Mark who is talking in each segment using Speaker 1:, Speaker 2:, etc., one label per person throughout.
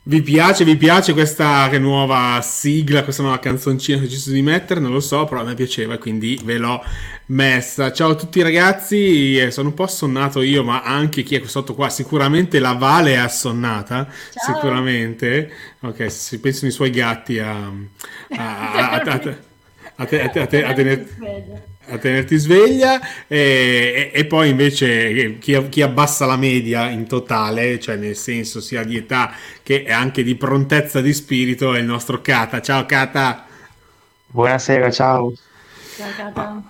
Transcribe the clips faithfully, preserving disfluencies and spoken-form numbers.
Speaker 1: Vi piace, vi piace questa nuova sigla, questa nuova canzoncina che ho deciso di mettere? Non lo so, però a me piaceva, quindi ve l'ho messa. Ciao a tutti ragazzi, eh, sono un po' assonnato io, ma anche chi è sotto qua, sicuramente la Vale è assonnata,
Speaker 2: Ciao.
Speaker 1: sicuramente. Ok, se pensano i suoi gatti a, a, a, a, a, a, te- a, te- a,
Speaker 2: A
Speaker 1: te- a
Speaker 2: tenerti
Speaker 1: tener-
Speaker 2: sveglia.
Speaker 1: a tenerti sveglia e, e- e poi invece eh, chi, chi abbassa la media in totale, cioè nel senso sia di età che anche di prontezza di spirito, è il nostro Kata. Ciao Kata!
Speaker 3: Buonasera, ciao.
Speaker 2: Ciao Cata.
Speaker 1: Ah,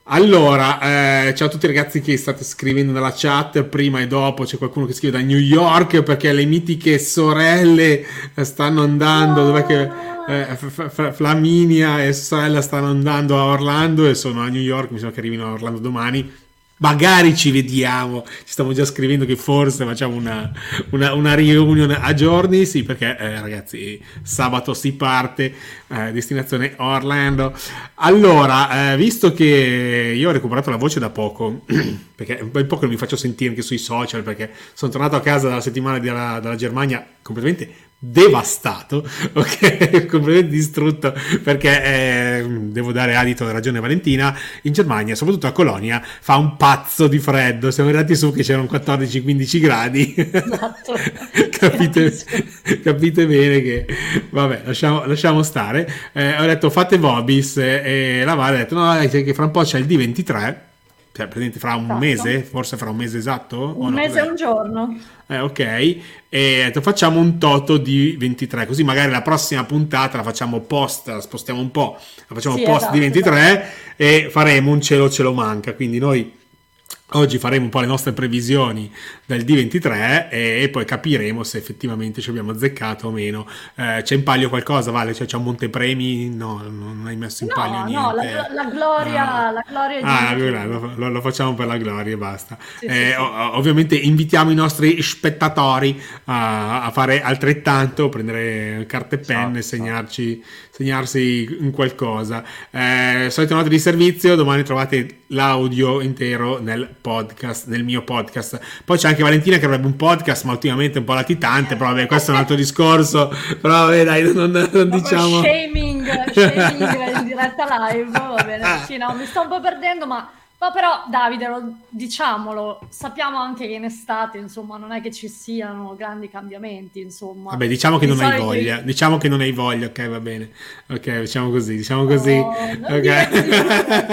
Speaker 1: Allora, eh, ciao a tutti i ragazzi che state scrivendo nella chat, prima e dopo c'è qualcuno che scrive da New York perché le mitiche sorelle eh, stanno andando, dov'è che eh,
Speaker 2: Ah!
Speaker 1: F- F- Flaminia e sorella stanno andando a Orlando e sono a New York, mi sembra che arrivino a Orlando domani. Magari ci vediamo, ci stiamo già scrivendo che forse facciamo una, una, una reunion a giorni, sì perché eh, ragazzi sabato si parte, eh, destinazione Orlando. Allora, eh, visto che io ho recuperato la voce da poco, perché è un po' che non mi faccio sentire anche sui social, perché sono tornato a casa dalla settimana dalla, dalla Germania completamente devastato, ok, completamente distrutto, perché eh, devo dare adito alla ragione Valentina, in Germania, soprattutto a Colonia, fa un pazzo di freddo, siamo arrivati su che c'erano quattordici quindici gradi,
Speaker 2: Esatto, ti
Speaker 1: capite,
Speaker 2: capisco.
Speaker 1: capite bene che, vabbè, lasciamo, lasciamo stare. Eh, ho detto fate Vobis e la Vale ha detto no, dai, che fra un po' c'è il D ventitré, cioè praticamente fra un
Speaker 2: Esatto.
Speaker 1: mese, forse fra un mese esatto, o
Speaker 2: Un
Speaker 1: no,
Speaker 2: mese e
Speaker 1: cos'è?
Speaker 2: un giorno.
Speaker 1: Eh, ok, e ho detto, facciamo un toto di ventitré, così magari la prossima puntata la facciamo post, la spostiamo un po', la facciamo
Speaker 2: Sì,
Speaker 1: post di
Speaker 2: esatto, esatto.
Speaker 1: ventitré e faremo un cielo ce lo manca, quindi noi oggi faremo un po' le nostre previsioni del D ventitré e, e poi capiremo se effettivamente ci abbiamo azzeccato o meno. Eh, c'è in palio qualcosa, Vale? Cioè, c'è un montepremi? No, non hai messo in palio
Speaker 2: No, no, la,
Speaker 1: niente.
Speaker 2: la
Speaker 1: Ah,
Speaker 2: gloria, la gloria di
Speaker 1: ah,
Speaker 2: YouTube.
Speaker 1: lo, lo- lo facciamo per la gloria e basta.
Speaker 2: Sì, sì,
Speaker 1: Eh,
Speaker 2: sì.
Speaker 1: o- ovviamente invitiamo i nostri spettatori a, a fare altrettanto, prendere carta e penne,
Speaker 3: Esatto, esatto.
Speaker 1: segnarci, segnarsi in qualcosa. Eh, solite note di servizio, domani trovate l'audio intero nel podcast, nel mio podcast. Poi c'è anche Valentina che avrebbe un podcast, ma ultimamente è un po' latitante, però vabbè, questo è un altro discorso. Però vabbè, dai, non, non
Speaker 2: Proprio
Speaker 1: diciamo.
Speaker 2: shaming, shaming in diretta live, va bene. Sì, no, mi sto un po' perdendo, ma, ma però Davide, lo- diciamolo, sappiamo anche che in estate, insomma, non è che ci siano grandi cambiamenti, insomma.
Speaker 1: Vabbè, diciamo che
Speaker 2: Di
Speaker 1: non hai
Speaker 2: solito
Speaker 1: voglia.
Speaker 2: i-
Speaker 1: Diciamo che non hai voglia, ok, va bene. Ok, diciamo così, diciamo così.
Speaker 2: Oh, non dire così, ok.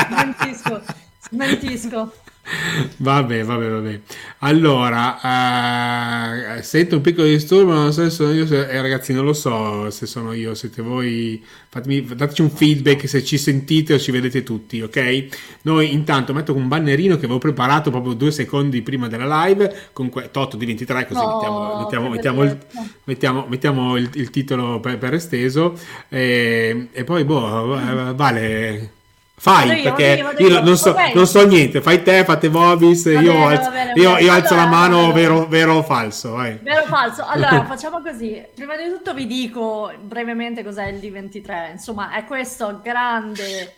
Speaker 1: Ok.
Speaker 2: Smentisco, smentisco.
Speaker 1: Vabbè, vabbè, vabbè. Allora, eh, sento un piccolo disturbo, non so se sono io, se, eh, ragazzi, non lo so se sono io, siete voi. Fatemi, dateci un feedback se ci sentite o ci vedete tutti, ok? Noi intanto metto un bannerino che avevo preparato proprio due secondi prima della live, con que- Toto di ventitré, così mettiamo,
Speaker 2: Oh,
Speaker 1: mettiamo,
Speaker 2: che
Speaker 1: mettiamo il,
Speaker 2: bellezza.
Speaker 1: mettiamo, mettiamo il, il titolo per, per esteso e, e poi, boh, eh, vale.
Speaker 2: Vado
Speaker 1: Fai,
Speaker 2: io, vado io,
Speaker 1: perché
Speaker 2: vado
Speaker 1: io
Speaker 2: io.
Speaker 1: non so, non
Speaker 2: Ok,
Speaker 1: so niente, fai te, fate Vobis,
Speaker 2: va
Speaker 1: io
Speaker 2: bene, va
Speaker 1: alzo,
Speaker 2: bene, va
Speaker 1: io,
Speaker 2: bene.
Speaker 1: io alzo la
Speaker 2: Allora, allora,
Speaker 1: mano,
Speaker 2: allora.
Speaker 1: vero, vero o falso, vai.
Speaker 2: Vero o falso? Allora, facciamo così. Prima di tutto vi dico brevemente cos'è il D ventitré. Insomma, è questo grande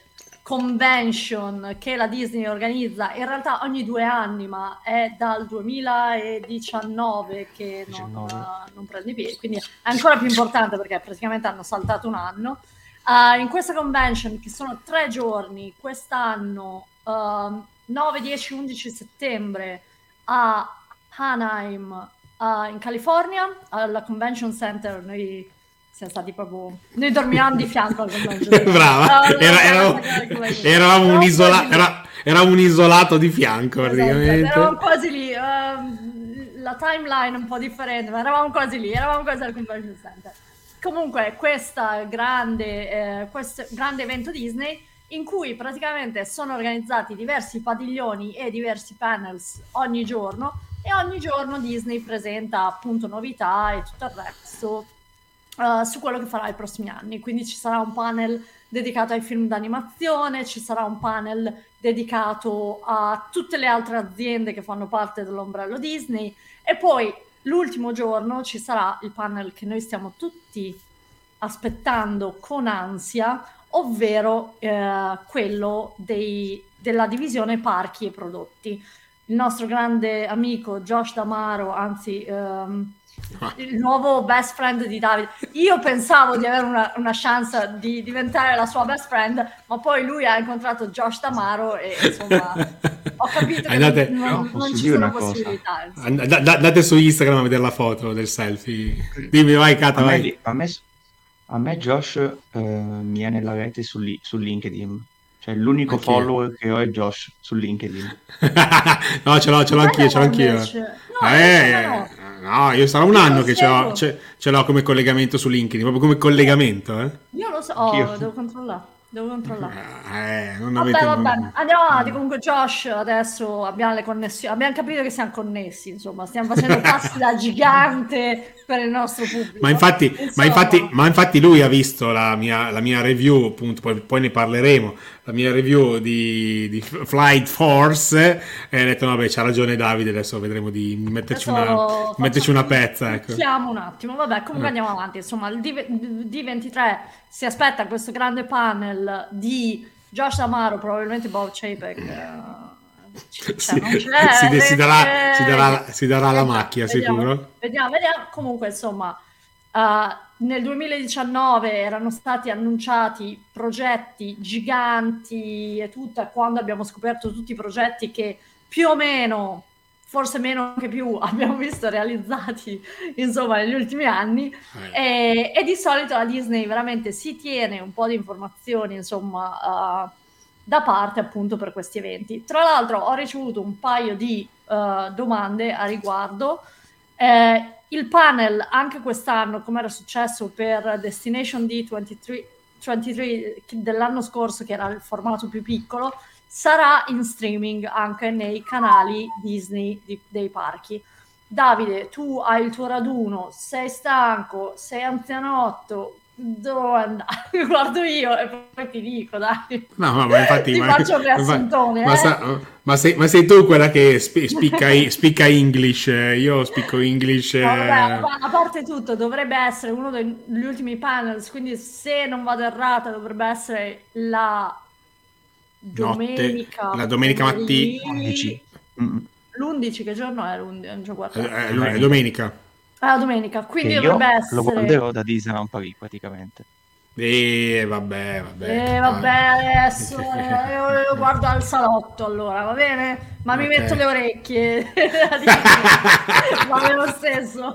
Speaker 2: convention che la Disney organizza in realtà ogni due anni, ma è dal duemiladiciannove che non,
Speaker 3: diciannove.
Speaker 2: non prende piede, quindi è ancora più importante perché praticamente hanno saltato un anno. Uh, in questa convention, che sono tre giorni, quest'anno, uh, nove, dieci, undici settembre, a Anaheim, uh, in California, alla Convention Center. Noi siamo stati proprio... Noi dormivamo di fianco al Convention Center.
Speaker 1: Brava,
Speaker 2: Uh,
Speaker 1: era,
Speaker 2: la
Speaker 1: era,
Speaker 2: casa che era il Convention Center.
Speaker 1: eravamo un,
Speaker 2: Eravamo quasi
Speaker 1: isola,
Speaker 2: lì.
Speaker 1: era, era un isolato di fianco
Speaker 2: Esatto, esatto, eravamo
Speaker 1: praticamente.
Speaker 2: quasi lì. ehm, la timeline è un po' differente, ma eravamo quasi lì, eravamo quasi al Convention Center. Comunque, questa grande, eh, questo grande evento Disney in cui praticamente sono organizzati diversi padiglioni e diversi panels ogni giorno e ogni giorno Disney presenta appunto novità e tutto il resto uh, su quello che farà i prossimi anni. Quindi ci sarà un panel dedicato ai film d'animazione, ci sarà un panel dedicato a tutte le altre aziende che fanno parte dell'ombrello Disney e poi l'ultimo giorno ci sarà il panel che noi stiamo tutti aspettando con ansia, ovvero eh, quello dei, della divisione parchi e prodotti. Il nostro grande amico Josh D'Amaro, anzi ehm, il nuovo best friend di Davide. Io pensavo di avere una, una chance di diventare la sua best friend, ma poi lui ha incontrato Josh D'Amaro e insomma ho capito che
Speaker 1: Andate-
Speaker 2: non,
Speaker 3: No,
Speaker 2: non
Speaker 3: posso
Speaker 2: ci
Speaker 3: dire
Speaker 2: sono
Speaker 3: una cosa?
Speaker 2: possibilità. insomma.
Speaker 1: And- da- da- Andate su Instagram a vedere la foto del selfie. Dimmi, vai, Cata,
Speaker 3: A me,
Speaker 1: vai.
Speaker 3: a me- a me Josh eh, mi è nella rete su, li- su LinkedIn. Cioè l'unico
Speaker 1: Anch'io.
Speaker 3: follower che ho è Josh su LinkedIn.
Speaker 1: No, ce l'ho, ce l'ho
Speaker 2: Ma
Speaker 1: anch'io, ce l'ho
Speaker 2: no,
Speaker 1: anch'io.
Speaker 2: invece. No,
Speaker 1: Eh,
Speaker 2: invece no.
Speaker 1: no, io sarà un
Speaker 2: Io
Speaker 1: anno
Speaker 2: lo
Speaker 1: che ce l'ho,
Speaker 2: seguo.
Speaker 1: ce, ce l'ho come collegamento su LinkedIn, proprio come collegamento, eh.
Speaker 2: Io lo so, oh,
Speaker 3: Anch'io.
Speaker 2: devo controllare, devo controllare.
Speaker 1: Eh, non
Speaker 2: Vabbè,
Speaker 1: avete...
Speaker 2: vabbè, andiamo avanti. Comunque, Josh, adesso abbiamo le connessioni. Abbiamo capito che siamo connessi. Insomma, stiamo facendo passi da gigante per il nostro pubblico.
Speaker 1: Ma infatti, ma,
Speaker 2: Insomma,
Speaker 1: infatti, ma infatti lui ha visto la mia, la mia review, appunto, poi, poi ne parleremo, la mia review di, di Flight Force e ha detto, no, vabbè, c'ha ragione Davide, adesso vedremo di metterci una,
Speaker 2: adesso
Speaker 1: di metterci una
Speaker 2: facciamo-
Speaker 1: pezza, ecco.
Speaker 2: Chiamo un attimo. Vabbè, comunque
Speaker 1: Eh.
Speaker 2: andiamo avanti. Insomma, il D- D ventitré si aspetta questo grande panel di Josh D'Amaro, probabilmente Bob Chapek. eh, cioè,
Speaker 1: Si,
Speaker 2: non c'è,
Speaker 1: si- si darà,
Speaker 2: eh,
Speaker 1: si darà- si darà la
Speaker 2: vediamo,
Speaker 1: macchia,
Speaker 2: vediamo,
Speaker 1: sicuro?
Speaker 2: Vediamo, vediamo. Comunque, insomma, eh, nel duemiladiciannove erano stati annunciati progetti giganti e tutto, e quando abbiamo scoperto tutti i progetti che più o meno, forse meno che più, abbiamo visto realizzati, insomma, negli ultimi anni.
Speaker 1: Eh.
Speaker 2: E, e di solito la Disney veramente si tiene un po' di informazioni, insomma, eh, da parte appunto per questi eventi. Tra l'altro ho ricevuto un paio di eh, domande a riguardo. Eh, il panel anche quest'anno, come era successo per Destination D ventitré, ventitré dell'anno scorso, che era il formato più piccolo, sarà in streaming anche nei canali Disney di- dei parchi. Davide, tu hai il tuo raduno, sei stanco, sei anzianotto, dove andare? Guardo io e poi ti dico, dai.
Speaker 1: No, no, ma infatti,
Speaker 2: Ti
Speaker 1: ma,
Speaker 2: faccio un
Speaker 1: ma-
Speaker 2: riassuntone,
Speaker 1: ma
Speaker 2: eh?
Speaker 1: sa- ma sei, ma sei tu quella che sp- spicca, i- spicca English, eh, io spicco English.
Speaker 2: No, vabbè,
Speaker 1: eh,
Speaker 2: a a parte tutto, dovrebbe essere uno degli ultimi panels, quindi se non vado errata dovrebbe essere la domenica,
Speaker 1: la domenica mattina.
Speaker 2: pomeriggio.
Speaker 3: undici. Mm.
Speaker 2: l'undici, che giorno è l'undici? Non ci ho
Speaker 1: Eh,
Speaker 2: guardato.
Speaker 1: eh, è domenica.
Speaker 2: Ah, domenica,
Speaker 3: Che
Speaker 2: quindi
Speaker 3: io
Speaker 2: dovrebbe
Speaker 3: lo
Speaker 2: essere...
Speaker 3: guarderò da Disneyland Paris praticamente.
Speaker 1: E vabbè, vabbè.
Speaker 2: Eh, vabbè, adesso eh, io, io guardo al salotto, allora, va bene? Ma mi
Speaker 1: Ok.
Speaker 2: metto le orecchie, va bene lo stesso.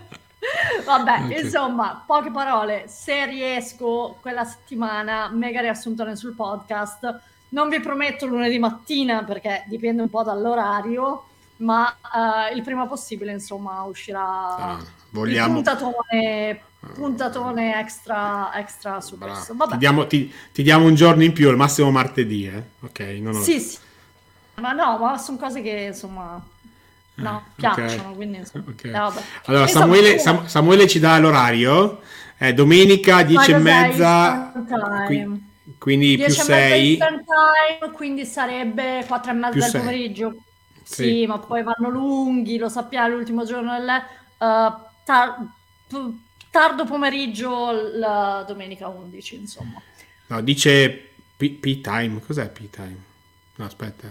Speaker 2: Vabbè,
Speaker 1: Ok.
Speaker 2: insomma, poche parole. Se riesco quella settimana, mega riassuntone sul podcast. Non vi prometto lunedì mattina perché dipende un po' dall'orario, ma eh, il prima possibile, insomma, uscirà
Speaker 1: Ah,
Speaker 2: il
Speaker 1: vogliamo.
Speaker 2: puntatone, puntatone extra, extra su
Speaker 1: Bravo.
Speaker 2: questo. Vabbè.
Speaker 1: Ti diamo, ti, ti diamo un giorno in più, al massimo martedì, eh? Ok, non ho-
Speaker 2: Sì, sì. Ma no, ma sono cose che insomma no,
Speaker 1: Eh,
Speaker 2: piacciono,
Speaker 1: ok.
Speaker 2: quindi insomma.
Speaker 1: Ok.
Speaker 2: eh, vabbè.
Speaker 1: Allora,
Speaker 2: Insomma,
Speaker 1: Samuele,
Speaker 2: insomma,
Speaker 1: Sam- Samuele ci dà l'orario, è domenica dieci e
Speaker 2: cos'è
Speaker 1: mezza,
Speaker 2: Eastern Time?
Speaker 1: qui- quindi più
Speaker 2: dieci e mezza
Speaker 1: sei.
Speaker 2: Eastern Time, quindi sarebbe quattro e mezza
Speaker 1: Più
Speaker 2: del
Speaker 1: sei.
Speaker 2: pomeriggio.
Speaker 1: Sì.
Speaker 2: Sì, ma poi vanno lunghi, lo sappiamo, l'ultimo giorno del eh, tar- p- tardo pomeriggio la domenica undici, insomma.
Speaker 1: No, dice P- P-Time, cos'è P-Time? No, aspetta.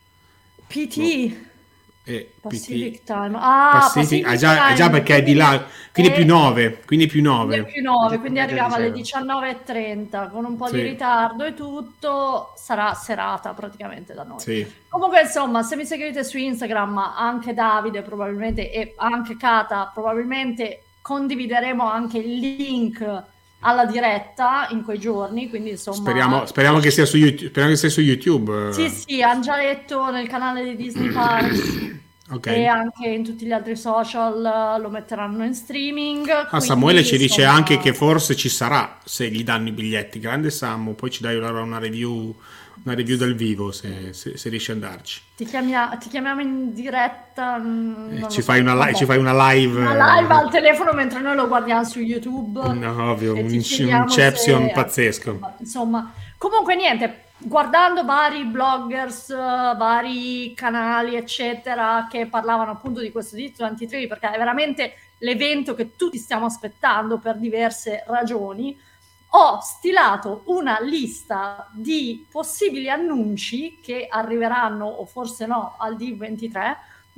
Speaker 2: P T,
Speaker 1: Eh,
Speaker 2: Pacific
Speaker 1: P T.
Speaker 2: Time. Ah,
Speaker 1: Pacific,
Speaker 2: Pacific
Speaker 1: ah, già,
Speaker 2: Time,
Speaker 1: già perché è di là, quindi
Speaker 2: eh,
Speaker 1: più nove, quindi più
Speaker 2: Quindi
Speaker 1: nove.
Speaker 2: è più nove, quindi
Speaker 3: Media di
Speaker 2: arriviamo alle
Speaker 3: zero.
Speaker 2: diciannove e trenta con un po'
Speaker 1: Sì.
Speaker 2: di ritardo e tutto, sarà serata praticamente da noi.
Speaker 1: Sì.
Speaker 2: Comunque insomma, se mi seguite su Instagram, anche Davide probabilmente e anche Kata, probabilmente condivideremo anche il link alla diretta in quei giorni, quindi insomma...
Speaker 1: Speriamo, speriamo che sia su YouTube. Speriamo che sia su YouTube.
Speaker 2: Sì, sì, hanno già detto nel canale di Disney Parks
Speaker 1: Ok.
Speaker 2: e anche in tutti gli altri social eh, lo metteranno in streaming.
Speaker 1: Ah,
Speaker 2: quindi,
Speaker 1: Samuele ci dice
Speaker 2: insomma,
Speaker 1: anche che forse ci sarà se gli danno i biglietti. Grande Samu, poi ci dai allora una review, una review dal vivo se, se, se riesci ad andarci.
Speaker 2: Ti, chiamia- ti chiamiamo in diretta. mm,
Speaker 1: Eh,
Speaker 2: non lo
Speaker 1: ci,
Speaker 2: so,
Speaker 1: fai una li-
Speaker 2: vabbè.
Speaker 1: ci fai una live.
Speaker 2: Una live al telefono mentre noi lo guardiamo su YouTube.
Speaker 1: No, ovvio,
Speaker 2: e
Speaker 1: un
Speaker 2: ti
Speaker 1: in-
Speaker 2: chiediamo
Speaker 1: un inception
Speaker 2: se-
Speaker 1: pazzesco.
Speaker 2: Insomma, insomma, comunque niente, guardando vari bloggers, eh, vari canali, eccetera, che parlavano appunto di questo D ventitré, perché è veramente l'evento che tutti stiamo aspettando per diverse ragioni, ho stilato una lista di possibili annunci che arriveranno, o forse no, al D ventitré,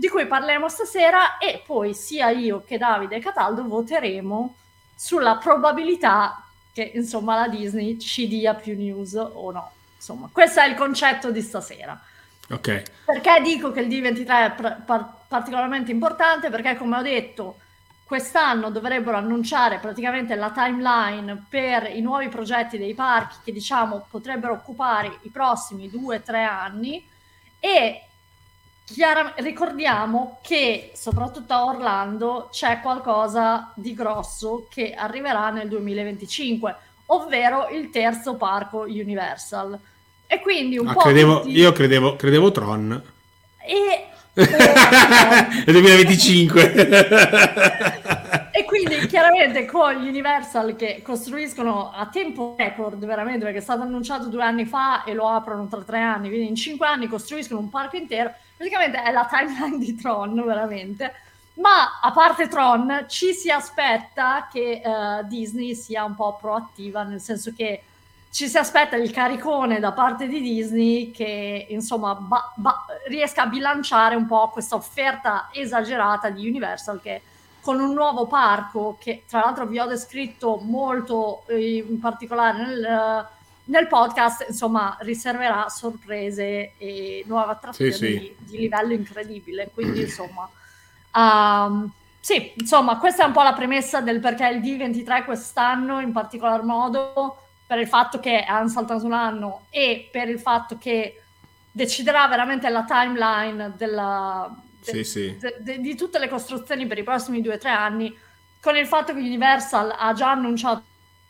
Speaker 2: di cui parleremo stasera, e poi sia io che Davide e Cataldo voteremo sulla probabilità che insomma la Disney ci dia più news o no. Insomma, questo è il concetto di stasera.
Speaker 1: Ok.
Speaker 2: Perché dico che il D ventitré è pr- par- particolarmente importante? Perché, come ho detto, quest'anno dovrebbero annunciare praticamente la timeline per i nuovi progetti dei parchi che, diciamo, potrebbero occupare i prossimi due o tre anni, e chiara- ricordiamo che soprattutto a Orlando c'è qualcosa di grosso che arriverà nel duemilaventicinque, ovvero il terzo parco Universal. E quindi un
Speaker 1: Ah,
Speaker 2: po'
Speaker 1: credevo,
Speaker 2: tutti...
Speaker 1: io credevo, credevo Tron.
Speaker 2: E,
Speaker 1: Nel duemilaventicinque.
Speaker 2: e quindi chiaramente con gli Universal che costruiscono a tempo record, veramente, perché è stato annunciato due anni fa e lo aprono tra tre anni, quindi in cinque anni costruiscono un parco intero. Praticamente è la timeline di Tron, veramente. Ma a parte Tron, ci si aspetta che uh, Disney sia un po' proattiva, nel senso che ci si aspetta il caricone da parte di Disney che, insomma, ba- ba- riesca a bilanciare un po' questa offerta esagerata di Universal, che con un nuovo parco, che tra l'altro vi ho descritto molto eh, in particolare nel, nel podcast, insomma, riserverà sorprese e nuove attrazioni
Speaker 1: Sì, sì.
Speaker 2: Di, di livello incredibile. Quindi, insomma, um, sì, insomma, questa è un po' la premessa del perché il D ventitré quest'anno, in particolar modo, per il fatto che hanno saltato un anno e per il fatto che deciderà veramente la timeline della, de,
Speaker 1: Sì, sì.
Speaker 2: de, de, di tutte le costruzioni per i prossimi due o tre anni, con il fatto che Universal ha già annunciato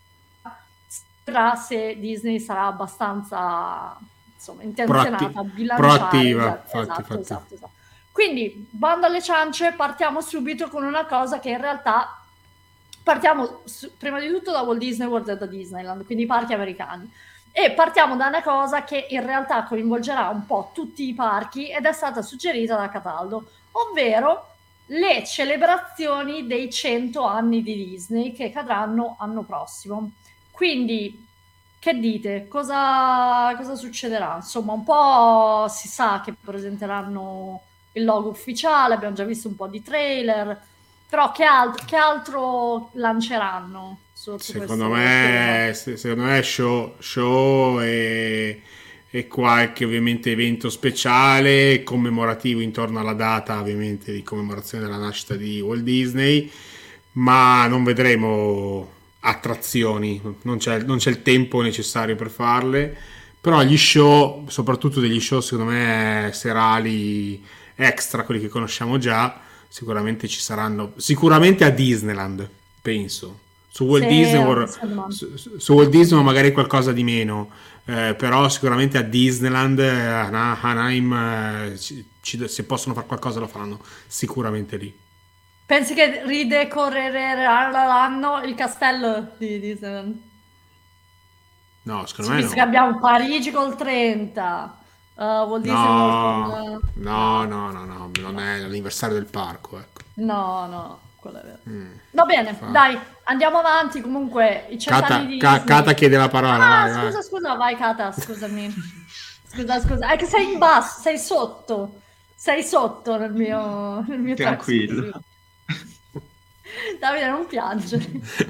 Speaker 2: se Disney sarà abbastanza, insomma, intenzionata
Speaker 1: Proatti-
Speaker 2: a bilanciare.
Speaker 1: proattiva,
Speaker 2: Esatto,
Speaker 1: infatti,
Speaker 2: esatto,
Speaker 1: infatti.
Speaker 2: esatto, esatto. Quindi, bando alle ciance, partiamo subito con una cosa che in realtà partiamo su, prima di tutto da Walt Disney World e da Disneyland, quindi i parchi americani. E partiamo da una cosa che in realtà coinvolgerà un po' tutti i parchi ed è stata suggerita da Cataldo, ovvero le celebrazioni dei cento anni di Disney che cadranno l'anno prossimo. Quindi, che dite? Cosa, cosa succederà? Insomma, un po' si sa che presenteranno il logo ufficiale, abbiamo già visto un po' di trailer, però che, alt- che altro lanceranno sotto
Speaker 1: Secondo
Speaker 2: questo
Speaker 1: me,
Speaker 2: schermo?
Speaker 1: se- secondo me show, show e, e qualche ovviamente evento speciale commemorativo intorno alla data ovviamente di commemorazione della nascita di Walt Disney, ma non vedremo attrazioni, non c'è, non c'è il tempo necessario per farle, però gli show, soprattutto degli show secondo me serali extra, quelli che conosciamo già, sicuramente ci saranno, sicuramente a Disneyland, penso. Su Walt
Speaker 2: Sì,
Speaker 1: Disney,
Speaker 2: anche
Speaker 1: vor-
Speaker 2: secondo me.
Speaker 1: su, su Walt Disney magari qualcosa di meno, eh, però sicuramente a Disneyland, eh, a Ana- Anaheim, eh, ci- ci- se possono fare qualcosa lo faranno sicuramente lì.
Speaker 2: Pensi che ridecoreranno il castello di Disneyland?
Speaker 1: No, secondo
Speaker 2: Sì,
Speaker 1: me
Speaker 2: visto che
Speaker 1: no.
Speaker 2: abbiamo Parigi col trenta, uh, Walt Disney World
Speaker 1: No,
Speaker 2: con...
Speaker 1: no,
Speaker 2: No,
Speaker 1: no, no, no, non è l'anniversario del parco, ecco.
Speaker 2: no, no, quello è vero.
Speaker 1: Mm,
Speaker 2: Va bene,
Speaker 1: fa-
Speaker 2: dai, andiamo avanti. Comunque, i cent'anni
Speaker 1: Cata,
Speaker 2: di
Speaker 1: Ca- Cata
Speaker 2: Disney...
Speaker 1: chiede la parola,
Speaker 2: Ah,
Speaker 1: vai, vai.
Speaker 2: scusa, scusa, vai Kata, scusami. Scusa, scusa, è che sei in basso, sei sotto. Sei sotto nel mio, nel mio track,
Speaker 3: Tranquillo.
Speaker 2: scusi. Davide, non piangere.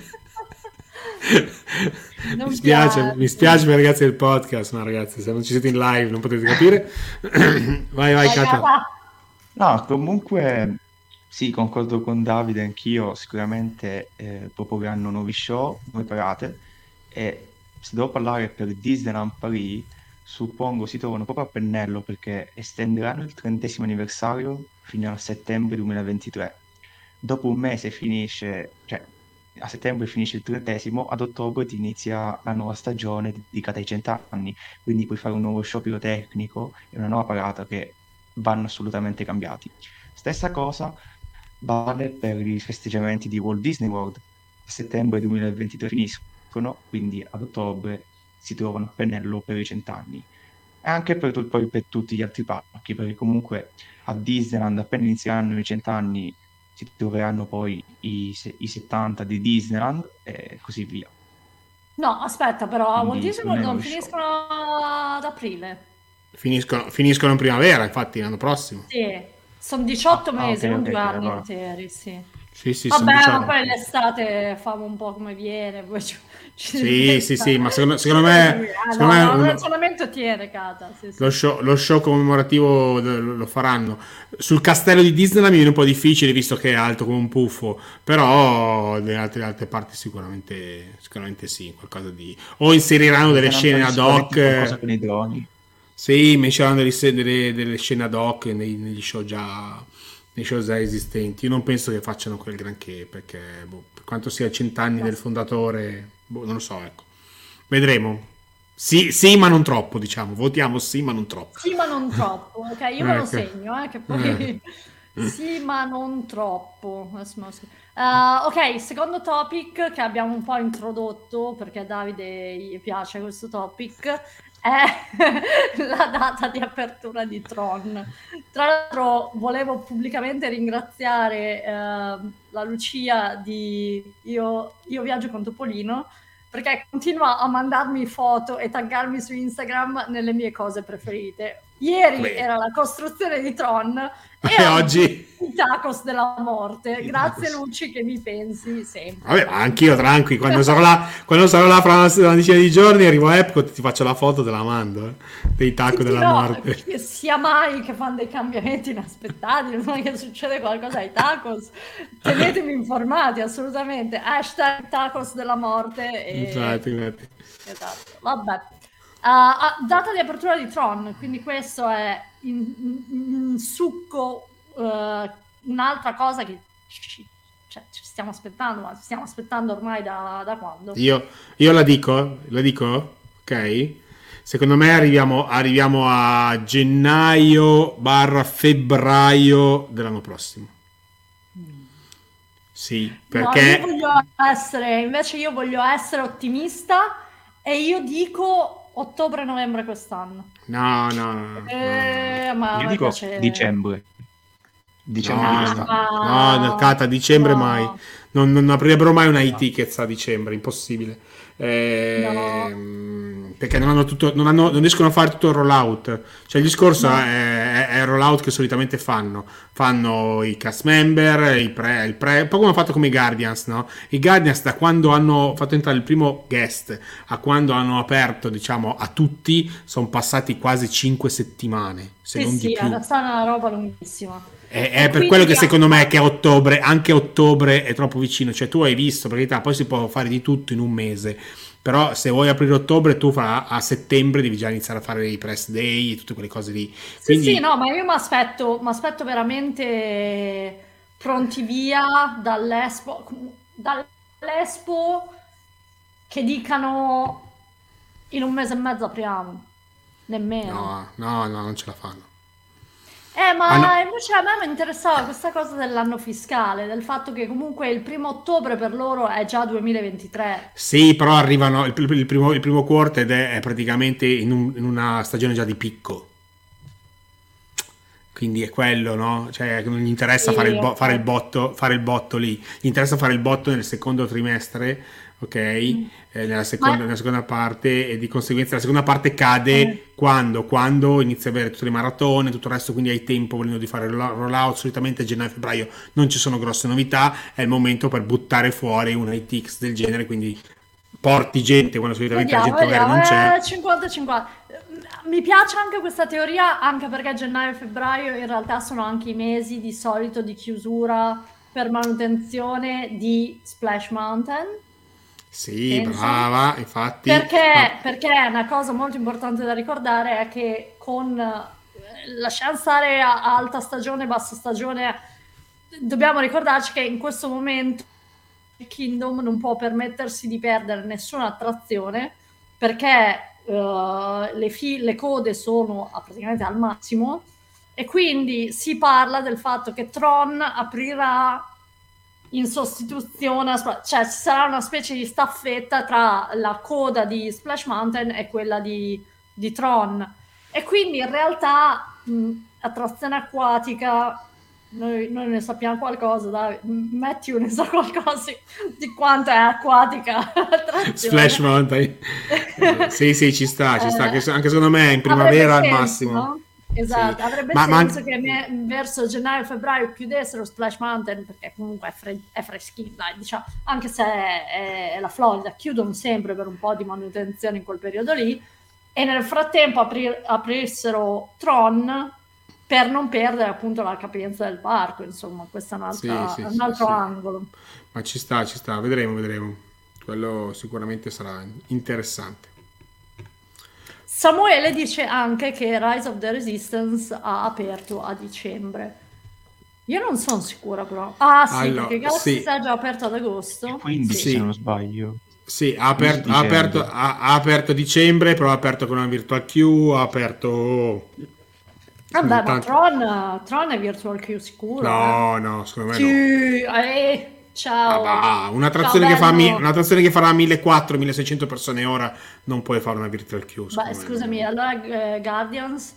Speaker 2: Non
Speaker 1: Mi spiace,
Speaker 2: piangere.
Speaker 1: mi spiace per i ragazzi del podcast, ma ragazzi, se non ci siete in live non potete capire. Vai, vai,
Speaker 2: Vai,
Speaker 1: Cata.
Speaker 2: Kata.
Speaker 3: No, comunque sì, concordo con Davide, anch'io sicuramente eh, proporranno nuovi show, nuove parate e se devo parlare per Disneyland Paris, suppongo si trovano proprio a pennello perché estenderanno il trentesimo anniversario fino a settembre duemilaventitré. Dopo un mese finisce, cioè a settembre finisce il trentesimo, ad ottobre ti inizia la nuova stagione dedicata ai cent'anni, quindi puoi fare un nuovo show pirotecnico e una nuova parata che vanno assolutamente cambiati. Stessa cosa vale per i festeggiamenti di Walt Disney World. A settembre duemilaventitré finiscono, quindi ad ottobre si trovano a pennello per i cent'anni. E anche per, tu- poi per tutti gli altri parchi, perché comunque a Disneyland appena inizieranno i cent'anni si troveranno poi i, se- i settanta di Disneyland e così via.
Speaker 2: No, aspetta, però a Walt
Speaker 3: Quindi
Speaker 2: Disney
Speaker 3: secondo
Speaker 2: World
Speaker 3: me
Speaker 2: non
Speaker 3: nuovi show.
Speaker 2: finiscono ad aprile.
Speaker 1: Finiscono, finiscono in primavera, infatti, l'anno prossimo.
Speaker 2: Sì, Sono diciotto
Speaker 3: Ah,
Speaker 2: mesi,
Speaker 3: ok,
Speaker 2: non
Speaker 3: ok,
Speaker 2: due
Speaker 3: ok,
Speaker 2: anni
Speaker 3: allora.
Speaker 2: interi, sì.
Speaker 1: Sì, sì, sono
Speaker 2: Vabbè, ma
Speaker 1: diciotto.
Speaker 2: poi l'estate famo un po' come viene, poi ci, ci si
Speaker 1: Sì, sì,
Speaker 2: pensa,
Speaker 1: sì, ma secondo,
Speaker 2: ci
Speaker 1: secondo
Speaker 2: pensa
Speaker 1: me,
Speaker 2: qui. Ah,
Speaker 1: secondo
Speaker 2: no,
Speaker 1: me
Speaker 2: no, il
Speaker 1: uno-
Speaker 2: ragionamento tiene, Cata, sì,
Speaker 1: lo
Speaker 2: sì.
Speaker 1: show, lo show commemorativo lo, lo faranno. Sul castello di Disneyland mi viene un po' difficile visto che è alto come un puffo, però nelle altre, altre parti sicuramente, sicuramente sì, qualcosa di... O inseriranno delle
Speaker 3: Disneyland
Speaker 1: scene
Speaker 3: Paris
Speaker 1: ad
Speaker 3: sicuramente qualcosa
Speaker 1: hoc.
Speaker 3: con i droni.
Speaker 1: Sì, mencionano delle, se- delle- delle scene ad hoc nei- negli show già, nei show già esistenti. Io non penso che facciano quel granché, perché boh, per quanto sia cent'anni
Speaker 2: Ma
Speaker 1: del
Speaker 2: sì.
Speaker 1: fondatore, boh, non lo so, ecco. Vedremo. Sì, sì, ma non troppo, diciamo. Votiamo sì, ma non troppo.
Speaker 2: Sì, ma non troppo, ok? Io me lo
Speaker 1: Ecco.
Speaker 2: segno, eh, che
Speaker 1: Eh.
Speaker 2: poi sì, ma non troppo. Adesso me lo segno. Eh, ok, secondo topic che abbiamo un po' introdotto perché a Davide gli piace questo topic è la data di apertura di Tron. Tra l'altro volevo pubblicamente ringraziare eh, la Lucia di Io, Io Viaggio con Topolino perché continua a mandarmi foto e taggarmi su Instagram nelle mie cose preferite. Ieri
Speaker 1: Vabbè.
Speaker 2: era la costruzione di Tron
Speaker 1: E
Speaker 2: e oggi
Speaker 1: oggi?
Speaker 2: i tacos della morte.
Speaker 1: I
Speaker 2: Grazie
Speaker 1: tacos.
Speaker 2: Luci che mi pensi sempre.
Speaker 1: Vabbè, ma anch'io tranqui, quando sarò là, quando sarò là fra una, una decina di giorni arrivo a Epcot, ti faccio la foto, te la mando, eh, dei
Speaker 2: Sì,
Speaker 1: tacco
Speaker 2: sì,
Speaker 1: della
Speaker 2: no,
Speaker 1: morte.
Speaker 2: che sia mai che fanno dei cambiamenti inaspettati, non è che succede qualcosa ai tacos, tenetemi informati assolutamente. Hashtag tacos della morte e...
Speaker 1: Infatti, infatti.
Speaker 2: Esatto, vabbè. Ah, ah, data di apertura di Tron, quindi questo è in, in- in succo eh, un'altra cosa che ci, cioè, ci stiamo aspettando, ma ci stiamo aspettando ormai da, da quando?
Speaker 1: Io, io la dico, la dico, ok? Secondo me arriviamo, arriviamo a gennaio barra febbraio dell'anno prossimo. Sì,
Speaker 2: No, io
Speaker 1: perché
Speaker 2: voglio essere, invece io voglio essere ottimista e io dico ottobre-novembre quest'anno.
Speaker 1: no, no, no, no, no.
Speaker 2: Eh, ma a
Speaker 3: Io
Speaker 2: me
Speaker 3: dico
Speaker 2: piace...
Speaker 3: dicembre, dicembre di
Speaker 1: No,
Speaker 2: Ah,
Speaker 1: no,
Speaker 3: quest'anno.
Speaker 1: no, no, Cata, a dicembre mai.
Speaker 2: no,
Speaker 1: Non, non aprirebbero mai una
Speaker 3: Ah,
Speaker 1: e-tickets a dicembre, impossibile.
Speaker 2: no.
Speaker 1: Ehm, perché non hanno tutto, non, hanno- non riescono a fare tutto il rollout. Cioè, il discorso
Speaker 2: No.
Speaker 1: è, è- è il rollout che solitamente fanno. Fanno i cast member, i pre, il pre, un po' come hanno fatto come i Guardians, no? I Guardians, da quando hanno fatto entrare il primo guest a quando hanno aperto, diciamo, a tutti, sono passati quasi cinque settimane, se
Speaker 2: Sì,
Speaker 1: non di
Speaker 2: sì,
Speaker 1: più.
Speaker 2: era stata una roba lunghissima.
Speaker 1: È,
Speaker 2: E
Speaker 1: è per quello che
Speaker 2: quindi
Speaker 1: secondo me che a ottobre, anche ottobre è troppo vicino, cioè tu hai visto, per carità, poi si può fare di tutto in un mese, però se vuoi aprire ottobre tu fa, a settembre devi già iniziare a fare i press day e tutte quelle cose lì,
Speaker 2: sì, sì,
Speaker 1: quindi
Speaker 2: no, ma io mi aspetto, mi aspetto veramente pronti via dall'Expo, dall'Expo che dicano in un mese e mezzo apriamo, nemmeno.
Speaker 1: no, no, no, non ce la fanno.
Speaker 2: Eh,
Speaker 1: Hanno-
Speaker 2: ma invece a me mi interessava questa cosa dell'anno fiscale, del fatto che comunque il primo ottobre per loro è già duemilaventitré.
Speaker 1: sì, però arrivano il, il primo, il primo quarter ed è, è praticamente in, un- in una stagione già di picco. Quindi è quello, no? Cioè, non gli interessa fare il,
Speaker 2: Sì,
Speaker 1: bo- fare il
Speaker 2: ok.
Speaker 1: botto, fare il botto lì, gli interessa fare il botto nel secondo trimestre, ok?
Speaker 2: Mm.
Speaker 1: Eh, nella
Speaker 2: Ma
Speaker 1: seconda, nella seconda parte e di conseguenza la seconda parte
Speaker 2: eh,
Speaker 1: cade quando? Quando inizia a avere tutte le maratone, tutto il resto, quindi hai tempo volendo di fare il roll- rollout, solitamente a gennaio-febbraio non ci sono grosse novità, è il momento per buttare fuori una I T X del genere, quindi porti gente quando solitamente la
Speaker 2: vediamo,
Speaker 1: gente magari
Speaker 2: vediamo,
Speaker 1: non c'è.
Speaker 2: eh, cinquanta cinquanta. Mi piace anche questa teoria, anche perché gennaio e febbraio in realtà sono anche i mesi di solito di chiusura per manutenzione di Splash Mountain,
Speaker 1: Sì,
Speaker 2: penso.
Speaker 1: brava, infatti,
Speaker 2: Perché,
Speaker 1: ma
Speaker 2: perché una cosa molto importante da ricordare è che con eh, lasciamo stare a a alta stagione, bassa stagione, dobbiamo ricordarci che in questo momento il Kingdom non può permettersi di perdere nessuna attrazione perché eh, le, fi- le code sono a- praticamente al massimo e quindi si parla del fatto che Tron aprirà in sostituzione, a Spla- cioè ci sarà una specie di staffetta tra la coda di Splash Mountain e quella di, di Tron. E quindi in realtà mh, attrazione acquatica, noi, noi ne sappiamo qualcosa, dai, m- Matthew ne sa qualcosa di quanto è acquatica
Speaker 1: Splash
Speaker 2: l'attrazione.
Speaker 1: Mountain. Eh, sì, sì, ci sta, ci sta. Che
Speaker 2: Eh,
Speaker 1: se- anche secondo me in
Speaker 2: avrebbe
Speaker 1: primavera al
Speaker 2: senso,
Speaker 1: massimo.
Speaker 2: no? Esatto,
Speaker 1: sì.
Speaker 2: avrebbe
Speaker 1: Ma,
Speaker 2: senso
Speaker 1: ma...
Speaker 2: che me- verso gennaio-febbraio chiudessero Splash Mountain, perché comunque è, fre- è freschino, dai, diciamo, anche se è, è la Florida, chiudono sempre per un po' di manutenzione in quel periodo lì, e nel frattempo apri- aprissero Tron per non perdere appunto la capienza del parco, insomma, questo è un,
Speaker 1: Sì,
Speaker 2: altra-
Speaker 1: sì,
Speaker 2: un
Speaker 1: sì,
Speaker 2: altro
Speaker 1: sì.
Speaker 2: angolo.
Speaker 1: Ma ci sta, ci sta, vedremo, vedremo. Quello sicuramente sarà interessante.
Speaker 2: Samuele dice anche che Rise of the Resistance ha aperto a dicembre. Io non sono sicura però. Ah sì, perché
Speaker 1: Allora,
Speaker 2: Galaxy
Speaker 1: sì,
Speaker 2: è già aperto ad
Speaker 3: Il
Speaker 2: agosto.
Speaker 3: quindici,
Speaker 2: Sì.
Speaker 3: se non
Speaker 1: sì,
Speaker 3: sbaglio.
Speaker 1: sì, ha
Speaker 3: quindici
Speaker 1: aperto, ha aperto,
Speaker 3: dicembre.
Speaker 1: ha, ha aperto a dicembre, però ha aperto con una virtual queue, ha aperto
Speaker 2: Vabbè, ma
Speaker 1: tanti...
Speaker 2: Tron, Tron è Virtual Queue sicuro, eh.
Speaker 1: No, no, secondo me
Speaker 2: Sì,
Speaker 1: no.
Speaker 2: eh,
Speaker 1: Ah,
Speaker 2: ciao.
Speaker 1: bah,
Speaker 2: Ciao,
Speaker 1: un'attrazione che fa mi-
Speaker 2: bello.
Speaker 1: un'attrazione che farà millequattrocento milleseicento persone ora non puoi fare una virtual queue,
Speaker 2: Beh,
Speaker 1: secondo me.
Speaker 2: scusami,
Speaker 1: non-
Speaker 2: allora eh, Guardians?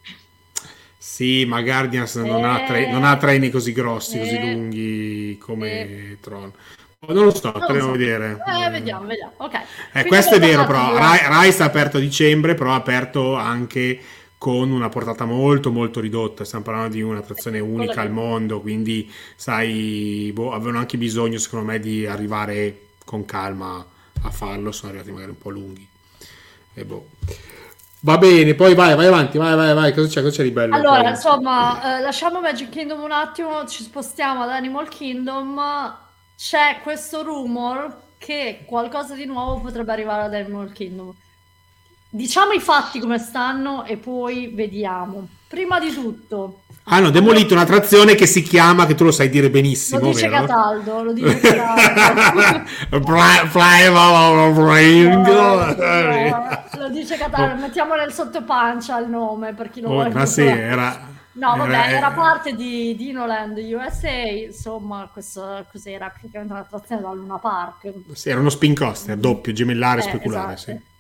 Speaker 1: Sì, ma Guardians non ha, tre- non ha
Speaker 2: Eh,
Speaker 1: treni così grossi, così
Speaker 2: eh,
Speaker 1: lunghi
Speaker 2: eh,
Speaker 1: come Tron. Non lo so,
Speaker 2: non lo
Speaker 1: staremo a
Speaker 2: so.
Speaker 1: vedere.
Speaker 2: Eh, vediamo, vediamo. Ok.
Speaker 1: Eh,
Speaker 2: Quindi
Speaker 1: questo è
Speaker 2: avete
Speaker 1: vero,
Speaker 2: fatto
Speaker 1: però
Speaker 2: due.
Speaker 1: Rai- Rise ha aperto a dicembre, però ha aperto anche con una portata molto molto ridotta. Stiamo parlando di un'attrazione
Speaker 2: Quello
Speaker 1: unica al
Speaker 2: che...
Speaker 1: mondo, quindi sai, boh, avevano anche bisogno, secondo me, di arrivare con calma a farlo. Sono arrivati magari un po' lunghi. E boh. Va bene, poi vai, vai avanti, vai, vai, vai. Cosa c'è, cosa c'è di bello
Speaker 2: Allora,
Speaker 1: poi?
Speaker 2: insomma, eh, lasciamo Magic Kingdom un attimo, ci spostiamo ad Animal Kingdom. C'è questo rumor che qualcosa di nuovo potrebbe arrivare ad Animal Kingdom. Diciamo i fatti come stanno e poi vediamo. Prima di tutto,
Speaker 1: Hanno
Speaker 2: abbiamo...
Speaker 1: demolito un'attrazione che si chiama, che tu lo sai dire
Speaker 2: Lo
Speaker 1: benissimo,
Speaker 2: dice
Speaker 1: vero?
Speaker 2: Cataldo, lo dice Cataldo.
Speaker 1: Fly- fly over the rainbow.
Speaker 2: Eh, lo dice Cataldo, mettiamo nel sottopancia il nome per chi lo
Speaker 1: Oh,
Speaker 2: vuole
Speaker 1: ma sì,
Speaker 2: googlare.
Speaker 1: era,
Speaker 2: No,
Speaker 1: era,
Speaker 2: vabbè, era
Speaker 1: eh,
Speaker 2: parte di Dinoland U S A, insomma, questo cos'era praticamente un'attrazione da Luna Park.
Speaker 1: sì, era uno spin coaster doppio, gemellare,
Speaker 2: Eh,
Speaker 1: speculare,
Speaker 2: esatto.
Speaker 1: sì.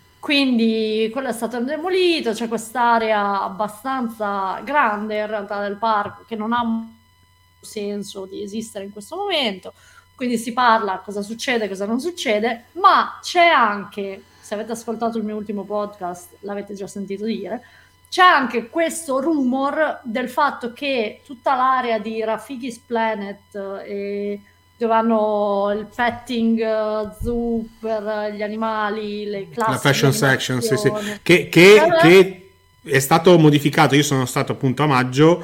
Speaker 2: Quindi quello è stato demolito, c'è quest'area abbastanza grande in realtà del parco che non ha senso di esistere in questo momento, quindi si parla cosa succede, cosa non succede, ma c'è anche, se avete ascoltato il mio ultimo podcast, l'avete già sentito dire, c'è anche questo rumor del fatto che tutta l'area di Rafiki's Planet e dove hanno il petting uh, zoo per gli animali, le
Speaker 1: La
Speaker 2: classi di
Speaker 1: fashion section, sì, sì.
Speaker 2: animazione.
Speaker 1: Che, che-
Speaker 2: Eh,
Speaker 1: che è stato modificato. Io sono stato appunto a maggio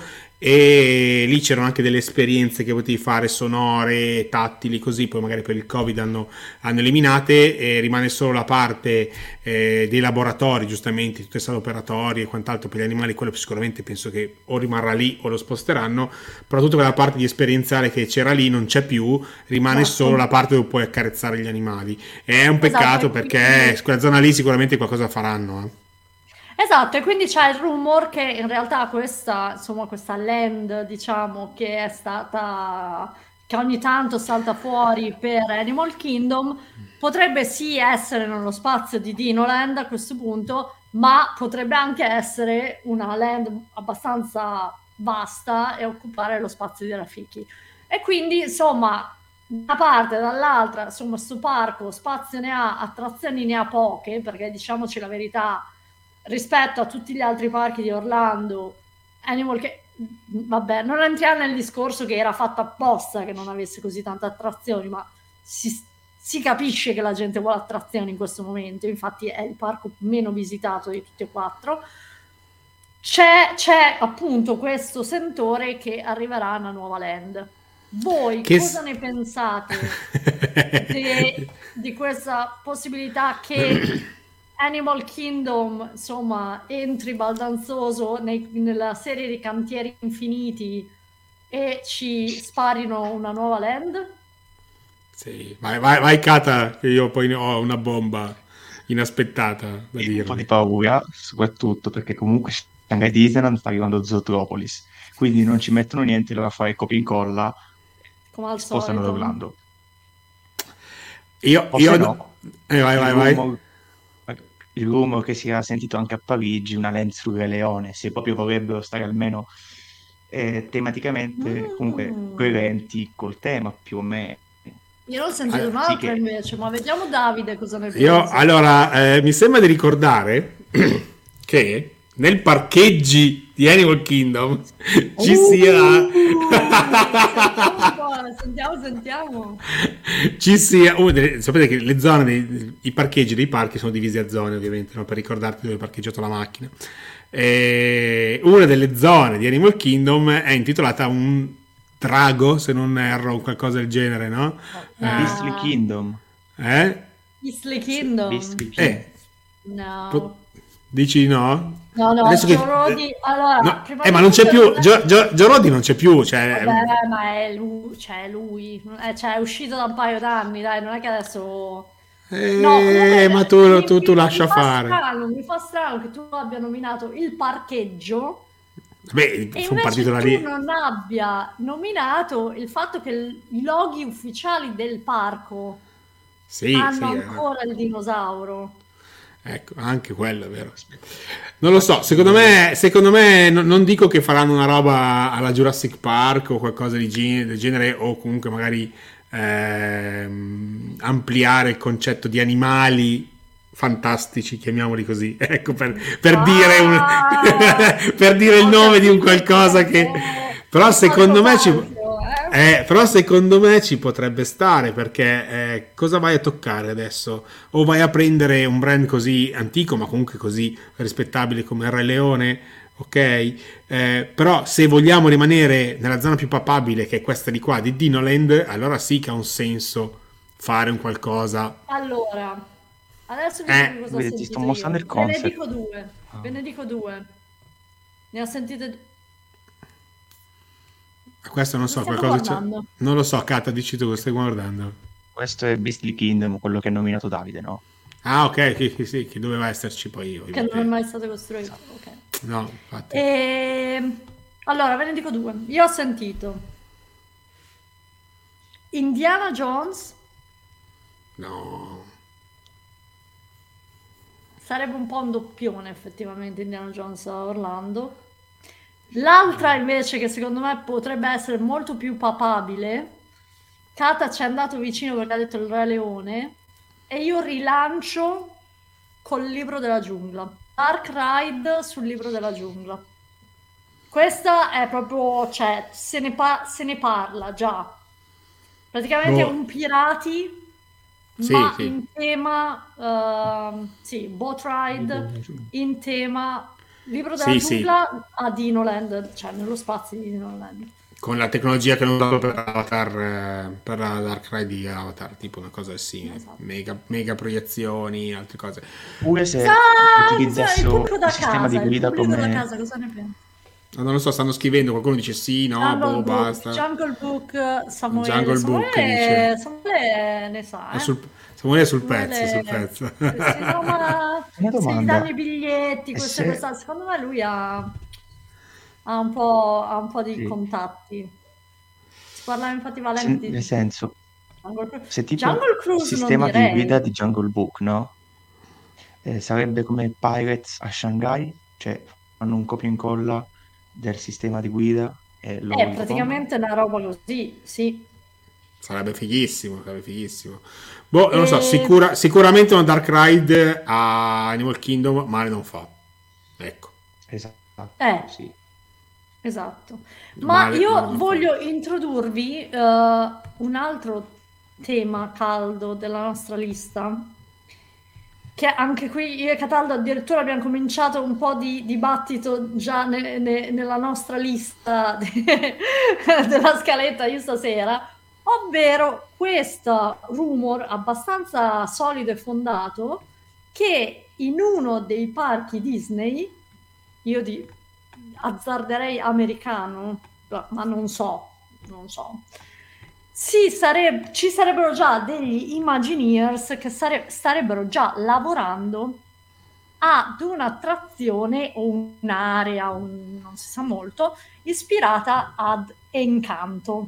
Speaker 1: e lì c'erano anche delle esperienze che potevi fare sonore, tattili, così. Poi magari per il Covid hanno, hanno eliminate e rimane solo la parte eh, dei laboratori, giustamente, tutte le sale operatorie e quant'altro per gli animali. Quello sicuramente penso che o rimarrà lì o lo sposteranno, però tutta quella parte di esperienziale che c'era lì non c'è più, rimane
Speaker 2: esatto.
Speaker 1: solo la parte dove puoi accarezzare gli animali. È un
Speaker 2: Esatto,
Speaker 1: peccato
Speaker 2: e
Speaker 1: perché
Speaker 2: quindi-
Speaker 1: quella zona lì sicuramente qualcosa faranno. eh.
Speaker 2: Esatto, e quindi c'è il rumor che in realtà questa, insomma, questa land, diciamo, che è stata, che ogni tanto salta fuori per Animal Kingdom, potrebbe sì essere nello spazio di Dinoland a questo punto, ma potrebbe anche essere una land abbastanza vasta e occupare lo spazio di Rafiki. E quindi, insomma, da una parte e dall'altra, insomma, sto parco spazio ne ha, attrazioni ne ha poche, perché diciamoci la verità, rispetto a tutti gli altri parchi di Orlando, Animal che vabbè, non entriamo nel discorso che era fatto apposta che non avesse così tante attrazioni, ma si, si capisce che la gente vuole attrazioni in questo momento, infatti è il parco meno visitato di tutti e quattro. C'è, c'è appunto questo sentore che arriverà a una nuova land. Voi
Speaker 1: Che
Speaker 2: cosa
Speaker 1: s-
Speaker 2: ne pensate di, di questa possibilità che Animal Kingdom, insomma, entri baldanzoso nei- nella serie di Cantieri Infiniti e ci sparino una nuova land?
Speaker 1: Sì, vai, vai, vai Kata, che io poi ne ho una bomba inaspettata da
Speaker 3: Un po' di
Speaker 1: dirvi.
Speaker 3: paura, soprattutto perché comunque Shanghai Disneyland sta arrivando Zootropolis, quindi non ci mettono niente loro a fare copia e incolla,
Speaker 2: Come al
Speaker 3: spostano da
Speaker 2: solito.
Speaker 3: Orlando.
Speaker 1: Io,
Speaker 3: O
Speaker 1: io...
Speaker 3: se no,
Speaker 1: eh, vai,
Speaker 3: il
Speaker 1: vai, vai.
Speaker 3: rumor, il rumor che si era sentito anche a Parigi, una land sul Re Leone, se proprio vorrebbero stare almeno eh, tematicamente comunque
Speaker 2: Mm.
Speaker 3: coerenti col tema, più o meno.
Speaker 2: Io ne ho sentito
Speaker 1: Allora,
Speaker 2: un'altra
Speaker 3: Sì che
Speaker 2: invece, ma vediamo Davide cosa ne
Speaker 1: Io,
Speaker 2: pensa.
Speaker 1: allora, eh, mi sembra di ricordare che nel parcheggi di Animal Kingdom ci
Speaker 2: Uh,
Speaker 1: sia
Speaker 2: sentiamo, sentiamo.
Speaker 1: ci sia una delle- sapete che le zone dei, i parcheggi dei parchi sono divisi a zone, ovviamente, no? Per ricordarti dove hai parcheggiato la macchina. E una delle zone di Animal Kingdom è intitolata un drago, se non erro, o qualcosa del genere, no?
Speaker 3: Beastly
Speaker 2: Ah,
Speaker 3: Kingdom.
Speaker 1: Eh?
Speaker 2: Beastly
Speaker 1: Sì.
Speaker 2: Kingdom.
Speaker 3: Beastly Kingdom.
Speaker 1: Eh,
Speaker 2: No.
Speaker 1: po- dici di no?
Speaker 2: No, no,
Speaker 1: Adesso che...
Speaker 2: Giorodi, allora,
Speaker 1: no,
Speaker 2: prima
Speaker 1: eh,
Speaker 2: di
Speaker 1: ma non c'è
Speaker 2: tutto
Speaker 1: più,
Speaker 2: non è-
Speaker 1: Gio, Gio- Giorodi non c'è più, cioè...
Speaker 2: Vabbè, ma è lui, cioè lui, eh, cioè è uscito da un paio d'anni, dai, non è che adesso... No, comunque
Speaker 1: Eh, ma tu,
Speaker 2: mi,
Speaker 1: tu, tu
Speaker 2: mi-
Speaker 1: lascia
Speaker 2: mi fa
Speaker 1: fare.
Speaker 2: strano, mi fa strano che tu abbia nominato il parcheggio
Speaker 1: Beh,
Speaker 2: e
Speaker 1: sono partito
Speaker 2: invece
Speaker 1: da
Speaker 2: tu
Speaker 1: lì.
Speaker 2: non abbia nominato il fatto che il- i loghi ufficiali del parco
Speaker 1: Sì,
Speaker 2: hanno
Speaker 1: sì, eh.
Speaker 2: ancora il dinosauro.
Speaker 1: Ecco, anche quello è vero. Non lo so, secondo me, secondo me non, non dico che faranno una roba alla Jurassic Park o qualcosa di gen- del genere, o comunque magari ehm, ampliare il concetto di animali fantastici, chiamiamoli così, ecco, per, per dire un-
Speaker 2: Ah,
Speaker 1: per dire il
Speaker 2: ho
Speaker 1: nome di un
Speaker 2: capito,
Speaker 1: qualcosa che...
Speaker 2: oh,
Speaker 1: Però
Speaker 2: un
Speaker 1: secondo me ci...
Speaker 2: marco eh?
Speaker 1: Eh, però secondo me ci potrebbe stare, perché eh, cosa vai a toccare adesso? O vai a prendere un brand così antico, ma comunque così rispettabile come il Re Leone, ok? Eh, però se vogliamo rimanere nella zona più papabile, che è questa di qua, di Dinoland, allora sì che ha un senso fare un qualcosa.
Speaker 2: Allora, adesso vi
Speaker 1: Eh,
Speaker 2: dico cosa ho
Speaker 3: Vedi, ti sto
Speaker 2: sentito
Speaker 3: mostrando
Speaker 2: io.
Speaker 3: il
Speaker 2: Ve ne
Speaker 3: concept.
Speaker 2: dico due,
Speaker 3: Ah.
Speaker 2: ve ne dico due. Ne ho sentite...
Speaker 1: questo non so,
Speaker 2: Stiamo
Speaker 1: qualcosa c'è.
Speaker 2: guardando.
Speaker 1: Non lo so, Cata, dici tu, cosa stai guardando?
Speaker 3: Questo è Beastly Kingdom, quello che ha nominato Davide, no?
Speaker 1: Ah, ok, che, che sì, che doveva esserci poi io.
Speaker 2: Che non è mai stato costruito. Ok.
Speaker 1: No, infatti.
Speaker 2: E... Allora, ve ne dico due. Io ho sentito Indiana Jones,
Speaker 1: No.
Speaker 2: sarebbe un po' un doppione effettivamente Indiana Jones a Orlando. L'altra invece che secondo me potrebbe essere molto più papabile, Kata ci è andato vicino perché ha detto il Re Leone, e io rilancio col Libro della Giungla. Dark Ride sul Libro della Giungla. Questa è proprio, cioè, se ne, pa- se ne parla già. Praticamente è
Speaker 1: Boh.
Speaker 2: un pirati,
Speaker 1: Sì,
Speaker 2: ma
Speaker 1: sì.
Speaker 2: in tema, ehm, sì, boat ride, in tema Libro della
Speaker 1: Sì, sì.
Speaker 2: Giungla a Dinoland, cioè nello spazio di Dinoland.
Speaker 1: Con la tecnologia che hanno usato per Avatar, eh, per la Dark Ride di Avatar, tipo una cosa simile,
Speaker 2: Esatto.
Speaker 1: mega, mega proiezioni, altre cose.
Speaker 3: Pure se
Speaker 2: Sa- il
Speaker 3: utilizzassero
Speaker 2: pubblico da
Speaker 3: il sistema di
Speaker 2: casa, il
Speaker 3: guida
Speaker 2: pubblico da
Speaker 3: come...
Speaker 2: casa, cosa ne pensi?
Speaker 1: Ah, non lo so, stanno scrivendo, qualcuno dice sì, no,
Speaker 2: Jungle
Speaker 1: boh,
Speaker 2: Book,
Speaker 1: basta.
Speaker 2: Jungle Book, Samuele,
Speaker 1: Jungle Book,
Speaker 2: Samuele,
Speaker 1: dice.
Speaker 2: Samuele ne sa,
Speaker 1: È
Speaker 2: eh?
Speaker 1: sul, Samuele è sul
Speaker 2: Samuele-
Speaker 1: pezzo, sul pezzo.
Speaker 2: Sì, no, ma
Speaker 3: Una
Speaker 2: se gli
Speaker 3: domanda.
Speaker 2: danno i biglietti,
Speaker 3: E
Speaker 2: queste
Speaker 3: se-
Speaker 2: cose, secondo me lui ha, ha un po', ha un po' di
Speaker 3: Sì.
Speaker 2: contatti. Si parlava infatti
Speaker 3: se-
Speaker 2: Valenti
Speaker 3: nel senso,
Speaker 2: Jungle Cruise.
Speaker 3: se tipo
Speaker 2: Jungle
Speaker 3: il
Speaker 2: Cruise non
Speaker 3: sistema di
Speaker 2: direi.
Speaker 3: guida di Jungle Book, no? Eh, sarebbe come Pirates a Shanghai, cioè fanno un copia e incolla del sistema di guida e lo
Speaker 2: È
Speaker 3: ripropongono.
Speaker 2: praticamente una roba così, sì.
Speaker 1: Sarebbe fighissimo, sarebbe fighissimo. Boh, non lo so,
Speaker 2: E-
Speaker 1: sicura- sicuramente una Dark Ride a Animal Kingdom male non fa. Ecco.
Speaker 3: Esatto,
Speaker 2: Eh.
Speaker 3: sì.
Speaker 2: Esatto, ma
Speaker 1: Male-
Speaker 2: io
Speaker 1: male non
Speaker 2: voglio introdurvi eh, un altro tema caldo della nostra lista, che anche qui io e Cataldo addirittura abbiamo cominciato un po' di dibattito già ne- ne- nella nostra lista de- della scaletta di stasera, ovvero questo rumor abbastanza solido e fondato che in uno dei parchi Disney, io di azzarderei americano, ma non so, non so. Sì, sareb- ci sarebbero già degli Imagineers che sare- starebbero già lavorando ad un'attrazione o un'area, un- non si sa molto, ispirata ad Encanto.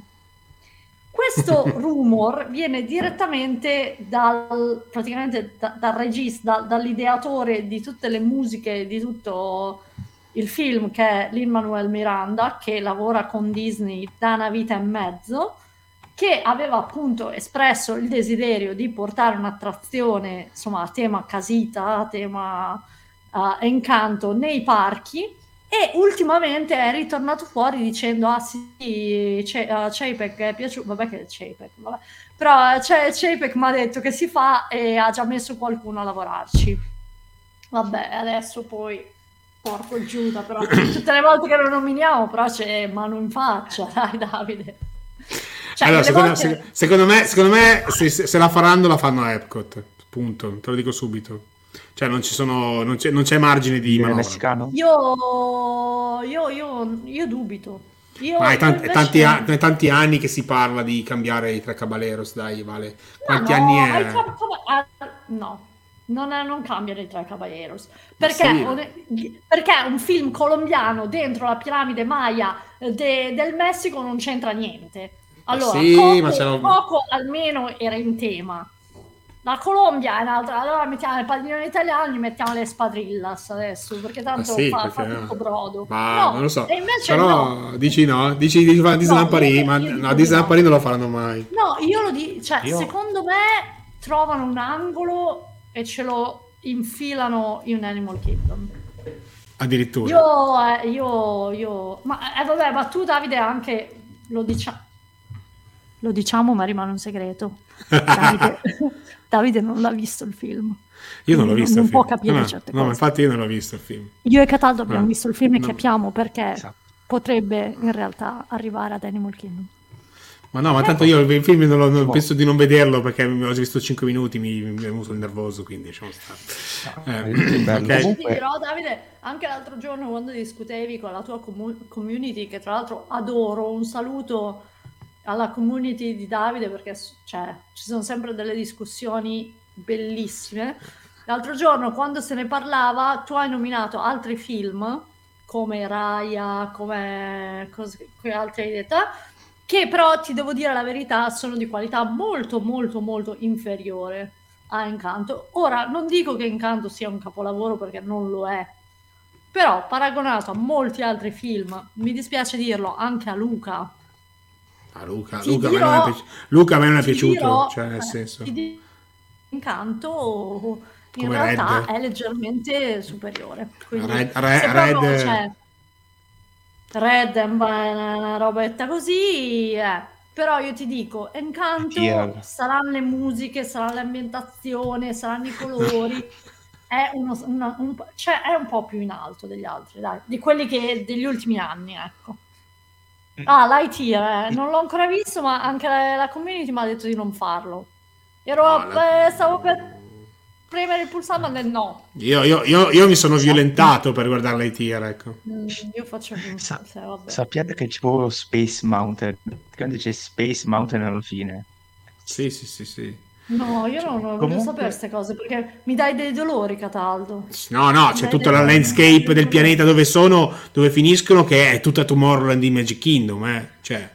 Speaker 2: Questo rumor viene direttamente dal, praticamente da- dal regista, da- dall'ideatore di tutte le musiche di tutto il film, che è Lin-Manuel Miranda, che lavora con Disney da una vita e mezzo, che aveva appunto espresso il desiderio di portare un'attrazione, insomma, a tema casita, a tema uh, Encanto nei parchi, e ultimamente è ritornato fuori dicendo ah sì, C- uh, Chapek è piaciuto, vabbè che è Chapek, vabbè. Però c'è Chapek mi ha detto che si fa e ha già messo qualcuno a lavorarci. Vabbè, adesso poi porco Giuda, però tutte le volte che lo nominiamo però c'è mano in faccia, dai Davide. Cioè,
Speaker 1: Allora,
Speaker 2: delle
Speaker 1: secondo,
Speaker 2: volte-
Speaker 1: se- secondo me, secondo me se, se- se la faranno, la fanno a Epcot. Punto. Te lo dico subito. Cioè, non ci sono, non c'è, non c'è margine di
Speaker 3: Il
Speaker 1: manovra.
Speaker 3: messicano?
Speaker 2: Io, io, io, io dubito. Io,
Speaker 1: Ma è,
Speaker 2: io
Speaker 1: tanti, è
Speaker 2: invece-
Speaker 1: tanti, a- è tanti anni che si parla di cambiare i tre caballeros, dai, Vale. Quanti
Speaker 2: Ah, no,
Speaker 1: anni
Speaker 2: ai
Speaker 1: è?
Speaker 2: Cab- Cab- ah, no, non, è- non cambiano i tre caballeros. Perché,
Speaker 1: sì.
Speaker 2: one- perché un film colombiano dentro la piramide Maya eh, de- del Messico non c'entra niente. Allora,
Speaker 1: sì,
Speaker 2: Coco,
Speaker 1: ma c'era-
Speaker 2: Coco almeno era in tema. La Colombia è un'altra. Allora mettiamo il padiglione italiano, gli mettiamo le spadrillas adesso, perché tanto
Speaker 1: Ah, sì,
Speaker 2: fa,
Speaker 1: perché
Speaker 2: fa
Speaker 1: no?
Speaker 2: tutto brodo.
Speaker 1: Ma
Speaker 2: No,
Speaker 1: non lo so.
Speaker 2: e invece
Speaker 1: Però
Speaker 2: no.
Speaker 1: dici no? Dici di fare Disneyland
Speaker 2: No, io-
Speaker 1: Paris? Ma
Speaker 2: io
Speaker 1: no,
Speaker 2: dico di
Speaker 1: Disneyland
Speaker 2: no.
Speaker 1: Paris non lo faranno mai.
Speaker 2: No, io lo dico, cioè,
Speaker 3: Io-
Speaker 2: secondo me trovano un angolo e ce lo infilano in Animal Kingdom.
Speaker 1: Addirittura.
Speaker 2: Io, eh, io, io, ma eh, vabbè, ma tu Davide anche lo diciamo, lo diciamo, ma rimane un segreto. Davide, Davide non l'ha visto il film.
Speaker 1: Io non l'ho
Speaker 2: Quindi
Speaker 1: visto
Speaker 2: non
Speaker 1: il film.
Speaker 2: può capire
Speaker 1: no, no,
Speaker 2: certe
Speaker 1: no, ma
Speaker 2: cose.
Speaker 1: infatti io non l'ho visto il film.
Speaker 2: Io e Cataldo abbiamo
Speaker 1: No,
Speaker 2: visto il film e
Speaker 1: no.
Speaker 2: capiamo perché
Speaker 3: Esatto.
Speaker 2: potrebbe in realtà arrivare ad Animal Kingdom.
Speaker 1: Ma no, ma tanto io il film non lo- non-
Speaker 3: Boh.
Speaker 1: penso di non vederlo perché ho già visto cinque minuti, mi, mi è venuto il nervoso, quindi lasciamo stare.
Speaker 3: No,
Speaker 1: Eh,
Speaker 3: è bello.
Speaker 1: ok.
Speaker 2: Ti
Speaker 3: Comunque-
Speaker 2: dirò, Davide, anche l'altro giorno quando discutevi con la tua comu- community, che tra l'altro adoro, un saluto alla community di Davide perché s- cioè, ci sono sempre delle discussioni bellissime. L'altro giorno quando se ne parlava tu hai nominato altri film come Raya, come cos- che altri hai detto, eh, che però ti devo dire la verità sono di qualità molto molto molto inferiore a Encanto. Ora, non dico che Encanto sia un capolavoro perché non lo è, però paragonato a molti altri film, mi dispiace dirlo, anche a Luca.
Speaker 1: Ah, Luca,
Speaker 2: Ti
Speaker 1: Luca, a me
Speaker 2: dirò-
Speaker 1: non è piaci- Luca a me non è
Speaker 2: ti
Speaker 1: piaciuto,
Speaker 2: dirò-
Speaker 1: cioè nel
Speaker 2: eh,
Speaker 1: senso.
Speaker 2: ti di- Encanto in
Speaker 1: Come
Speaker 2: realtà
Speaker 1: Red.
Speaker 2: è leggermente superiore. Quindi
Speaker 1: Red- Re-
Speaker 2: se proprio,
Speaker 1: Red-
Speaker 2: cioè, Red è un- una robetta così, eh. Però io ti dico, Encanto
Speaker 3: Fier.
Speaker 2: saranno le musiche, sarà l'ambientazione, saranno i colori, è, uno, una- un, po'- cioè, è un po' più in alto degli altri, dai, di quelli che degli ultimi anni, ecco. Ah, Lightyear, eh, non l'ho ancora visto, ma anche la, la community mi ha detto di non farlo. Ero,
Speaker 1: No, la-
Speaker 2: eh, stavo per premere il pulsante, ma ho detto no.
Speaker 1: Io, io- io- io mi sono violentato per guardare Lightyear, ecco.
Speaker 2: Mm, io faccio più,
Speaker 3: Sa-
Speaker 2: se, vabbè.
Speaker 3: Sappiate che c'è proprio Space Mountain. Praticamente c'è Space Mountain alla fine.
Speaker 1: Sì, sì, sì, sì.
Speaker 2: No, io non, non voglio
Speaker 3: Comunque-
Speaker 2: sapere queste cose perché mi dai dei dolori, Cataldo.
Speaker 1: No, no, c'è
Speaker 2: Beh,
Speaker 1: tutta la
Speaker 2: eh,
Speaker 1: landscape del
Speaker 2: eh,
Speaker 1: pianeta dove sono, dove finiscono, che è tutta Tomorrowland di Magic Kingdom, eh. Cioè,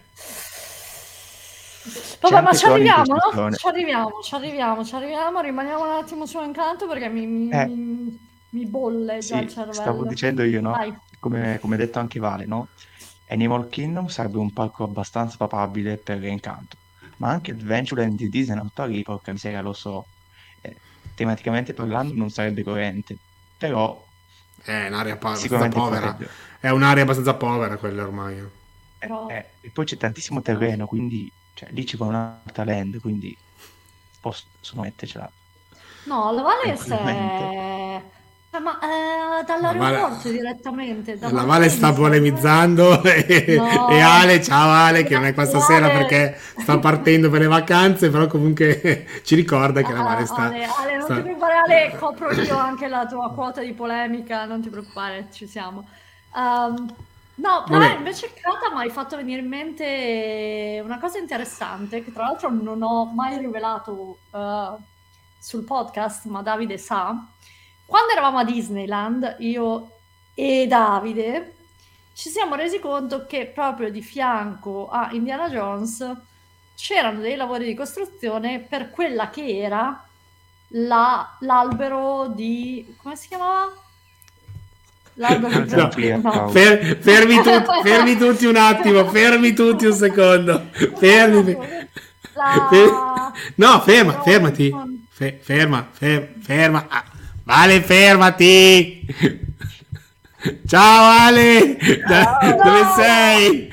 Speaker 2: Vabbè,
Speaker 3: C'è
Speaker 2: ma
Speaker 3: anche
Speaker 2: ci
Speaker 3: Tony in
Speaker 2: arriviamo, no?
Speaker 3: costruzione.
Speaker 2: Ci arriviamo, ci arriviamo, ci arriviamo, rimaniamo un attimo su Encanto perché mi, mi,
Speaker 3: Eh.
Speaker 2: mi- mi bolle già
Speaker 3: Sì,
Speaker 2: il cervello.
Speaker 3: stavo dicendo io, no?
Speaker 2: Vai.
Speaker 3: Come, come ha detto anche Vale, no? Animal Kingdom sarebbe un parco abbastanza papabile per Encanto, ma anche Adventureland di Disneyland Paris, porca miseria, lo so, eh, tematicamente parlando non sarebbe coerente, però
Speaker 1: è un'area pa- abbastanza
Speaker 3: sicuramente
Speaker 1: povera.
Speaker 3: potrebbe.
Speaker 1: È un'area abbastanza povera quella ormai. eh.
Speaker 2: Però-
Speaker 3: Eh, e poi c'è tantissimo terreno, quindi cioè, lì ci vuole un'altra land, quindi possono mettercela.
Speaker 2: No, la Vale
Speaker 3: Tranquillamente.
Speaker 2: è... Eh, ma eh, dall'aeroporto
Speaker 1: Vale-
Speaker 2: direttamente. da
Speaker 1: La Vale sta
Speaker 2: Malpensa.
Speaker 1: polemizzando e,
Speaker 2: No.
Speaker 1: e Ale, ciao Ale, che non è qua stasera
Speaker 2: Vale-
Speaker 1: perché sta partendo per le vacanze, però comunque ci ricorda che la
Speaker 2: Ah,
Speaker 1: Vale sta...
Speaker 2: Ale, Ale, non
Speaker 1: sta-
Speaker 2: ti preoccupare, Ale, copro io anche la tua quota di polemica, non ti preoccupare, ci siamo. Um, no, però
Speaker 1: Vabbè.
Speaker 2: invece Kata mi hai fatto venire in mente una cosa interessante che tra l'altro non ho mai rivelato uh, sul podcast, ma Davide sa. Quando eravamo a Disneyland, io e Davide ci siamo resi conto che proprio di fianco a Indiana Jones c'erano dei lavori di costruzione per quella che era la- l'albero di... come si chiamava? L'albero di...
Speaker 3: No, clear,
Speaker 2: no.
Speaker 3: no.
Speaker 1: Fer- fermi, tutti, fermi tutti un attimo, fermi tutti un secondo. Fermi.
Speaker 2: La-
Speaker 1: Fer- no, ferma,
Speaker 2: No,
Speaker 1: fermati.
Speaker 2: non-
Speaker 1: Fe- ferma, fer- ferma. Ah, Vale, fermati! Ciao Ale! Da-
Speaker 4: Ciao.
Speaker 1: dove sei?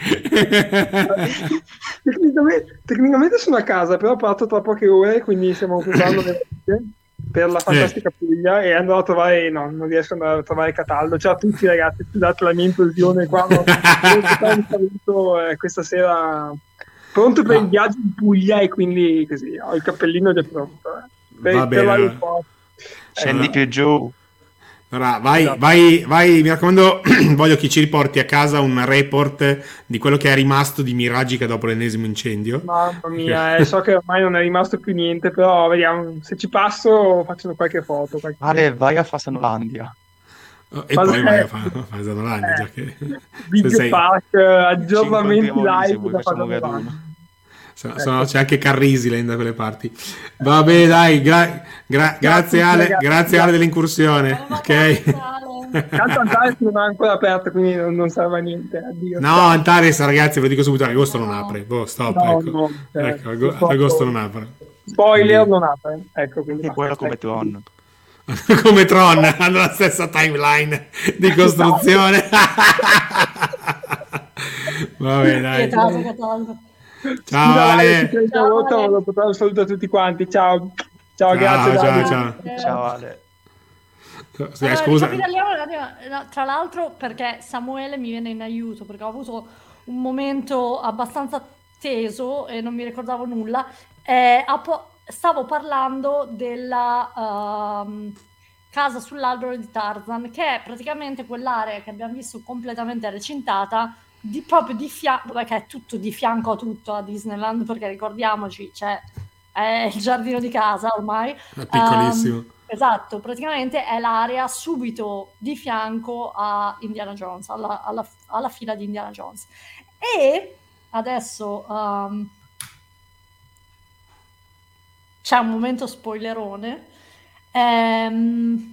Speaker 4: Tecnicamente, tecnicamente sono a casa, però ho parlato tra poche ore, quindi stiamo occupando le valigie per la fantastica Puglia e andrò a trovare, no, non riesco ad andare a trovare Cataldo. Ciao a tutti ragazzi, scusate la mia intrusione qua, ma devo portare un saluto eh, questa sera pronto per
Speaker 1: No.
Speaker 4: il viaggio in Puglia e quindi così, ho il cappellino già pronto. Eh. Per,
Speaker 1: Va
Speaker 4: per
Speaker 1: bene,
Speaker 4: l'aeroporto.
Speaker 3: Scendi
Speaker 1: Eh,
Speaker 3: più giù.
Speaker 1: Allora, vai,
Speaker 4: Esatto.
Speaker 1: vai, vai, mi raccomando, voglio che ci riporti a casa un report di quello che è rimasto di Miragica dopo l'ennesimo incendio.
Speaker 4: Mamma mia, eh, so che ormai non è rimasto più niente, però vediamo, se ci passo faccio qualche foto. Qualche...
Speaker 3: Vale, vai a Fasanolandia.
Speaker 1: Oh, e
Speaker 4: Fase-
Speaker 1: poi vai a fare fa Zanolandia, già che se
Speaker 4: Video
Speaker 1: sei-
Speaker 4: Park, eh, aggiornamenti
Speaker 3: incontriamo lì, se
Speaker 4: live
Speaker 3: vuoi
Speaker 4: da
Speaker 3: facciamo
Speaker 4: Padova.
Speaker 3: raduno.
Speaker 1: se- se no c'è anche Carrisi da quelle parti. Va bene, dai, gra- gra- grazie Ale,
Speaker 4: ragazzi.
Speaker 1: grazie Ale dell'incursione,
Speaker 2: Buona
Speaker 1: ok?
Speaker 2: vacanza, Ale.
Speaker 4: Tanto Antares non è ancora aperto, quindi non, non serve a niente. Addio.
Speaker 1: No,
Speaker 4: Ciao.
Speaker 1: Antares, ragazzi, ve lo dico subito, agosto non
Speaker 2: No.
Speaker 1: apre. Boh, stop,
Speaker 4: No,
Speaker 1: ecco.
Speaker 4: no, cioè,
Speaker 1: Ecco, ago-
Speaker 4: purtroppo-
Speaker 1: agosto non apre.
Speaker 4: Spoiler, non apre. Ecco, quindi
Speaker 3: E poi era
Speaker 4: basta.
Speaker 3: come Tron.
Speaker 1: Come Tron, hanno la stessa timeline di costruzione. Va bene, dai.
Speaker 2: Pietoso, Cataldo.
Speaker 1: Ciao
Speaker 4: Scusa,
Speaker 1: Ale.
Speaker 4: se ti ho
Speaker 2: Ciao,
Speaker 4: interrotto,
Speaker 2: Ale.
Speaker 4: volevo portare un saluto a tutti quanti. Ciao, ciao,
Speaker 1: Ciao,
Speaker 4: grazie.
Speaker 1: ciao,
Speaker 4: Davide.
Speaker 1: ciao.
Speaker 3: Ciao Ale.
Speaker 1: Sì,
Speaker 2: Allora,
Speaker 1: scusa.
Speaker 2: ricapitoliamo un attimo, no, tra l'altro perché Samuele mi viene in aiuto, perché ho avuto un momento abbastanza teso e non mi ricordavo nulla. Eh, a po- stavo parlando della ehm, casa sull'albero di Tarzan, che è praticamente quell'area che abbiamo visto completamente recintata, di, proprio di fianco, che è tutto di fianco a tutto a Disneyland, perché ricordiamoci, c'è è il giardino di casa ormai.
Speaker 1: È piccolissimo.
Speaker 2: Ehm, Esatto, praticamente è l'area subito di fianco a Indiana Jones, alla, alla- alla fila di Indiana Jones. E adesso um, c'è un momento spoilerone. Ehm,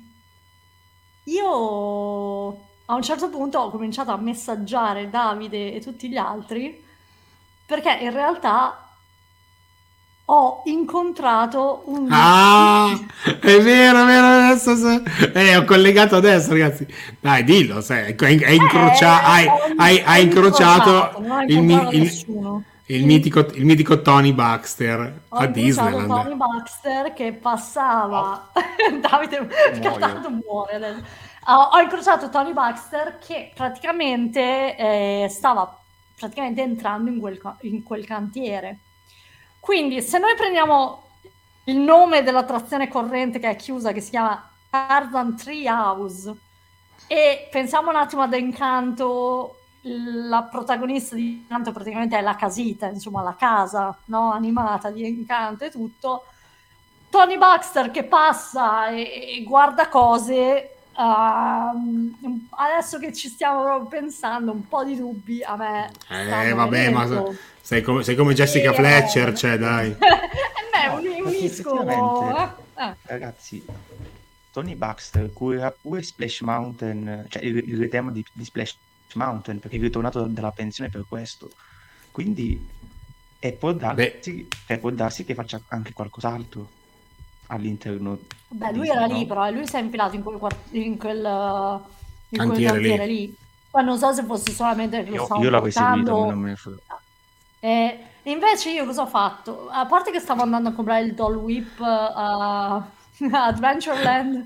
Speaker 2: io a un certo punto ho cominciato a messaggiare Davide e tutti gli altri perché in realtà ho incontrato un...
Speaker 1: Ah, è vero, è vero, adesso se- eh, ho collegato adesso, ragazzi. Dai, dillo, sai, hai, hai incrocia-
Speaker 2: Eh,
Speaker 1: hai,
Speaker 2: ho-
Speaker 1: hai- hai
Speaker 2: ho
Speaker 1: incrociato
Speaker 2: incrociato, non ho
Speaker 1: il, mi-
Speaker 2: incontrato
Speaker 1: il-
Speaker 2: nessuno.
Speaker 1: il mitico, il mitico Tony Baxter
Speaker 2: Ho
Speaker 1: a
Speaker 2: incrociato
Speaker 1: Disneyland.
Speaker 2: Tony Baxter che passava... Davide,
Speaker 3: Muoio.
Speaker 2: Cataldo muore adesso. Ho, ho incrociato Tony Baxter che praticamente eh, stava praticamente entrando in quel, ca- in quel cantiere. Quindi se noi prendiamo il nome dell'attrazione corrente che è chiusa, che si chiama Tarzan Treehouse, e pensiamo un attimo ad Encanto, la protagonista di Encanto praticamente è la casita, insomma la casa, no, animata di Encanto e tutto. Tony Baxter che passa e, e guarda cose, ehm, adesso che ci stiamo proprio pensando, un po' di dubbi a me
Speaker 1: Eh,
Speaker 2: stanno
Speaker 1: vabbè, ma
Speaker 2: venendo.
Speaker 1: sei come, sei come Jessica
Speaker 2: Sì,
Speaker 1: Fletcher,
Speaker 2: eh.
Speaker 1: cioè, dai.
Speaker 2: E beh,
Speaker 3: No,
Speaker 2: uni-
Speaker 3: perché
Speaker 2: unisco...
Speaker 3: effettivamente,
Speaker 2: eh.
Speaker 3: ragazzi, Tony Baxter cura pure Splash Mountain, cioè il, il tema di, di Splash Mountain, perché è ritornato dalla pensione per questo. Quindi, e può darsi, cioè, può darsi che faccia anche qualcos'altro all'interno.
Speaker 2: Beh, lui
Speaker 3: Disney,
Speaker 2: era
Speaker 3: no?
Speaker 2: lì, però, e lui si è infilato in quel, quart- in quel, uh, in quel
Speaker 1: Cantiere lì.
Speaker 2: cantiere lì. Poi non so se fosse solamente che lo
Speaker 3: Io,
Speaker 2: stavano
Speaker 3: io l'avrei seguito,
Speaker 2: portando.
Speaker 3: ma non me ne frega.
Speaker 2: E invece io cosa ho fatto? A parte che stavo andando a comprare il Doll Whip a Adventureland.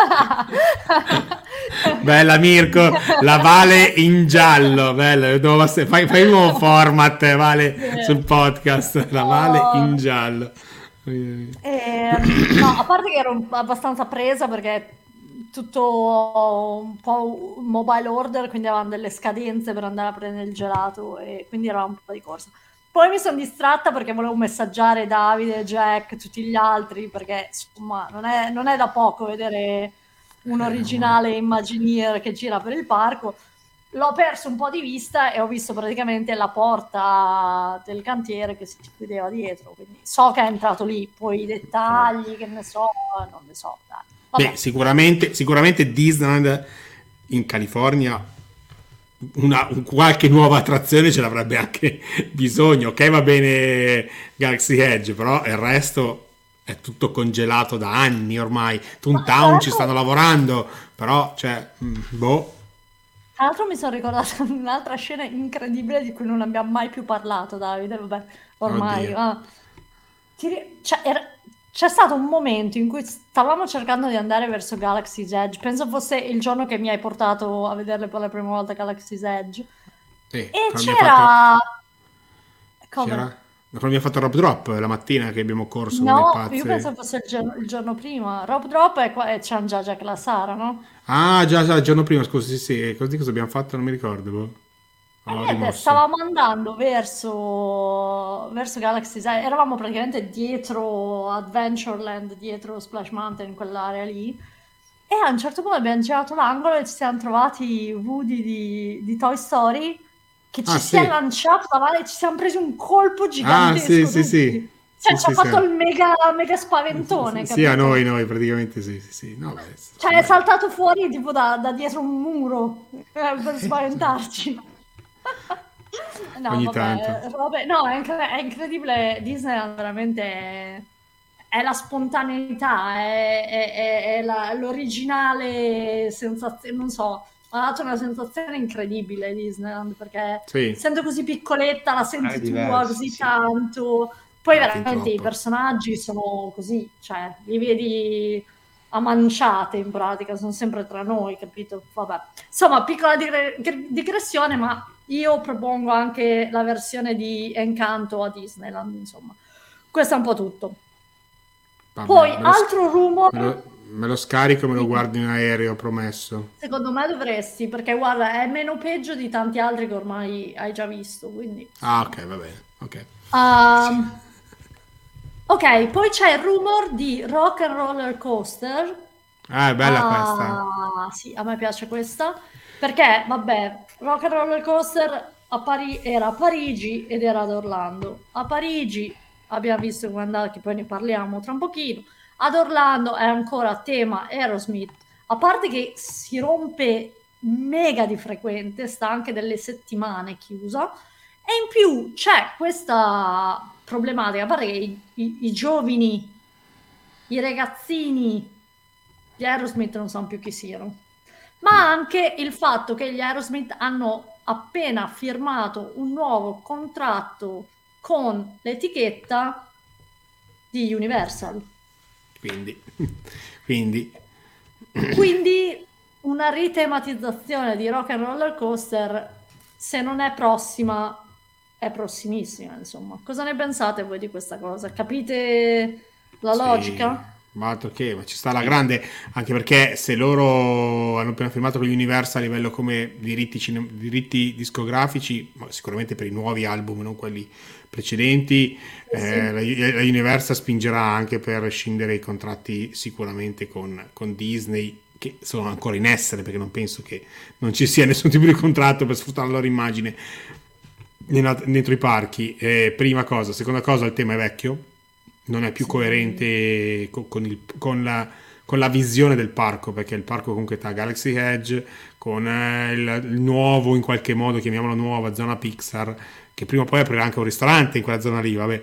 Speaker 1: Bella Mirko, la Vale in giallo, bello, nuova se- fai, fai un nuovo format, Vale, sul podcast, la Vale in giallo.
Speaker 2: E, no, a parte che ero un- abbastanza presa perché è tutto un po' un mobile order, quindi avevamo delle scadenze per andare a prendere il gelato e quindi era un po' di corsa. Poi mi sono distratta perché volevo messaggiare Davide, Jack, tutti gli altri, perché insomma non è, non è da poco vedere un originale Imagineer che gira per il parco. L'ho perso un po' di vista e ho visto praticamente la porta del cantiere che si chiudeva dietro, quindi so che è entrato lì, poi i dettagli, che ne so, non ne so. Dai. Vabbè.
Speaker 1: Beh, sicuramente, sicuramente Disneyland in California una, un- qualche nuova attrazione ce l'avrebbe anche bisogno. Ok, va bene Galaxy Edge, però il resto è tutto congelato da anni ormai. Toontown
Speaker 2: Ma-
Speaker 1: ci stanno lavorando, però, cioè, mm, boh.
Speaker 2: Tra l'altro mi sono ricordata un'altra scena incredibile di cui non abbiamo mai più parlato, Davide, vabbè, ormai.
Speaker 1: Oddio.
Speaker 2: Ma ti ri- cioè, era- c'è stato un momento in cui stavamo cercando di andare verso Galaxy's Edge, penso fosse il giorno che mi hai portato a vederle per la prima volta Galaxy's Edge,
Speaker 1: Sì,
Speaker 2: e
Speaker 1: quando mi ha fatto,
Speaker 2: c'era... Come?
Speaker 1: c'era, quando mi ha fatto Rob Drop la mattina che abbiamo corso come dei
Speaker 2: No, io
Speaker 1: pazzi.
Speaker 2: penso fosse il giorno, il giorno prima. Rope Drop e, qua- e c'è Già Jack la Sara, no?
Speaker 1: Ah, già, già, il giorno prima, scusa, sì, sì, così cosa abbiamo fatto? Non mi ricordo, boh.
Speaker 2: E
Speaker 1: Ho
Speaker 2: niente,
Speaker 1: rimosso.
Speaker 2: stavamo andando verso, verso Galaxy Edge, eravamo praticamente dietro Adventureland, dietro Splash Mountain, quell'area lì, e a un certo punto abbiamo girato l'angolo e ci siamo trovati Woody di, di Toy Story che ci
Speaker 1: Ah,
Speaker 2: si è
Speaker 1: sì.
Speaker 2: lanciato davanti e ci siamo presi un colpo
Speaker 1: Ah, sì,
Speaker 2: gigantesco
Speaker 1: sì, sì.
Speaker 2: tutti.
Speaker 1: Sì,
Speaker 2: Cioè, ci ha
Speaker 1: sì, sì.
Speaker 2: fatto il mega, mega
Speaker 1: Sì,
Speaker 2: spaventone,
Speaker 1: sì, a
Speaker 2: capito?
Speaker 1: noi, noi, praticamente sì, sì, sì. No, beh,
Speaker 2: Cioè, è
Speaker 1: vabbè.
Speaker 2: saltato fuori tipo da, da dietro un muro eh, per spaventarci. No,
Speaker 1: Ogni tanto.
Speaker 2: vabbè, vabbè, no, è, incre- è incredibile. Disneyland veramente è, è la spontaneità, è, è- è- è la- l'originale sensazione, non so, mi ha dato una sensazione incredibile Disneyland perché
Speaker 1: Sì,
Speaker 2: essendo così piccoletta la
Speaker 3: È
Speaker 2: senti tua
Speaker 3: diverso,
Speaker 2: così
Speaker 3: sì.
Speaker 2: tanto. Poi
Speaker 1: no, fin
Speaker 2: veramente i
Speaker 1: troppo.
Speaker 2: personaggi sono così, cioè li vedi a manciate in pratica, sono sempre tra noi, capito? Vabbè. Insomma, piccola digre- digressione, ma io propongo anche la versione di Encanto a Disneyland, insomma. Questo è un po' tutto.
Speaker 1: Vabbè,
Speaker 2: Poi,
Speaker 1: me lo, sc-
Speaker 2: altro rumor,
Speaker 1: me lo- me lo scarico e me lo
Speaker 2: dimmi.
Speaker 1: guardo in aereo, promesso.
Speaker 2: Secondo me dovresti, perché guarda, è meno peggio di tanti altri che ormai hai già visto, quindi
Speaker 1: Ah,
Speaker 2: insomma.
Speaker 1: ok, va bene, ok.
Speaker 2: Ehm, ok, poi c'è il rumor di Rock and Roller Coaster.
Speaker 1: Ah, è bella questa.
Speaker 2: Ah, sì, a me piace questa perché, vabbè, Rock and Roller Coaster a Pari- era a Parigi ed era ad Orlando. A Parigi abbiamo visto come è andata, che poi ne parliamo tra un pochino. Ad Orlando è ancora tema Aerosmith, a parte che si rompe mega di frequente, sta anche delle settimane chiusa. E in più c'è questa problematica, a parte che i, i- i giovani, i ragazzini gli Aerosmith non sanno più chi siano, ma anche il fatto che gli Aerosmith hanno appena firmato un nuovo contratto con l'etichetta di Universal.
Speaker 1: Quindi, quindi,
Speaker 2: Quindi una ritematizzazione di Rock and Roller Coaster, se non è prossima, è prossimissima, insomma. Cosa ne pensate voi di questa cosa? Capite la
Speaker 1: sì,
Speaker 2: logica?
Speaker 1: ma altro che, ma ci sta la grande, anche perché se loro hanno appena firmato con Universal a livello come diritti, cine- diritti discografici, ma sicuramente per i nuovi album, non quelli precedenti,
Speaker 2: Eh
Speaker 1: eh,
Speaker 2: sì.
Speaker 1: la, la Universal spingerà anche per scindere i contratti sicuramente con, con Disney, che sono ancora in essere, perché non penso che non ci sia nessun tipo di contratto per sfruttare la loro immagine dentro i parchi. Eh, prima cosa, seconda cosa, il tema è vecchio, non è più
Speaker 2: Sì.
Speaker 1: coerente co- con, il- con la, con la visione del parco, perché il parco comunque sta a Galaxy Edge con eh, il, il nuovo, in qualche modo, chiamiamolo nuova zona Pixar, che prima o poi aprirà anche un ristorante in quella zona lì, vabbè.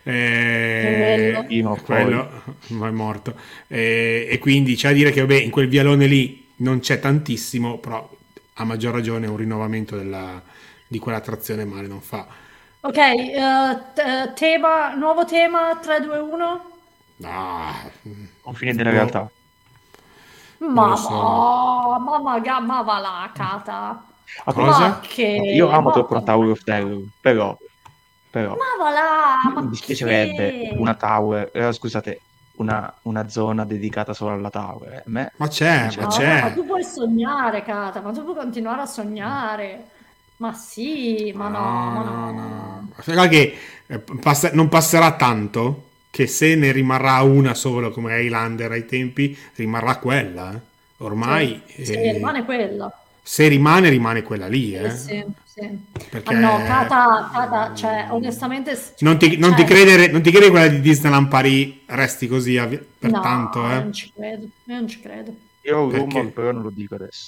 Speaker 2: Bello.
Speaker 1: Eh,
Speaker 3: Prima o poi.
Speaker 1: quello ma è morto. Eh, e quindi c'è da dire che vabbè, in quel vialone lì non c'è tantissimo, però a maggior ragione un rinnovamento della, di quell'attrazione male non fa.
Speaker 2: Ok, eh, t- tema, nuovo tema tre, due, uno.
Speaker 1: Ah,
Speaker 3: Confine della
Speaker 1: boh,
Speaker 3: realtà.
Speaker 1: non
Speaker 2: Ma
Speaker 1: lo so.
Speaker 2: va, ma, ma, ga- ma va là, Cata.
Speaker 3: Vabbè,
Speaker 1: Cosa?
Speaker 2: Ma
Speaker 3: io
Speaker 2: che,
Speaker 3: amo
Speaker 2: ma,
Speaker 3: troppo la
Speaker 2: ma
Speaker 3: Tower of Terror, però, però
Speaker 2: va là,
Speaker 3: mi
Speaker 2: ma
Speaker 3: dispiacerebbe una
Speaker 2: che?
Speaker 3: tower, eh, scusate, una, una zona dedicata solo alla tower. A me,
Speaker 1: Ma c'è, ma
Speaker 2: Ma vabbè, ma
Speaker 3: sinceramente,
Speaker 1: c'è.
Speaker 2: tu puoi sognare, Cata, ma tu puoi continuare a sognare. Ma sì, ma no,
Speaker 1: No,
Speaker 2: ma
Speaker 1: no, no.
Speaker 2: no.
Speaker 1: Guarda che eh, passa- non passerà tanto che se ne rimarrà una solo come Highlander ai tempi, rimarrà quella. eh.
Speaker 2: Sì,
Speaker 1: Ormai,
Speaker 2: sì,
Speaker 1: eh,
Speaker 2: rimane quella.
Speaker 1: se rimane, rimane quella lì,
Speaker 2: Sì,
Speaker 1: eh.
Speaker 2: sì, sì. Ma no,
Speaker 1: Perché
Speaker 2: Cata, Cata, cioè,
Speaker 1: mm,
Speaker 2: onestamente, s-
Speaker 1: non ti, non ti
Speaker 2: cioè,
Speaker 1: credere, non ti credere quella di Disneyland Paris resti così a vi- per
Speaker 2: no,
Speaker 1: tanto,
Speaker 2: io
Speaker 1: eh.
Speaker 2: non ci credo, io non ci credo.
Speaker 3: io ho un rumor,
Speaker 1: Perché
Speaker 3: però non lo dico adesso.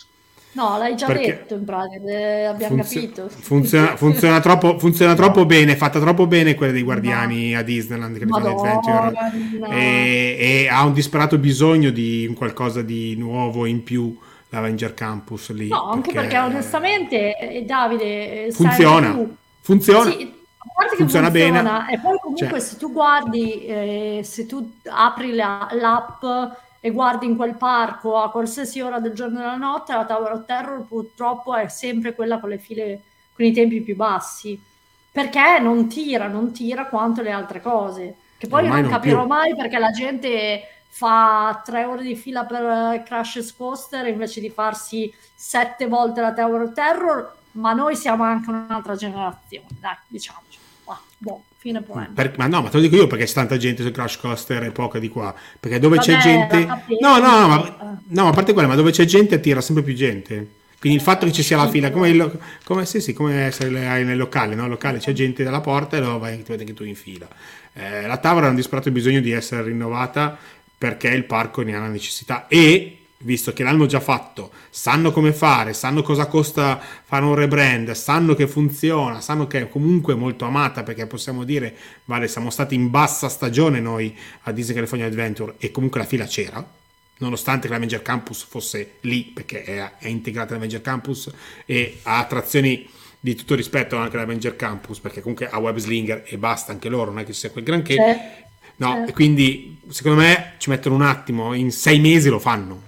Speaker 2: No, l'hai già
Speaker 1: Perché
Speaker 2: detto in pratica, eh, abbiamo
Speaker 1: funzio-
Speaker 2: capito.
Speaker 1: funziona, funziona troppo, funziona troppo bene, è fatta troppo bene quella dei
Speaker 2: Ma,
Speaker 1: Guardiani a Disneyland, California Adventure,
Speaker 2: Madonna, no.
Speaker 1: e, e ha un disperato bisogno di un qualcosa di nuovo in più l'Avenger Campus lì,
Speaker 2: No, anche perché
Speaker 1: perché
Speaker 2: onestamente, eh, Davide, eh, sai anche
Speaker 1: funziona,
Speaker 2: tu,
Speaker 1: funziona,
Speaker 2: sì, a parte che
Speaker 1: funziona bene,
Speaker 2: funziona, e poi
Speaker 1: cioè,
Speaker 2: comunque se tu guardi, eh, se tu apri la- l'app e guardi in quel parco a qualsiasi ora del giorno e della notte, la Tower of Terror purtroppo è sempre quella con le file, con i tempi più bassi, perché non tira, non tira quanto le altre cose, che poi io
Speaker 1: ormai
Speaker 2: non
Speaker 1: non
Speaker 2: capirò
Speaker 1: più.
Speaker 2: mai perché la gente fa tre ore di fila per eh, Crash Coaster invece di farsi sette volte la Tower of Terror, ma noi siamo anche un'altra generazione, dai, diciamoci. Ah, boh, fine polemica.
Speaker 1: Per- ma no, ma te lo dico io perché c'è tanta gente su Crash Coaster e poca di qua. Perché dove c'è
Speaker 2: Vabbè, la
Speaker 1: gente. No, no, no,
Speaker 2: capienza,
Speaker 1: ma, no, ma a parte quello, ma dove c'è gente attira sempre più gente. Quindi il fatto
Speaker 2: eh,
Speaker 1: che ci sia la fila, come,
Speaker 2: schifo.
Speaker 1: il, come, sì, sì, come se le hai nel locale, no? Al locale c'è gente dalla porta e lo vai, ti vedi che tu in fila. Eh, la Tower ha un disperato bisogno di essere rinnovata perché il parco ne ha la necessità e visto che l'hanno già fatto, sanno come fare, sanno cosa costa fare un rebrand, sanno che funziona, sanno che è comunque molto amata perché possiamo dire, vale, siamo stati in bassa stagione noi a Disney California Adventure e comunque la fila c'era, nonostante che l'Avenger Campus fosse lì perché è, è integrata l'Avenger Campus e ha attrazioni di tutto rispetto anche l'Avenger Campus perché comunque ha Web Slinger e basta anche loro, non è che sia quel granché.
Speaker 2: C'è,
Speaker 1: No, e
Speaker 2: c'è.
Speaker 1: quindi secondo me ci mettono un attimo, in sei mesi lo fanno,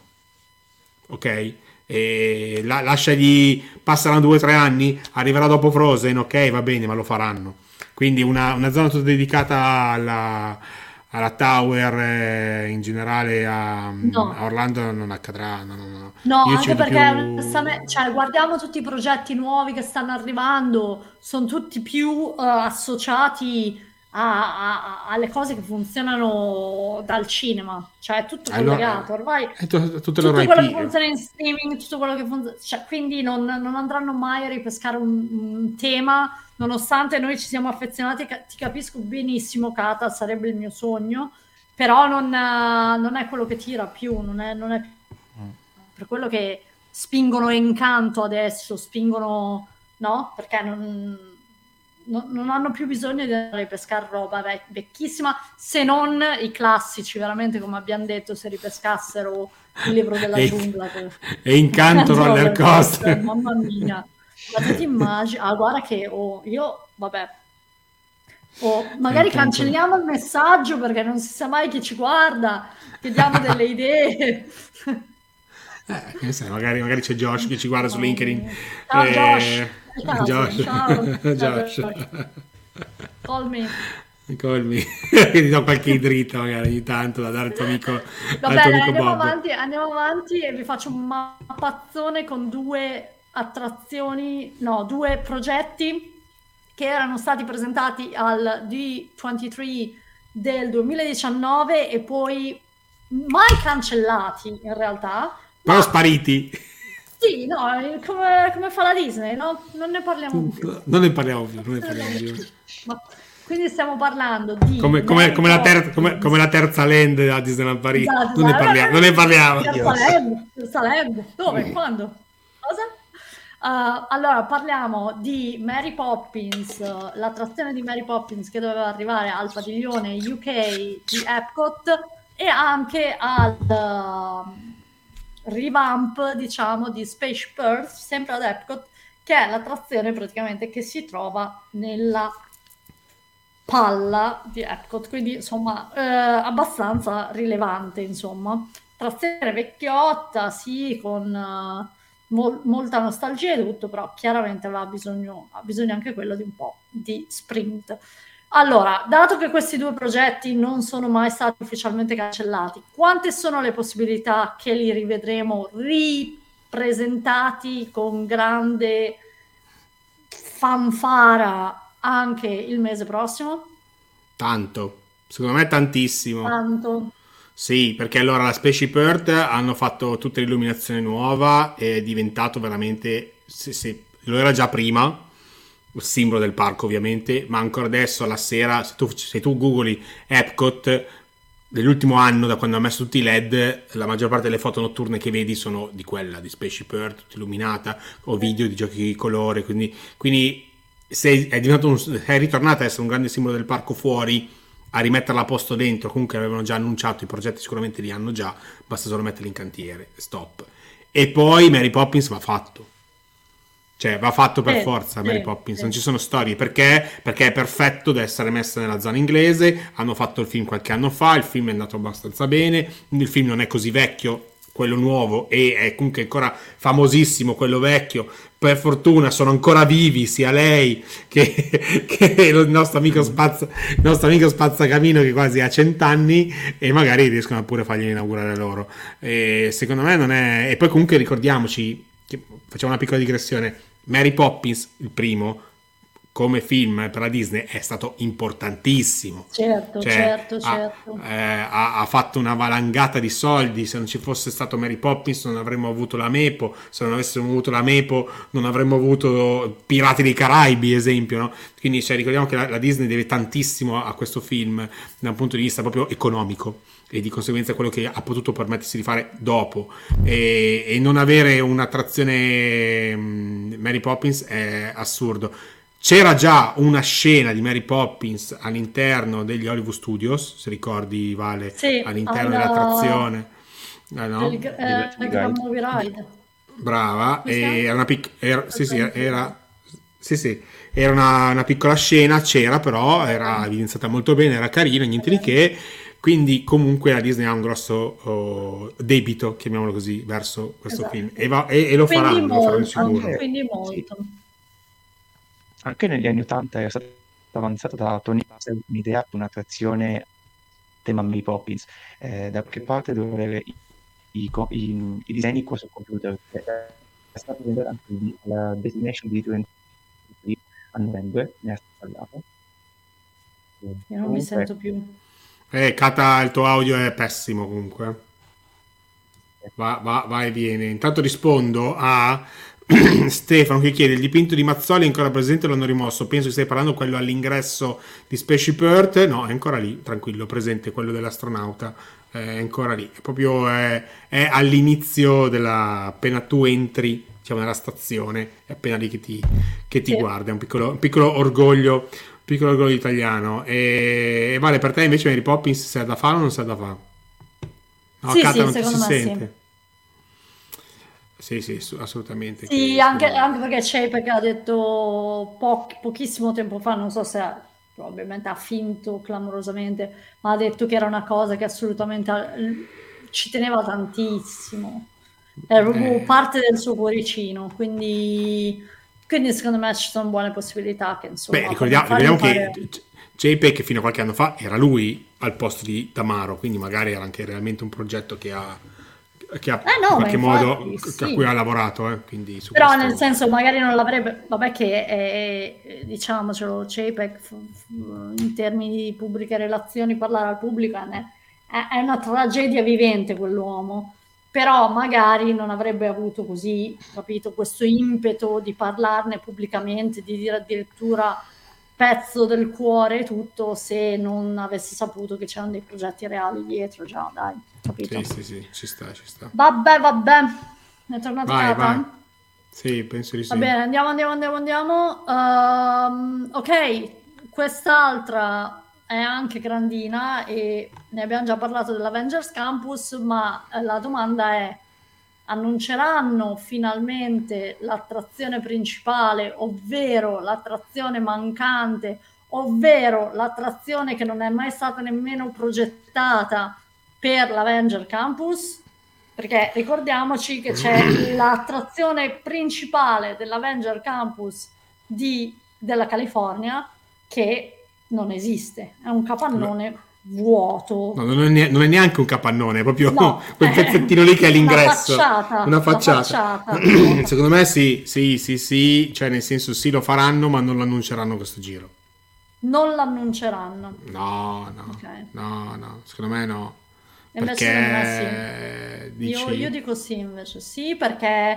Speaker 1: ok? E la- lasciagli, passano due o tre anni, arriverà dopo Frozen, ok, va bene, ma lo faranno. Quindi una, una zona tutta dedicata alla, alla Tower, eh, in generale a, a
Speaker 2: No,
Speaker 1: Orlando non accadrà. No, no, no.
Speaker 2: no,
Speaker 1: Io ci
Speaker 2: anche
Speaker 1: vedo
Speaker 2: perché
Speaker 1: più.
Speaker 2: onestamente, cioè, guardiamo tutti i progetti nuovi che stanno arrivando, sono tutti più eh, associati a- a- alle cose che funzionano dal cinema, cioè è tutto
Speaker 1: Allora,
Speaker 2: collegato. Ormai
Speaker 1: è t- tutte loro
Speaker 2: tutto quello che
Speaker 1: I P.
Speaker 2: funziona in streaming, tutto quello che funziona, cioè, quindi non, non andranno mai a ripescare un, un tema, nonostante noi ci siamo affezionati, ca- ti capisco benissimo, Kata, sarebbe il mio sogno, però non, eh, non è quello che tira più, non è, non è per quello che spingono Encanto adesso, spingono, no? Perché non, non- non hanno più bisogno di andare a pescare roba vec- vecchissima, se non i classici, veramente, come abbiamo detto, se ripescassero il libro della
Speaker 1: E,
Speaker 2: giungla. Che...
Speaker 1: e Incanto Roller
Speaker 2: Roller Coaster,
Speaker 1: Coaster.
Speaker 2: mamma mia. Ma tu ti immagini? Ah, guarda che oh, io, vabbè, o
Speaker 1: E
Speaker 2: magari
Speaker 1: Incanto.
Speaker 2: cancelliamo il messaggio perché non si sa mai chi ci guarda, chiediamo delle idee.
Speaker 1: Eh, che ne sai, magari, magari c'è Josh che ci guarda su
Speaker 2: Mamma
Speaker 1: LinkedIn.
Speaker 2: mia. Ciao Josh,
Speaker 1: Eh,
Speaker 2: a caso,
Speaker 1: Josh,
Speaker 2: ciao. Ciao
Speaker 1: Josh,
Speaker 2: Josh, call me.
Speaker 1: call me. Che ti do qualche dritta magari ogni tanto da dare al tuo amico,
Speaker 2: Va
Speaker 1: al tuo
Speaker 2: bene,
Speaker 1: amico
Speaker 2: andiamo
Speaker 1: Bob.
Speaker 2: avanti, andiamo avanti e vi faccio un mappazzone con due attrazioni, no, due progetti che erano stati presentati al D ventitré del duemiladiciannove e poi mai cancellati in realtà,
Speaker 1: Però
Speaker 2: ma
Speaker 1: spariti.
Speaker 2: sì, no, come, come fa la Disney, no? Non ne parliamo più.
Speaker 1: Non ne parliamo più, non ne parliamo più.
Speaker 2: Ma- quindi stiamo parlando di
Speaker 1: Come, come-
Speaker 2: Mary
Speaker 1: come la ter- come-
Speaker 2: Poppins.
Speaker 1: come la terza land a Disneyland Paris.
Speaker 2: Esatto,
Speaker 1: Non ne parliamo, non ne parliamo.
Speaker 2: Salendo, salendo. Dove? Quando? Cosa? Uh, allora, parliamo di Mary Poppins, uh, l'attrazione di Mary Poppins che doveva arrivare al padiglione U K di Epcot e anche al uh, revamp, diciamo, di Spaceship Earth, sempre ad Epcot, che è l'attrazione praticamente che si trova nella palla di Epcot, quindi insomma eh, abbastanza rilevante, insomma. Attrazione vecchiotta, sì, con eh, mol- molta nostalgia e tutto, però chiaramente aveva bisogno, ha bisogno anche quello di un po' di sprint. Allora, dato che questi due progetti non sono mai stati ufficialmente cancellati, quante sono le possibilità che li rivedremo ripresentati con grande fanfara anche il mese prossimo?
Speaker 1: Tanto, secondo me tantissimo.
Speaker 2: Tanto.
Speaker 1: Sì, perché allora la Spaceship Earth hanno fatto tutta l'illuminazione nuova e è diventato veramente, se, se- lo era già prima, il simbolo del parco ovviamente, ma ancora adesso alla sera, se tu, se tu googli Epcot, nell'ultimo anno, da quando ha messo tutti i L E D, la maggior parte delle foto notturne che vedi sono di quella di Spaceship Earth, tutta illuminata, o video di giochi di colore, quindi, quindi se è, diventato un, è ritornata a essere un grande simbolo del parco fuori, a rimetterla a posto dentro, comunque avevano già annunciato, i progetti sicuramente li hanno già, basta solo metterli in cantiere, stop. E poi Mary Poppins va fatto. Cioè, va fatto per
Speaker 2: Sì,
Speaker 1: forza
Speaker 2: sì,
Speaker 1: Mary Poppins,
Speaker 2: sì.
Speaker 1: non ci sono storie. Perché? Perché è perfetto da essere messa nella zona inglese. Hanno fatto il film qualche anno fa, il film è andato abbastanza bene. Il film non è così vecchio, quello nuovo, e è comunque ancora famosissimo quello vecchio. Per fortuna sono ancora vivi sia lei che, che il nostro amico Spazza, il nostro amico Spazzacamino, che quasi ha cent'anni, e magari riescono a pure fargli inaugurare loro. E secondo me non è. E poi comunque ricordiamoci, che- facciamo una piccola digressione. Mary Poppins, il primo, come film per la Disney, è stato importantissimo.
Speaker 2: Certo,
Speaker 1: Cioè,
Speaker 2: certo,
Speaker 1: ha,
Speaker 2: certo.
Speaker 1: eh, ha- ha fatto una valangata di soldi. Se non ci fosse stato Mary Poppins, non avremmo avuto la Mepo. Se non avessimo avuto la Mepo, non avremmo avuto Pirati dei Caraibi, esempio, no? Quindi, cioè, ricordiamo che la, la Disney deve tantissimo a questo film da un punto di vista proprio economico, e di conseguenza quello che ha potuto permettersi di fare dopo, e, e non avere un'attrazione mh, Mary Poppins è assurdo. C'era già una scena di Mary Poppins all'interno degli Hollywood Studios, se ricordi, Vale,
Speaker 2: Sì,
Speaker 1: all'interno
Speaker 2: alla...
Speaker 1: dell'attrazione, eh,
Speaker 2: del
Speaker 1: no?
Speaker 2: eh,
Speaker 3: Del
Speaker 2: Grand
Speaker 3: Ride.
Speaker 2: Movie Ride.
Speaker 1: Brava,
Speaker 2: Come si
Speaker 1: e
Speaker 2: chiama?
Speaker 1: era una pic- era, sì, sì,
Speaker 2: Grand Movie Ride.
Speaker 1: era, sì, sì, era una, una piccola scena, c'era, però era
Speaker 2: Ok,
Speaker 1: evidenziata molto bene, era carina,
Speaker 2: va
Speaker 1: niente di
Speaker 2: bene.
Speaker 1: che. Quindi comunque la Disney ha un grosso oh, debito, chiamiamolo così, verso questo film, e,
Speaker 2: Esatto.
Speaker 1: va- e- e lo
Speaker 2: Quindi
Speaker 1: faranno, lo faranno
Speaker 2: molto,
Speaker 1: sicuro.
Speaker 3: Anche,
Speaker 2: quindi
Speaker 3: sì,
Speaker 2: molto.
Speaker 3: anche negli anni ottanta era stata avanzata da Tony Passer un'idea per un'attrazione tema Mary Poppins. Eh, da qualche parte dovevo avere i, i co- i- i disegni qua sul computer. Eh, È stato presentato anche lì alla Destination di ventitré a novembre, ne ha parlato. Eh,
Speaker 2: Io non mi
Speaker 3: Comunque,
Speaker 2: sento più.
Speaker 1: Eh, Kata, il tuo audio è pessimo comunque.
Speaker 3: eh,
Speaker 1: Va, va, va e viene. Intanto rispondo a Stefano che chiede: il dipinto di Mazzoli è ancora presente o l'hanno rimosso? Penso che stai parlando quello all'ingresso di Spaceship Earth. No, è ancora lì, tranquillo, presente quello dell'astronauta. È ancora lì. È proprio è, è all'inizio della. Appena tu entri, diciamo, nella stazione, è appena lì che ti, che ti
Speaker 2: Sì,
Speaker 1: guarda. È un piccolo, un piccolo orgoglio. Piccolo orgoglio italiano. E, e vale per te invece Mary Poppins, se ha da fare o non si ha da fare? No,
Speaker 2: sì,
Speaker 1: Kata
Speaker 2: sì,
Speaker 1: non ti si
Speaker 2: secondo me sì.
Speaker 1: sente. Sì, sì, su- assolutamente. Che
Speaker 2: Sì, anche,
Speaker 1: secondo me.
Speaker 2: anche perché Shape che ha detto pochi- pochissimo tempo fa, non so se ha- probabilmente ha finto clamorosamente, ma ha detto che era una cosa che assolutamente ha- ci teneva tantissimo. Era proprio
Speaker 1: Eh,
Speaker 2: parte del suo cuoricino, quindi, quindi secondo me ci sono buone possibilità che
Speaker 1: beh,
Speaker 2: insomma per non
Speaker 1: ricordiamo,
Speaker 2: fargli
Speaker 1: ricordiamo che
Speaker 2: fare...
Speaker 1: J P E G fino a qualche anno fa era lui al posto di Tamaro, quindi magari era anche realmente un progetto che ha, che ha
Speaker 2: Eh
Speaker 1: in
Speaker 2: no, ma
Speaker 1: qualche modo
Speaker 2: infatti
Speaker 1: a cui ha
Speaker 2: sì.
Speaker 1: lavorato, eh, quindi su
Speaker 2: Però nel
Speaker 1: questo.
Speaker 2: senso magari non l'avrebbe, vabbè che è, è- diciamocelo, JPEG f- f- in termini di pubbliche relazioni, parlare al pubblico è, è- è una tragedia vivente quell'uomo, però magari non avrebbe avuto così, capito, questo impeto di parlarne pubblicamente, di dire addirittura pezzo del cuore e tutto, se non avesse saputo che c'erano dei progetti reali dietro, già, dai,
Speaker 1: Sì,
Speaker 2: capito?
Speaker 1: sì, sì, ci sta, ci sta.
Speaker 2: Vabbè, vabbè, è tornato
Speaker 1: Vai, vai.
Speaker 2: Kata?
Speaker 1: Sì, penso di
Speaker 2: Va
Speaker 1: sì.
Speaker 2: bene, andiamo, andiamo, andiamo, andiamo. Ehm, ok, quest'altra è anche grandina e ne abbiamo già parlato dell'Avengers Campus, ma eh, la domanda è: annunceranno finalmente l'attrazione principale, ovvero l'attrazione mancante, ovvero l'attrazione che non è mai stata nemmeno progettata per l'Avenger Campus? Perché ricordiamoci che c'è l'attrazione principale dell'Avenger Campus di, della California che non esiste, è un
Speaker 1: No,
Speaker 2: capannone vuoto.
Speaker 1: no, non è, ne- non è neanche un capannone, è proprio
Speaker 2: No,
Speaker 1: quel pezzettino lì che è
Speaker 2: una
Speaker 1: l'ingresso, una
Speaker 2: facciata, la
Speaker 1: facciata.
Speaker 2: facciata vuota.
Speaker 1: Secondo me sì, sì, sì, sì, cioè nel senso sì lo faranno, ma non lo annunceranno questo giro.
Speaker 2: Non l'annunceranno.
Speaker 1: No, no,
Speaker 2: Ok.
Speaker 1: no, no, secondo me no.
Speaker 2: E invece secondo me sì.
Speaker 1: Perché
Speaker 2: Io, io
Speaker 1: dici.
Speaker 2: dico sì invece, sì perché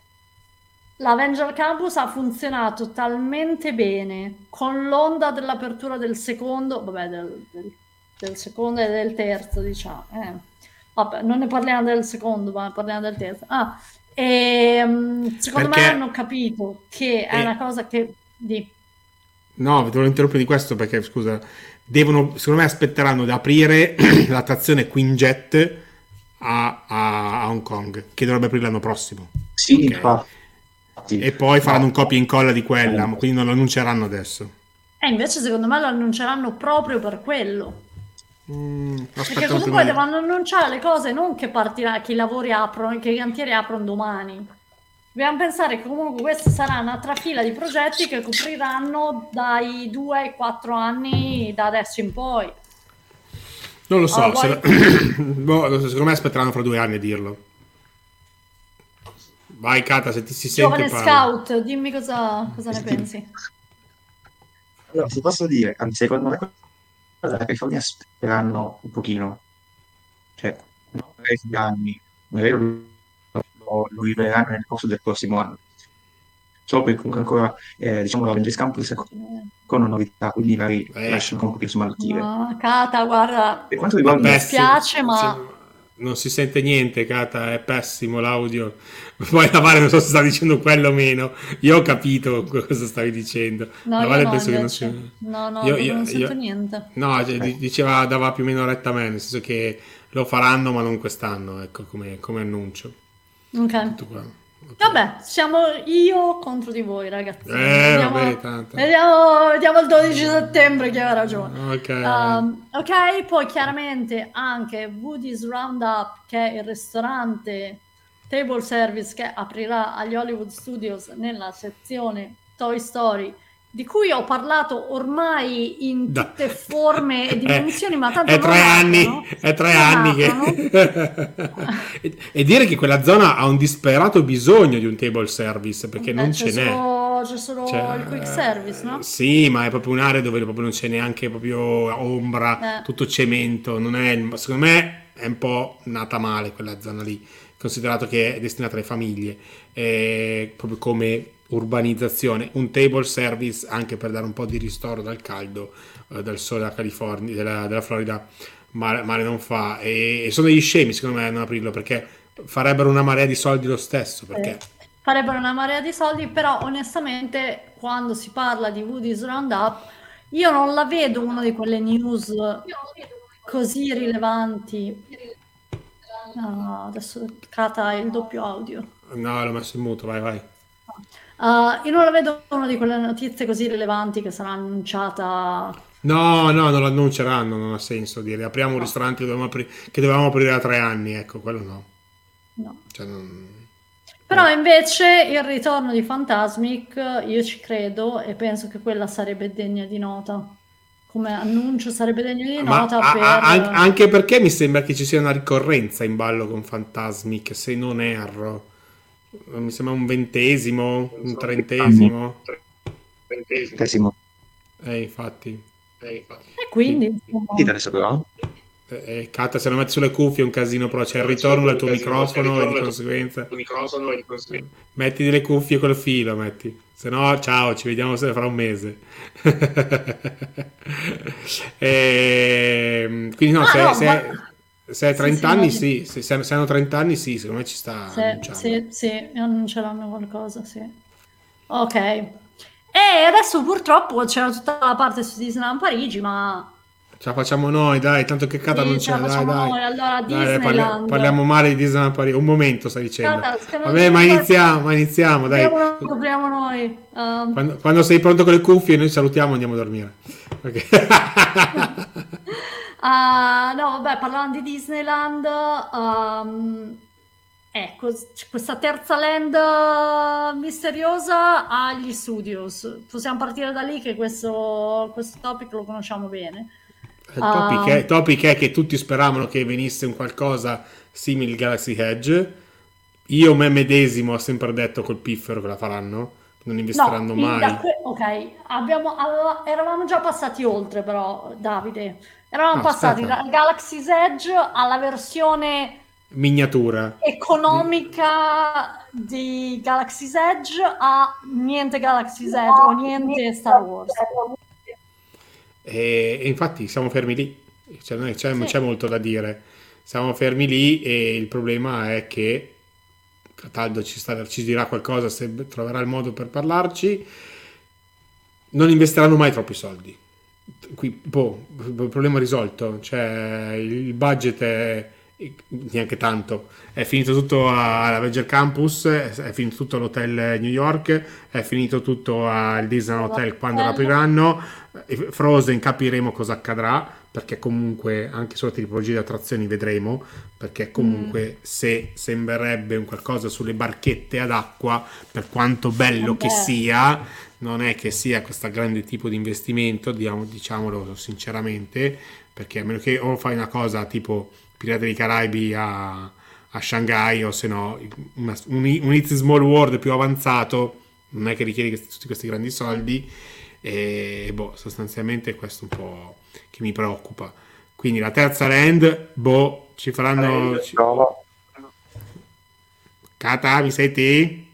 Speaker 2: l'Avenger Campus ha funzionato talmente bene con l'onda dell'apertura del secondo, vabbè, del, del del secondo e del terzo, diciamo. Eh, vabbè, non ne parliamo del secondo, ma parliamo del terzo. Ah, e, um, secondo
Speaker 1: Perché...
Speaker 2: me hanno capito che è
Speaker 1: e...
Speaker 2: una cosa che... Di...
Speaker 1: No, vi volevo interrompere di questo perché, scusa, devono, secondo me aspetteranno di aprire la trazione Quinjet a, a, a Hong Kong, che dovrebbe aprire l'anno prossimo.
Speaker 3: Sì,
Speaker 1: Okay.
Speaker 3: infatti.
Speaker 1: E poi faranno
Speaker 3: No.
Speaker 1: un copia e incolla di quella, ma quindi non lo annunceranno adesso.
Speaker 2: E invece secondo me lo annunceranno proprio per quello.
Speaker 1: Mm,
Speaker 2: Perché comunque devono annunciare le cose, non che partirà, che i lavori aprono, che i cantieri aprono domani. Dobbiamo pensare che comunque questa sarà una trafila di progetti che copriranno dai due ai quattro anni da adesso in poi.
Speaker 1: Non lo so,
Speaker 2: Ah,
Speaker 1: se
Speaker 2: vuoi-
Speaker 1: boh, secondo me aspetteranno fra due anni a dirlo. Vai Cata, se ti si
Speaker 2: Giovane
Speaker 1: sente parla.
Speaker 2: scout, dimmi cosa, cosa ne pensi.
Speaker 3: Allora, se posso dire, anzi, secondo me la California aspetteranno un pochino, cioè, non magari due anni, magari lo, lo, lo riveleranno nel corso del prossimo anno. Solo perché comunque ancora, eh, diciamo, l'Avengers Campus con una novità, quindi magari
Speaker 1: Eh.
Speaker 3: lasciano un pochino smaltire.
Speaker 2: No, Cata, guarda,
Speaker 3: Per quanto
Speaker 2: mi
Speaker 3: riguarda...
Speaker 2: dispiace, ma...
Speaker 1: Se- non si sente niente, Cata, è pessimo l'audio. Poi la Vale non so se sta dicendo quello o meno. Io ho capito cosa stavi dicendo.
Speaker 2: No,
Speaker 1: la
Speaker 2: io
Speaker 1: Vale
Speaker 2: no,
Speaker 1: penso che non
Speaker 2: invece.
Speaker 1: si...
Speaker 2: No, no,
Speaker 1: Io-
Speaker 2: proprio
Speaker 1: io-
Speaker 2: non sento
Speaker 1: io-
Speaker 2: niente.
Speaker 1: No, cioè, di- diceva, dava più o meno retta a me, nel senso che lo faranno, ma non quest'anno, ecco, come, come annuncio.
Speaker 2: Ok.
Speaker 1: Tutto qua. Ok.
Speaker 2: Vabbè, siamo io contro di voi, ragazzi.
Speaker 1: Eh,
Speaker 2: vediamo,
Speaker 1: vabbè, tanto.
Speaker 2: vediamo, vediamo il dodici settembre chi aveva ragione.
Speaker 1: Ok.
Speaker 2: Um, ok, poi chiaramente anche Woody's Roundup, che è il ristorante table service che aprirà agli Hollywood Studios nella sezione Toy Story, di cui ho parlato ormai in
Speaker 1: Da-
Speaker 2: tutte forme e dimensioni, ma tanto
Speaker 1: è
Speaker 2: non
Speaker 1: tre
Speaker 2: aprono.
Speaker 1: anni, è tre
Speaker 2: Non
Speaker 1: anni
Speaker 2: aprono.
Speaker 1: che... e, e dire che quella zona ha un disperato bisogno di un table service perché
Speaker 2: Eh,
Speaker 1: non
Speaker 2: c'è
Speaker 1: ce n'è.
Speaker 2: solo, c'è solo
Speaker 1: Cioè,
Speaker 2: il quick service, no?
Speaker 1: Sì, ma è proprio un'area dove proprio non c'è neanche proprio ombra,
Speaker 2: Eh.
Speaker 1: tutto cemento. Non è, secondo me è un po' nata male quella zona lì, considerato che è destinata alle famiglie, eh, proprio come urbanizzazione. Un table service anche per dare un po' di ristoro dal caldo, eh, dal sole della California, della, della Florida, male, male non fa. E, e sono degli scemi, secondo me, a non aprirlo perché farebbero una marea di soldi lo stesso. Perché
Speaker 2: Eh, farebbero una marea di soldi, però onestamente quando si parla di Woody's Roundup io non la vedo una di quelle news così rilevanti. No, adesso Cata il doppio audio.
Speaker 1: no, l'ho messo in muto, vai, vai.
Speaker 2: Uh, io non la vedo una di quelle notizie così rilevanti che sarà annunciata.
Speaker 1: No, no, non lo annunceranno, non ha senso dire apriamo un
Speaker 2: No.
Speaker 1: ristorante che dovevamo, apri- che dovevamo aprire da tre anni, ecco, quello no.
Speaker 2: No.
Speaker 1: Cioè, non...
Speaker 2: Però invece il ritorno di Fantasmic io ci credo e penso che quella sarebbe degna di nota. Come annuncio sarebbe degna di
Speaker 1: Ma
Speaker 2: nota
Speaker 1: a-
Speaker 2: per...
Speaker 1: a- an- anche perché mi sembra che ci sia una ricorrenza in ballo con Fantasmic, se non erro. Mi sembra un ventesimo, un trentesimo.
Speaker 3: Pessimo.
Speaker 1: Eh, infatti.
Speaker 2: E quindi, insomma,
Speaker 3: Dite adesso però.
Speaker 1: Eh, eh, Cata, se non metti sulle cuffie è un casino, però c'è il ritorno del tuo microfono e di conseguenza... Metti delle cuffie col filo, metti. Se no, ciao, ci vediamo se- fra un mese. Ehm, quindi no,
Speaker 2: Ah,
Speaker 1: se,
Speaker 2: no,
Speaker 1: se-
Speaker 2: ma-
Speaker 1: se hai
Speaker 2: Sì,
Speaker 1: trenta
Speaker 2: sì,
Speaker 1: anni,
Speaker 2: no,
Speaker 1: sì. Se, se- se hanno trenta anni, sì, secondo me ci sta
Speaker 2: sì,
Speaker 1: annunciando.
Speaker 2: sì, sì, annunceranno qualcosa, sì. Ok. E adesso purtroppo c'era tutta la parte su Disneyland Parigi, ma...
Speaker 1: Ce la facciamo noi, dai, tanto che Cata
Speaker 2: Sì,
Speaker 1: non
Speaker 2: ce
Speaker 1: c'è,
Speaker 2: la
Speaker 1: dai,
Speaker 2: facciamo
Speaker 1: dai.
Speaker 2: noi. Allora,
Speaker 1: Dai, dai, parli-
Speaker 2: Disneyland.
Speaker 1: parliamo male di Disneyland Parigi. Un momento, stai dicendo.
Speaker 2: Cata, se non
Speaker 1: Vabbè,
Speaker 2: ti
Speaker 1: ma
Speaker 2: ricordi-
Speaker 1: iniziamo, ma iniziamo, dai.
Speaker 2: Copriamo noi, copriamo noi. Um,
Speaker 1: Quando, quando sei pronto con le cuffie, noi salutiamo e andiamo a dormire. Ok.
Speaker 2: ah, no, vabbè, parlando di Disneyland, um, ecco, c- questa terza land eh, misteriosa ha gli studios. Possiamo partire da lì che questo, questo topic lo conosciamo bene.
Speaker 1: Il topic,
Speaker 2: Ah.
Speaker 1: è, topic è che tutti speravano che venisse un qualcosa simile al Galaxy Edge. Io me medesimo ho sempre detto col piffero che la faranno, non investiranno
Speaker 2: No, in-
Speaker 1: mai.
Speaker 2: da que- ok, abbiamo, aveva- eravamo già passati oltre però, Davide. Eravamo
Speaker 1: No,
Speaker 2: passati
Speaker 1: aspetta.
Speaker 2: dal Galaxy's Edge alla versione
Speaker 1: Miniatura.
Speaker 2: economica di Galaxy's Edge a niente Galaxy's Edge o niente Star Wars.
Speaker 1: E, e infatti siamo fermi lì. Cioè, non, è- c'è, non
Speaker 2: Sì,
Speaker 1: c'è molto da dire. Siamo fermi lì e il problema è che Cataldo ci, sta- ci dirà qualcosa se troverà il modo per parlarci. Non investiranno mai troppi soldi. Qui, boh, il problema è risolto. Cioè, il budget è neanche tanto. È finito tutto all'Avenger Campus, è è finito tutto all'hotel New York, è finito tutto al Disneyland Hotel quando
Speaker 2: l'hotel.
Speaker 1: l'apriranno. Frozen capiremo cosa accadrà, perché comunque anche sulla tipologia di attrazioni vedremo, perché
Speaker 2: Mm,
Speaker 1: comunque se sembrerebbe un qualcosa sulle barchette ad acqua, per quanto bello che
Speaker 2: vabbè.
Speaker 1: sia, non è che sia questo grande tipo di investimento, diciamo- diciamolo sinceramente, perché a meno che o fai una cosa tipo Pirati dei Caraibi a, a Shanghai o se no una- un, un It's a Small World più avanzato, non è che richiede questi- tutti questi grandi soldi e boh, sostanzialmente questo è un po' che mi preoccupa. Quindi la terza land, boh, ci faranno... ci-
Speaker 3: Prova.
Speaker 1: Cata, mi senti?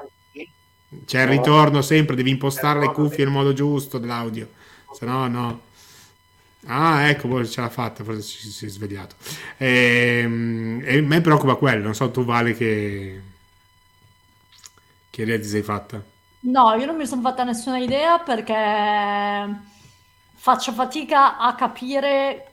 Speaker 1: C'è il ritorno sempre, devi impostare le cuffie nel modo giusto dell'audio, se no no. Ah, ecco, poi ce l'ha fatta, forse si, si è svegliato. Ehm, E, a me preoccupa quello, non so tu Vale che, che idea ti sei fatta.
Speaker 2: No, io non mi sono fatta nessuna idea perché faccio fatica a capire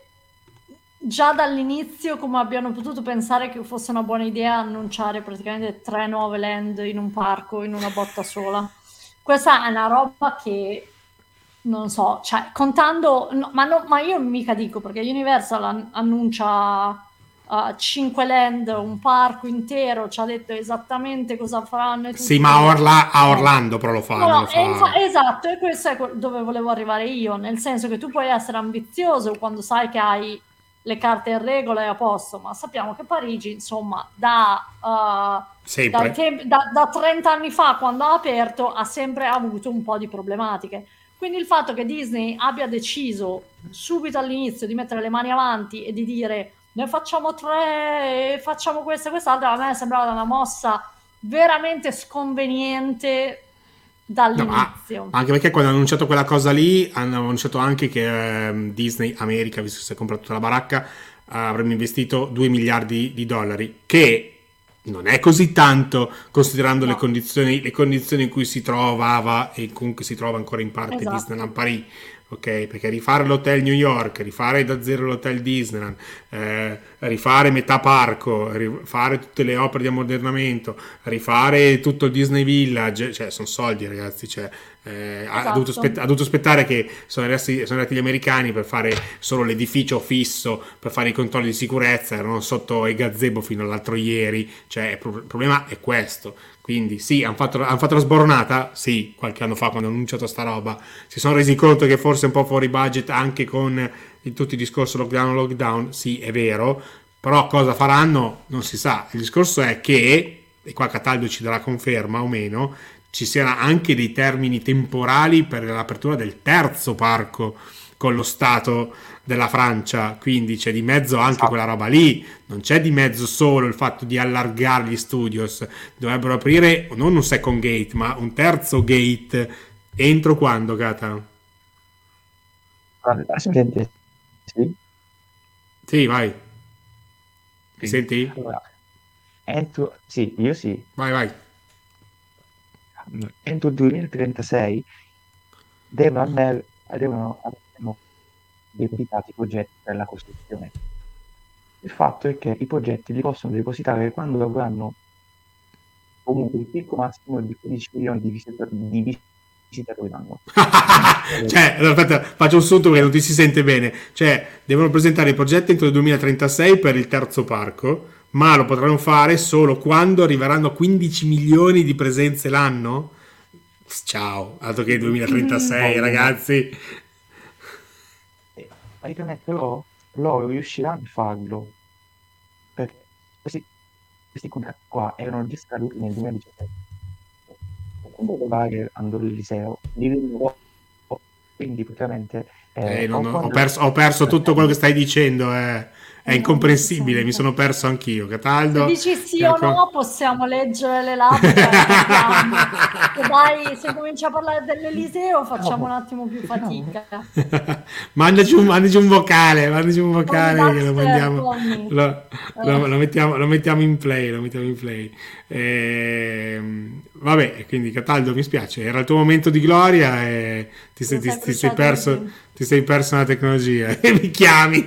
Speaker 2: già dall'inizio come abbiano potuto pensare che fosse una buona idea annunciare praticamente tre nuove land in un parco in una botta sola. Questa è una roba che non so, cioè contando, no, ma, no- ma io mica dico perché Universal an- annuncia uh, cinque land, un parco intero, ci ha detto esattamente cosa faranno e
Speaker 1: Sì,
Speaker 2: tutto.
Speaker 1: ma a,
Speaker 2: Quindi,
Speaker 1: Orla- a
Speaker 2: no.
Speaker 1: Orlando però lo fa,
Speaker 2: No,
Speaker 1: non
Speaker 2: no,
Speaker 1: lo
Speaker 2: e infa-
Speaker 1: fa.
Speaker 2: esatto, e questo è que- dove volevo arrivare io, nel senso che tu puoi essere ambizioso quando sai che hai le carte in regola e a posto, ma sappiamo che Parigi, insomma, da, uh, dai
Speaker 1: Sempre.
Speaker 2: tempi- da, da trenta anni fa, quando ha aperto, ha sempre avuto un po' di problematiche. Quindi il fatto che Disney abbia deciso subito all'inizio di mettere le mani avanti e di dire ne facciamo tre e facciamo questo e quest'altro, a me sembrava una mossa veramente sconveniente
Speaker 1: No, ma
Speaker 2: dall'inizio.
Speaker 1: anche perché quando hanno annunciato quella cosa lì, hanno annunciato anche che ehm, Disney America, visto che si è comprato tutta la baracca, avremmo investito due miliardi di dollari, che non è così tanto considerando le
Speaker 2: No,
Speaker 1: condizioni, le condizioni in cui si trovava e comunque si trova ancora in parte Disneyland
Speaker 2: esatto,
Speaker 1: Paris. Ok, perché rifare l'hotel New York, rifare da zero l'hotel Disneyland, eh, rifare metà parco, rifare tutte le opere di ammodernamento, rifare tutto il Disney Village, cioè sono soldi ragazzi, cioè, eh, ha, dovuto
Speaker 2: esatto,
Speaker 1: spett- ha dovuto aspettare che sono arrivati, sono arrivati gli americani per fare solo l'edificio fisso, per fare i controlli di sicurezza, erano sotto i gazebo fino all'altro ieri, cioè il pro- il problema è questo. Quindi sì, hanno fatto, han fatto la sboronata, sì, qualche anno fa quando hanno annunciato sta roba, si sono resi conto che forse è un po' fuori budget anche con il, tutto il discorso lockdown lockdown, sì è vero, però cosa faranno non si sa. Il discorso è che, e qua Cataldo ci darà conferma o meno, ci siano anche dei termini temporali per l'apertura del terzo parco con lo Stato della Francia, quindi c'è di mezzo anche
Speaker 3: Esatto.
Speaker 1: quella roba lì, non c'è di mezzo solo il fatto di allargare gli studios, dovrebbero aprire non un second gate, ma un terzo gate entro quando, Cata?
Speaker 3: Allora, si sente? Sì?
Speaker 1: Sì, vai, mi
Speaker 3: Sì.
Speaker 1: senti?
Speaker 3: Allora, entro, sì, io sì.
Speaker 1: Vai, vai.
Speaker 3: Entro il duemilatrentasei devono, andare- devono abbiamo depositati i progetti per la costruzione. Il fatto è che i progetti li possono depositare quando avranno comunque il picco massimo di quindici milioni di visitatori, di visitatori l'anno.
Speaker 1: Cioè, allora, aspetta, faccio un sunto perché non ti si sente bene. Cioè, devono presentare i progetti entro il duemilatrentasei per il terzo parco, ma lo potranno fare solo quando arriveranno a quindici milioni di presenze l'anno? Ciao, altro che il duemilatrentasei,
Speaker 3: Vogliono,
Speaker 1: ragazzi.
Speaker 3: eh, praticamente però loro riusciranno a farlo perché questi, questi contratti qua erano già scaduti nel duemiladiciassette. Quando arrivare andò al liceo, li rinnovò, quindi praticamente
Speaker 1: Eh,
Speaker 3: eh,
Speaker 1: non
Speaker 3: o
Speaker 1: ho, ho
Speaker 3: quando
Speaker 1: perso, ho perso tutto quello che stai dicendo. Eh. è incomprensibile, mi sono perso anch'io. Cataldo.
Speaker 2: Se dici sì o no, possiamo leggere le labbra. Se, dai, se cominci a parlare dell'Eliseo, facciamo un attimo più fatica.
Speaker 1: mandaci, un, mandaci un vocale, mandaci un vocale che lo mandiamo. Lo, lo, lo, mettiamo, lo mettiamo in play, lo mettiamo in play. Ehm, vabbè, quindi Cataldo, mi spiace, era il tuo momento di gloria e ti sei, ti, ti sei perso, ti sei perso una tecnologia e mi chiami.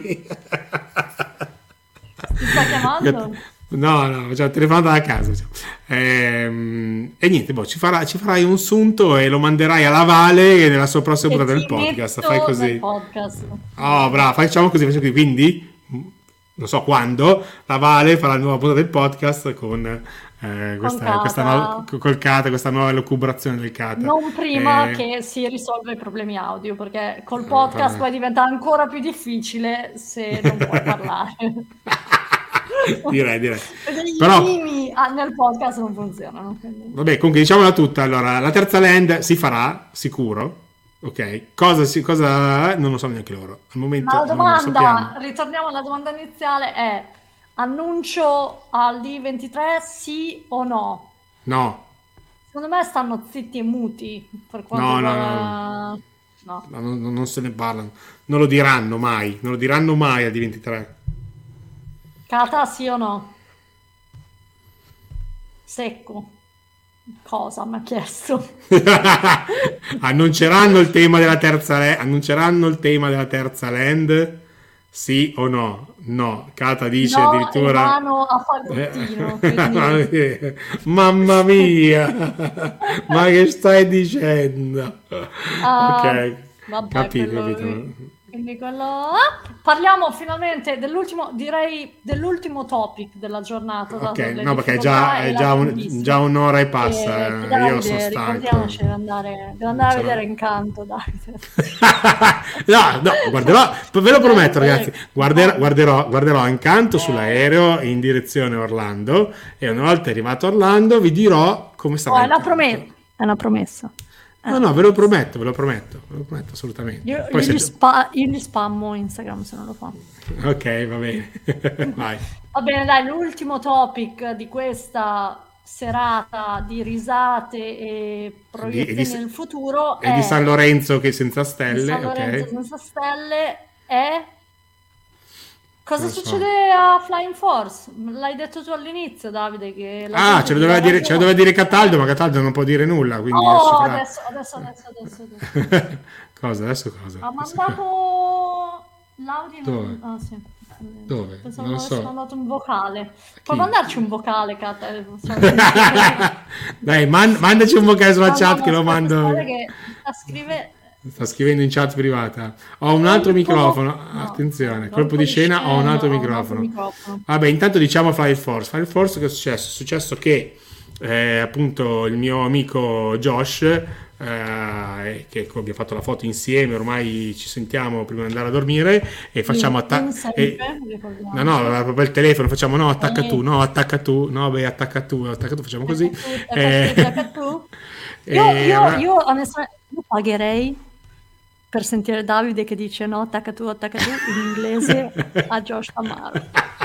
Speaker 2: Ti sta chiamando?
Speaker 1: No, no, cioè, telefonata da casa. Cioè. Ehm, e niente, boh, ci, farà, ci farai un sunto e lo manderai alla Vale nella sua prossima puntata del podcast. Fai così.
Speaker 2: Podcast.
Speaker 1: Oh, bravo, facciamo così, facciamo così. Quindi, non so quando, la Vale farà la nuova puntata del podcast con eh, questa,
Speaker 2: con
Speaker 1: questa nuova, col Kata, questa nuova elucubrazione del Kata.
Speaker 2: Non prima
Speaker 1: eh...
Speaker 2: che si risolva i problemi audio, perché col podcast eh, poi diventa ancora più difficile se non puoi parlare.
Speaker 1: direi, direi.
Speaker 2: I
Speaker 1: Però
Speaker 2: nel podcast non funzionano. Quindi.
Speaker 1: Vabbè, comunque diciamola tutta. Allora, la terza land si farà, sicuro. Ok, cosa, si, cosa non lo so neanche loro. Al momento
Speaker 2: Ma la domanda,
Speaker 1: non
Speaker 2: ritorniamo alla domanda iniziale, è annuncio all'I ventitré sì o no?
Speaker 1: No.
Speaker 2: Secondo me stanno zitti e muti per quanto
Speaker 1: no,
Speaker 2: riguarda...
Speaker 1: no, no, no. no non, non se ne parlano. Non lo diranno mai. Non lo diranno mai al D ventitré.
Speaker 2: Kata sì o no? Secco. Cosa mi ha chiesto?
Speaker 1: annunceranno il tema della terza land, annunceranno il tema della terza land? Sì o no? No, Kata dice
Speaker 2: no,
Speaker 1: addirittura
Speaker 2: mano a fagottino, quindi...
Speaker 1: mamma mia, ma che stai dicendo?
Speaker 2: Uh,
Speaker 1: ok,
Speaker 2: vabbè,
Speaker 1: capito,
Speaker 2: quello...
Speaker 1: capito.
Speaker 2: Quindi quello... Ah, parliamo finalmente dell'ultimo, direi dell'ultimo topic della giornata.
Speaker 1: Ok, no, perché è già, è già, un, già un'ora e passa. E, eh, io sono stanco.
Speaker 2: Ricordiamoci di andare, di andare a vedere Incanto, Davide.
Speaker 1: no, no, guarderò, ve lo prometto, ragazzi. Guarderò, guarderò, guarderò Incanto sull'aereo in direzione Orlando. E una volta arrivato a Orlando, vi dirò come sarà.
Speaker 2: Oh, è una promessa. È una promessa.
Speaker 1: No, no, ve lo prometto, ve lo prometto, ve lo prometto assolutamente.
Speaker 2: Io,
Speaker 1: Poi
Speaker 2: io,
Speaker 1: se...
Speaker 2: gli, spa, io gli spammo Instagram se non lo fa.
Speaker 1: Ok, va bene. Vai.
Speaker 2: Va bene, dai, l'ultimo topic di questa serata di risate e proiezioni
Speaker 1: di, di,
Speaker 2: nel futuro
Speaker 1: e
Speaker 2: è...
Speaker 1: di San Lorenzo che senza stelle.
Speaker 2: Di San Lorenzo
Speaker 1: okay.
Speaker 2: senza stelle è... Cosa
Speaker 1: non
Speaker 2: succede
Speaker 1: so.
Speaker 2: a Flying Force? L'hai detto tu all'inizio, Davide, che
Speaker 1: ah, ce lo doveva dire, ce lo doveva dire Cataldo, ma Cataldo non può dire nulla, quindi
Speaker 2: oh,
Speaker 1: farà...
Speaker 2: adesso, adesso, adesso, adesso, adesso.
Speaker 1: cosa, adesso cosa?
Speaker 2: Ha mandato l'audio.
Speaker 1: Dove?
Speaker 2: Ah, sì.
Speaker 1: Dove?
Speaker 2: Pensavo
Speaker 1: non
Speaker 2: avesse
Speaker 1: so.
Speaker 2: mandato un vocale. Puoi mandarci un vocale, Kat?
Speaker 1: Dai, man- mandaci un vocale sulla
Speaker 2: no,
Speaker 1: chat
Speaker 2: no,
Speaker 1: che
Speaker 2: no,
Speaker 1: lo mando.
Speaker 2: Che sta scrive...
Speaker 1: Sta scrivendo in chat privata. Ho un altro
Speaker 2: colpo...
Speaker 1: microfono.
Speaker 2: No,
Speaker 1: Attenzione,
Speaker 2: colpo
Speaker 1: colpo di scena,
Speaker 2: scena,
Speaker 1: ho un altro
Speaker 2: ho
Speaker 1: microfono.
Speaker 2: Un altro microfono.
Speaker 1: Vabbè, intanto diciamo Fire Force. Fire Force che è successo? È successo che eh, appunto il mio amico Josh, eh, che abbiamo fatto la foto insieme, ormai ci sentiamo prima di andare a dormire e facciamo attacco. No, no, proprio il telefono, facciamo no, attacca tu, no, attacca tu, no, beh, attacca tu, attacca tu, facciamo così.
Speaker 2: Attacca tu, eh, attacca tu. Io, io, io onestamente io pagherei per sentire Davide che dice no, attacca tu, attacca tu in inglese a Josh Amaro.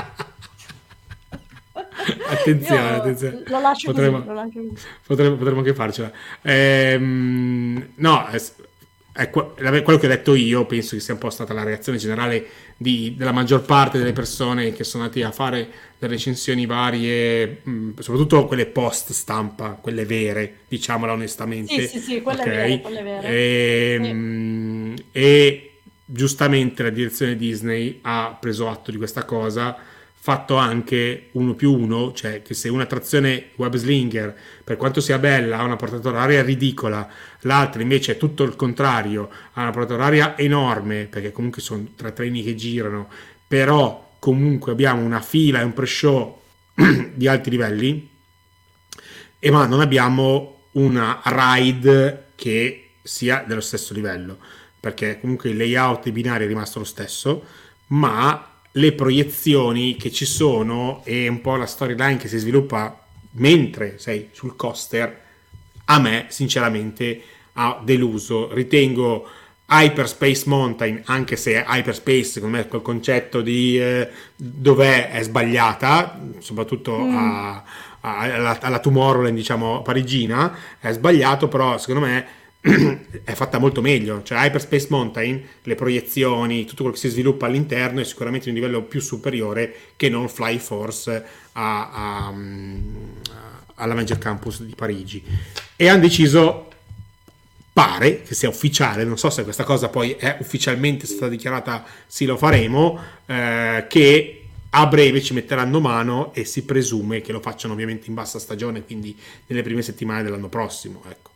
Speaker 1: Attenzione,
Speaker 2: Io
Speaker 1: attenzione.
Speaker 2: Lo lascio
Speaker 1: potremmo,
Speaker 2: così, lo lascio così.
Speaker 1: Potremmo, potremmo anche farcela. Ehm, no, è, è quello che ho detto io, penso che sia un po' stata la reazione generale di, della maggior parte delle persone che sono andate a fare le recensioni varie, mh, soprattutto quelle post stampa, quelle vere, diciamola onestamente.
Speaker 2: Sì, sì, sì, quelle
Speaker 1: okay.
Speaker 2: vere, quelle vere.
Speaker 1: E,
Speaker 2: sì.
Speaker 1: mh, e giustamente la direzione Disney ha preso atto di questa cosa, fatto anche uno più uno, cioè che se un'attrazione web slinger, per quanto sia bella, ha una portata oraria ridicola, l'altra invece è tutto il contrario, ha una portata oraria enorme, perché comunque sono tre treni che girano, però comunque abbiamo una fila e un pre-show di alti livelli, e ma non abbiamo una ride che sia dello stesso livello, perché comunque il layout dei binari è rimasto lo stesso, ma le proiezioni che ci sono e un po' la storyline che si sviluppa mentre sei sul coaster, a me sinceramente ha deluso. Ritengo Hyperspace Mountain, anche se Hyperspace secondo me quel concetto di eh, dov'è è sbagliata, soprattutto mm. a, a, alla, alla Tomorrowland, diciamo, parigina, è sbagliato, però secondo me è fatta molto meglio. Cioè Hyperspace Mountain, le proiezioni, tutto quello che si sviluppa all'interno è sicuramente di un livello più superiore che non Fly Force a, a, a, all'Avenger Campus di Parigi. E hanno deciso, pare che sia ufficiale, non so se questa cosa poi è ufficialmente stata dichiarata, sì, lo faremo, eh, che a breve ci metteranno mano, e si presume che lo facciano ovviamente in bassa stagione, quindi nelle prime settimane dell'anno prossimo, ecco.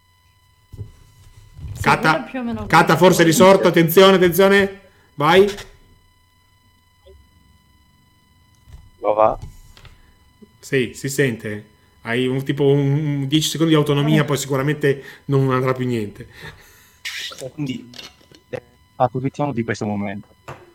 Speaker 2: Sì,
Speaker 1: Cata,
Speaker 2: più o meno
Speaker 1: Cata forse è risorto, attenzione, attenzione, vai.
Speaker 3: Lo va?
Speaker 1: Sì, si sente. Hai un tipo un dieci secondi di autonomia, poi sicuramente non andrà più niente.
Speaker 3: Quindi eh, approfittiamo di questo momento.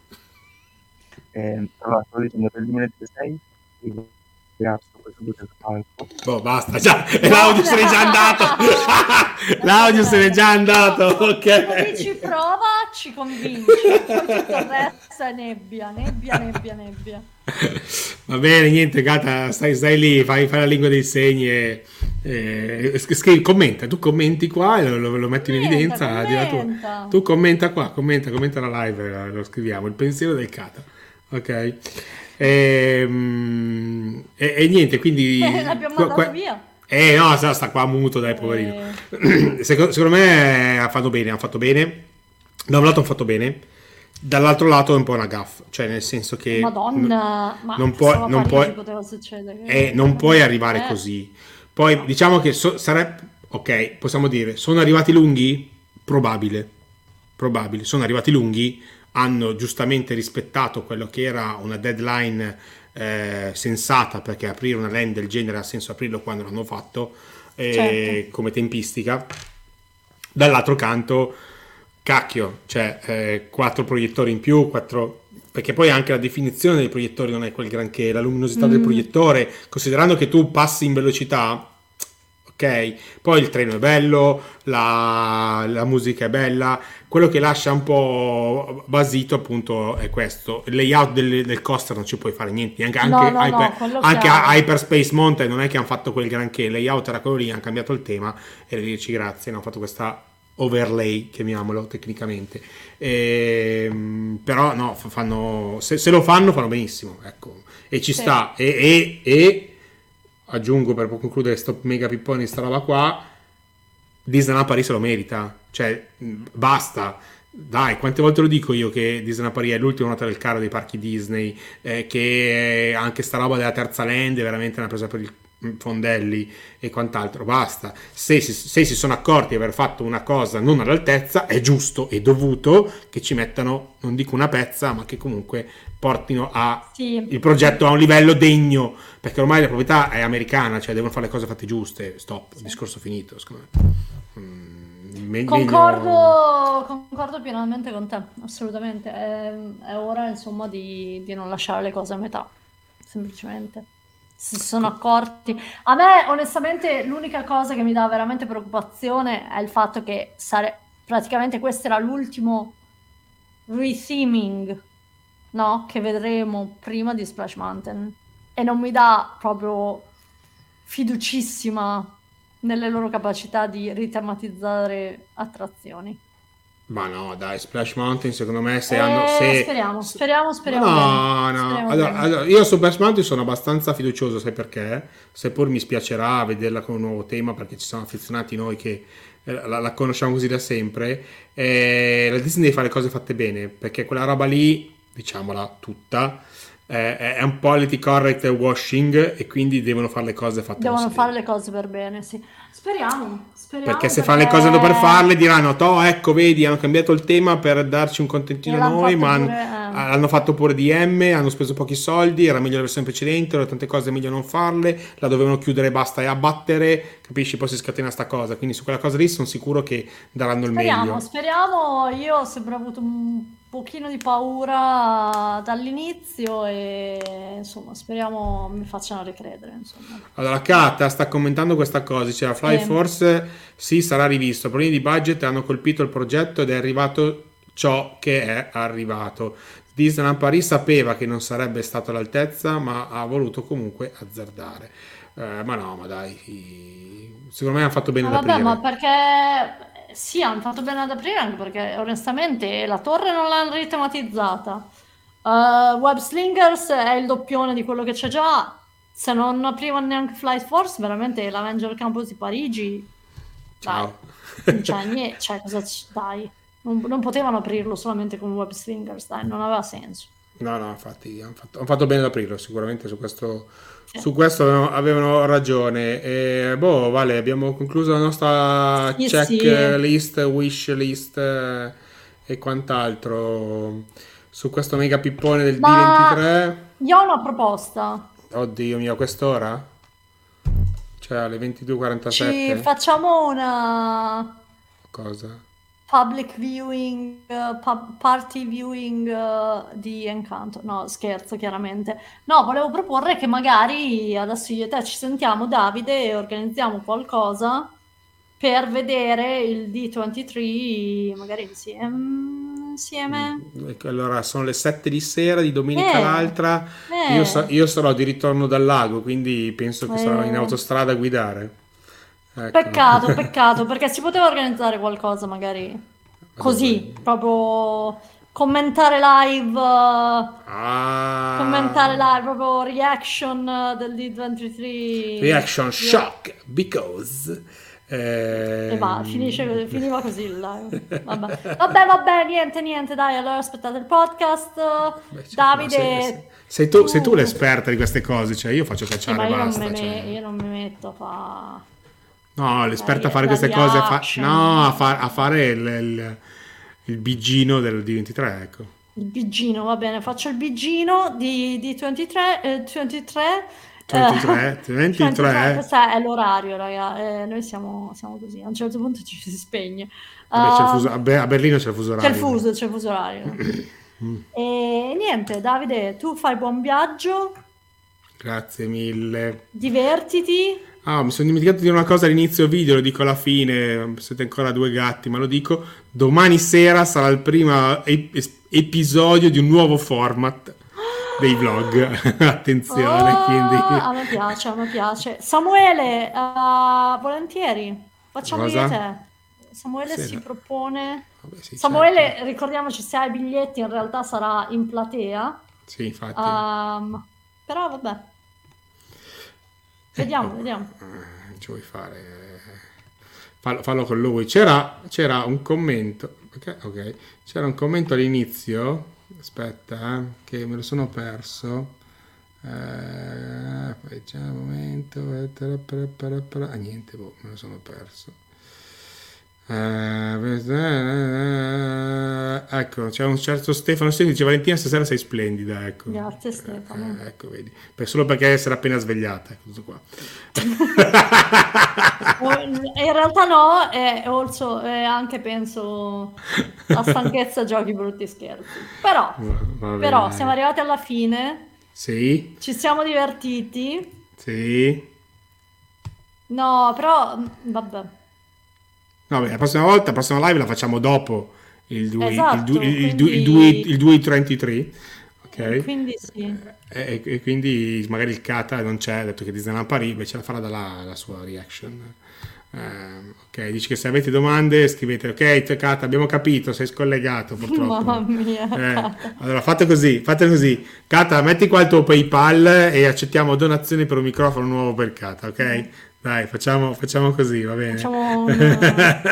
Speaker 3: Eh, allora, sto dicendo per il duemilaventisei grazie a questo butto palco.
Speaker 1: Boh, basta, già, l'audio se n'è già andato. L'audio se n'è già andato, ok.
Speaker 2: Se ci prova, ci convince. Poi tutto il resto è nebbia, nebbia, nebbia, nebbia.
Speaker 1: Va bene, niente, Gata, stai, stai lì, fai, fai la lingua dei segni e, e scrivi, commenta, tu commenti qua e lo, lo, lo metti in
Speaker 2: Commenta,
Speaker 1: evidenza. di la
Speaker 2: commenta.
Speaker 1: tua- tu commenta qua, commenta, commenta la live, lo scriviamo, il pensiero del Cata, ok? E, mm, e, e niente, quindi
Speaker 2: Eh, l'abbiamo
Speaker 1: qua-
Speaker 2: mandato
Speaker 1: qua-
Speaker 2: via.
Speaker 1: eh no, sta, sta qua muto, dai, poverino. Secondo, secondo me ha fatto bene, ha fatto bene. Da un lato hanno fatto bene, dall'altro lato è un po' una gaffa, cioè nel senso che
Speaker 2: Madonna,
Speaker 1: n-
Speaker 2: ma
Speaker 1: non
Speaker 2: se
Speaker 1: puoi,
Speaker 2: siamo a
Speaker 1: non
Speaker 2: Parigi
Speaker 1: puoi,
Speaker 2: poteva succedere.
Speaker 1: eh, non puoi arrivare
Speaker 2: Eh.
Speaker 1: così. Poi diciamo che so- sarebbe, ok, possiamo dire, sono arrivati lunghi? Probabile, probabile, sono arrivati lunghi, hanno giustamente rispettato quello che era una deadline eh, sensata, perché aprire una land del genere ha senso aprirlo quando l'hanno fatto, eh,
Speaker 2: Certo.
Speaker 1: come tempistica. Dall'altro canto, cacchio, cioè eh, quattro proiettori in più, quattro, perché poi anche la definizione dei proiettori non è quel granché, la luminosità del
Speaker 2: Mm.
Speaker 1: proiettore, considerando che tu passi in velocità, ok, poi il treno è bello, la, la musica è bella, quello che lascia un po' basito appunto è questo, il layout del, del coaster non ci puoi fare niente, anche,
Speaker 2: No,
Speaker 1: anche,
Speaker 2: no, no,
Speaker 1: Hyper-
Speaker 2: quello
Speaker 1: anche
Speaker 2: chiaro.
Speaker 1: a Hyperspace Mountain non è che hanno fatto quel granché, il layout era quello lì, hanno cambiato il tema e dirci grazie, hanno fatto questa overlay, chiamiamolo tecnicamente. Ehm, però no, fa- fanno, se, se lo fanno fanno benissimo, ecco, e ci
Speaker 2: Sì.
Speaker 1: sta, e, e, e aggiungo per concludere sto mega pippone, sta roba qua, Disneyland Paris se lo merita, cioè mh, basta, dai, quante volte lo dico io che Disneyland Paris è l'ultima nota del carro dei parchi Disney, eh, che anche sta roba della terza land è veramente una presa per il fondelli e quant'altro, basta. Se si, se si sono accorti di aver fatto una cosa non all'altezza, è giusto e dovuto che ci mettano, non dico una pezza, ma che comunque portino a
Speaker 2: Sì.
Speaker 1: il progetto a un livello degno, perché ormai la proprietà è americana, cioè devono fare le cose fatte giuste, stop, discorso finito, secondo me. Mm, me-
Speaker 2: Concordo,
Speaker 1: meglio-
Speaker 2: concordo pienamente con te, assolutamente. È, è ora, insomma, di, di non lasciare le cose a metà, semplicemente. Si sono accorti. A me, onestamente, l'unica cosa che mi dà veramente preoccupazione è il fatto che sare- praticamente questo era l'ultimo retheming, no? Che vedremo prima di Splash Mountain. E non mi dà proprio fiducissima nelle loro capacità di ritematizzare attrazioni.
Speaker 1: Ma no, dai, Splash Mountain secondo me se
Speaker 2: Eh,
Speaker 1: hanno... Se...
Speaker 2: speriamo, speriamo, speriamo
Speaker 1: No,
Speaker 2: bene.
Speaker 1: no,
Speaker 2: Speriamo
Speaker 1: allora,
Speaker 2: bene.
Speaker 1: allora, io su Splash Mountain sono abbastanza fiducioso, sai perché? Seppur mi spiacerà vederla con un nuovo tema, perché ci siamo affezionati noi che eh, la, la conosciamo così da sempre, eh, la Disney deve fare le cose fatte bene, perché quella roba lì, diciamola tutta, eh, è un politically correct washing, e quindi devono fare le cose fatte
Speaker 2: Devono
Speaker 1: bene.
Speaker 2: fare le cose per bene, sì. Speriamo, speriamo.
Speaker 1: Perché se fanno le cose per farle diranno, toh, ecco, vedi, hanno cambiato il tema per darci un contentino
Speaker 2: E l'hanno
Speaker 1: noi,
Speaker 2: fatto
Speaker 1: ma han-
Speaker 2: pure, eh.
Speaker 1: hanno fatto pure D M, hanno speso pochi soldi, era meglio la versione precedente, ora tante cose è meglio non farle, la dovevano chiudere e basta e abbattere, capisci? Poi si scatena sta cosa, quindi su quella cosa lì sono sicuro che daranno il
Speaker 2: Speriamo,
Speaker 1: meglio.
Speaker 2: speriamo. Io ho sempre avuto un pochino di paura dall'inizio e insomma speriamo mi facciano ricredere, insomma.
Speaker 1: Allora, Kata sta commentando questa cosa, diceva Fly
Speaker 2: Sì.
Speaker 1: Force sì, sarà rivisto, problemi di budget hanno colpito il progetto ed è arrivato ciò che è arrivato. Disneyland Paris sapeva che non sarebbe stato all'altezza, ma ha voluto comunque azzardare. Eh, ma no, ma dai, secondo me hanno fatto bene
Speaker 2: Ma
Speaker 1: ad
Speaker 2: vabbè,
Speaker 1: aprire.
Speaker 2: ma perché sì, hanno fatto bene ad aprire anche perché onestamente la torre non l'hanno ritematizzata. Uh, Web Slingers è il doppione di quello che c'è già. Se non aprivano neanche Flight Force, veramente l'Avenger Campus di Parigi,
Speaker 1: Ciao.
Speaker 2: dai, non c'è niente, cioè, cosa c- dai, non, non potevano aprirlo solamente con Web Slingers, dai, non aveva senso.
Speaker 1: No, no, infatti hanno fatto, hanno fatto bene ad aprirlo, sicuramente su questo,
Speaker 2: Sì.
Speaker 1: su questo avevano, avevano ragione. E, boh, Vale, abbiamo concluso la nostra
Speaker 2: Sì,
Speaker 1: checklist, wish list eh, e quant'altro su questo mega pippone del
Speaker 2: Ma
Speaker 1: D ventitré.
Speaker 2: io ho una proposta.
Speaker 1: Oddio mio, a quest'ora? Cioè alle ventidue e
Speaker 2: Ci
Speaker 1: quarantasette?
Speaker 2: facciamo una
Speaker 1: Cosa?
Speaker 2: public viewing, eh, pub- party viewing eh, di Encanto. No, scherzo, chiaramente. No, volevo proporre che magari adesso io e te ci sentiamo, Davide, e organizziamo qualcosa per vedere il D ventitré magari insieme. Insieme.
Speaker 1: Ecco, allora sono le sette di sera di domenica
Speaker 2: Eh,
Speaker 1: l'altra.
Speaker 2: eh,
Speaker 1: Io, sa- io sarò di ritorno dal lago, quindi penso che sarò in
Speaker 2: eh.
Speaker 1: autostrada a guidare. Ecco.
Speaker 2: Peccato, peccato, perché si poteva organizzare qualcosa magari così,
Speaker 1: dove?
Speaker 2: proprio commentare live, eh,
Speaker 1: Ah,
Speaker 2: commentare live, proprio reaction eh, del D ventitré.
Speaker 1: reaction shock because
Speaker 2: E va,
Speaker 1: ehm,
Speaker 2: finisce così- finiva così il live. Vabbè. Vabbè, vabbè, niente, niente, dai, allora aspettate il podcast.
Speaker 1: beh, cioè,
Speaker 2: Davide,
Speaker 1: ma sei, sei tu, sei tu l'esperta di queste cose, cioè io faccio
Speaker 2: Sì,
Speaker 1: cacciare
Speaker 2: ma
Speaker 1: e
Speaker 2: io non,
Speaker 1: basta.
Speaker 2: me-
Speaker 1: cioè.
Speaker 2: io non mi metto a fa...
Speaker 1: No, l'esperta a
Speaker 2: la-
Speaker 1: fare
Speaker 2: la
Speaker 1: queste cose, a, fa-
Speaker 2: reaction.
Speaker 1: no, a, fa- a fare il, il, il bigino del D ventitré, ecco.
Speaker 2: Il bigino, va bene, faccio il bigino di, di ventitré, eh, ventitré,
Speaker 1: ventitré,
Speaker 2: eh,
Speaker 1: ventitré.
Speaker 2: questo è l'orario, raga, eh, noi siamo, siamo così, a un certo punto ci si spegne.
Speaker 1: Vabbè, c'è il
Speaker 2: Uh,
Speaker 1: fuso- a, Be- a Berlino c'è il fuso
Speaker 2: c'è il
Speaker 1: orario.
Speaker 2: fuso, c'è il fuso orario. E niente, Davide, tu fai buon viaggio,
Speaker 1: Grazie mille.
Speaker 2: divertiti.
Speaker 1: Ah, mi sono dimenticato di dire una cosa all'inizio video, lo dico alla fine, siete ancora due gatti, ma lo dico. Domani sera sarà il primo ep- episodio di un nuovo format dei vlog. Attenzione,
Speaker 2: Oh,
Speaker 1: quindi...
Speaker 2: a me piace, a me piace. Samuele, uh, volentieri, facciamo io e
Speaker 1: Cosa?
Speaker 2: te. Samuele
Speaker 1: Sì,
Speaker 2: si
Speaker 1: no.
Speaker 2: propone...
Speaker 1: Vabbè, sì,
Speaker 2: Samuele,
Speaker 1: certo.
Speaker 2: ricordiamoci, se ha i biglietti in realtà sarà in platea.
Speaker 1: Sì, infatti.
Speaker 2: Um, però vabbè, vediamo,
Speaker 1: Ecco.
Speaker 2: vediamo.
Speaker 1: Eh, ci vuoi fare? Fallo, fallo con lui. C'era, c'era un commento. Ok, ok. C'era un commento all'inizio. Aspetta, eh, che me lo sono perso. Eh, poi c'è un momento. Ah, niente, boh, me lo sono perso. Eh, ecco, c'è un certo Stefano Stefano dice Valentina stasera sei splendida, ecco.
Speaker 2: Grazie, Stefano.
Speaker 1: Eh, ecco, vedi, per, solo perché essere appena svegliata, ecco, tutto qua.
Speaker 2: Oh, in realtà no, è, also, è anche penso la stanchezza giochi brutti scherzi. Però,
Speaker 1: Va
Speaker 2: però
Speaker 1: bene.
Speaker 2: siamo arrivati alla fine,
Speaker 1: Sì,
Speaker 2: ci siamo divertiti.
Speaker 1: sì.
Speaker 2: No, però vabbè.
Speaker 1: No, beh, la prossima volta, la prossima live la facciamo dopo il due,
Speaker 2: Esatto,
Speaker 1: il due, il due,
Speaker 2: quindi-
Speaker 1: il due, il due ventitré, ok?
Speaker 2: Quindi sì.
Speaker 1: E, e quindi magari il Kata non c'è, ha detto che Disneyland Paris, invece la farà dalla la sua reaction. Eh, ok, dici che se avete domande scrivete, ok, te, Kata, abbiamo capito, sei scollegato purtroppo.
Speaker 2: Mamma mia,
Speaker 1: Eh,
Speaker 2: Kata.
Speaker 1: allora fate così, fate così. Kata, metti qua il tuo PayPal e accettiamo donazioni per un microfono nuovo per Kata, ok? Dai, facciamo, facciamo così, va bene.
Speaker 2: Facciamo un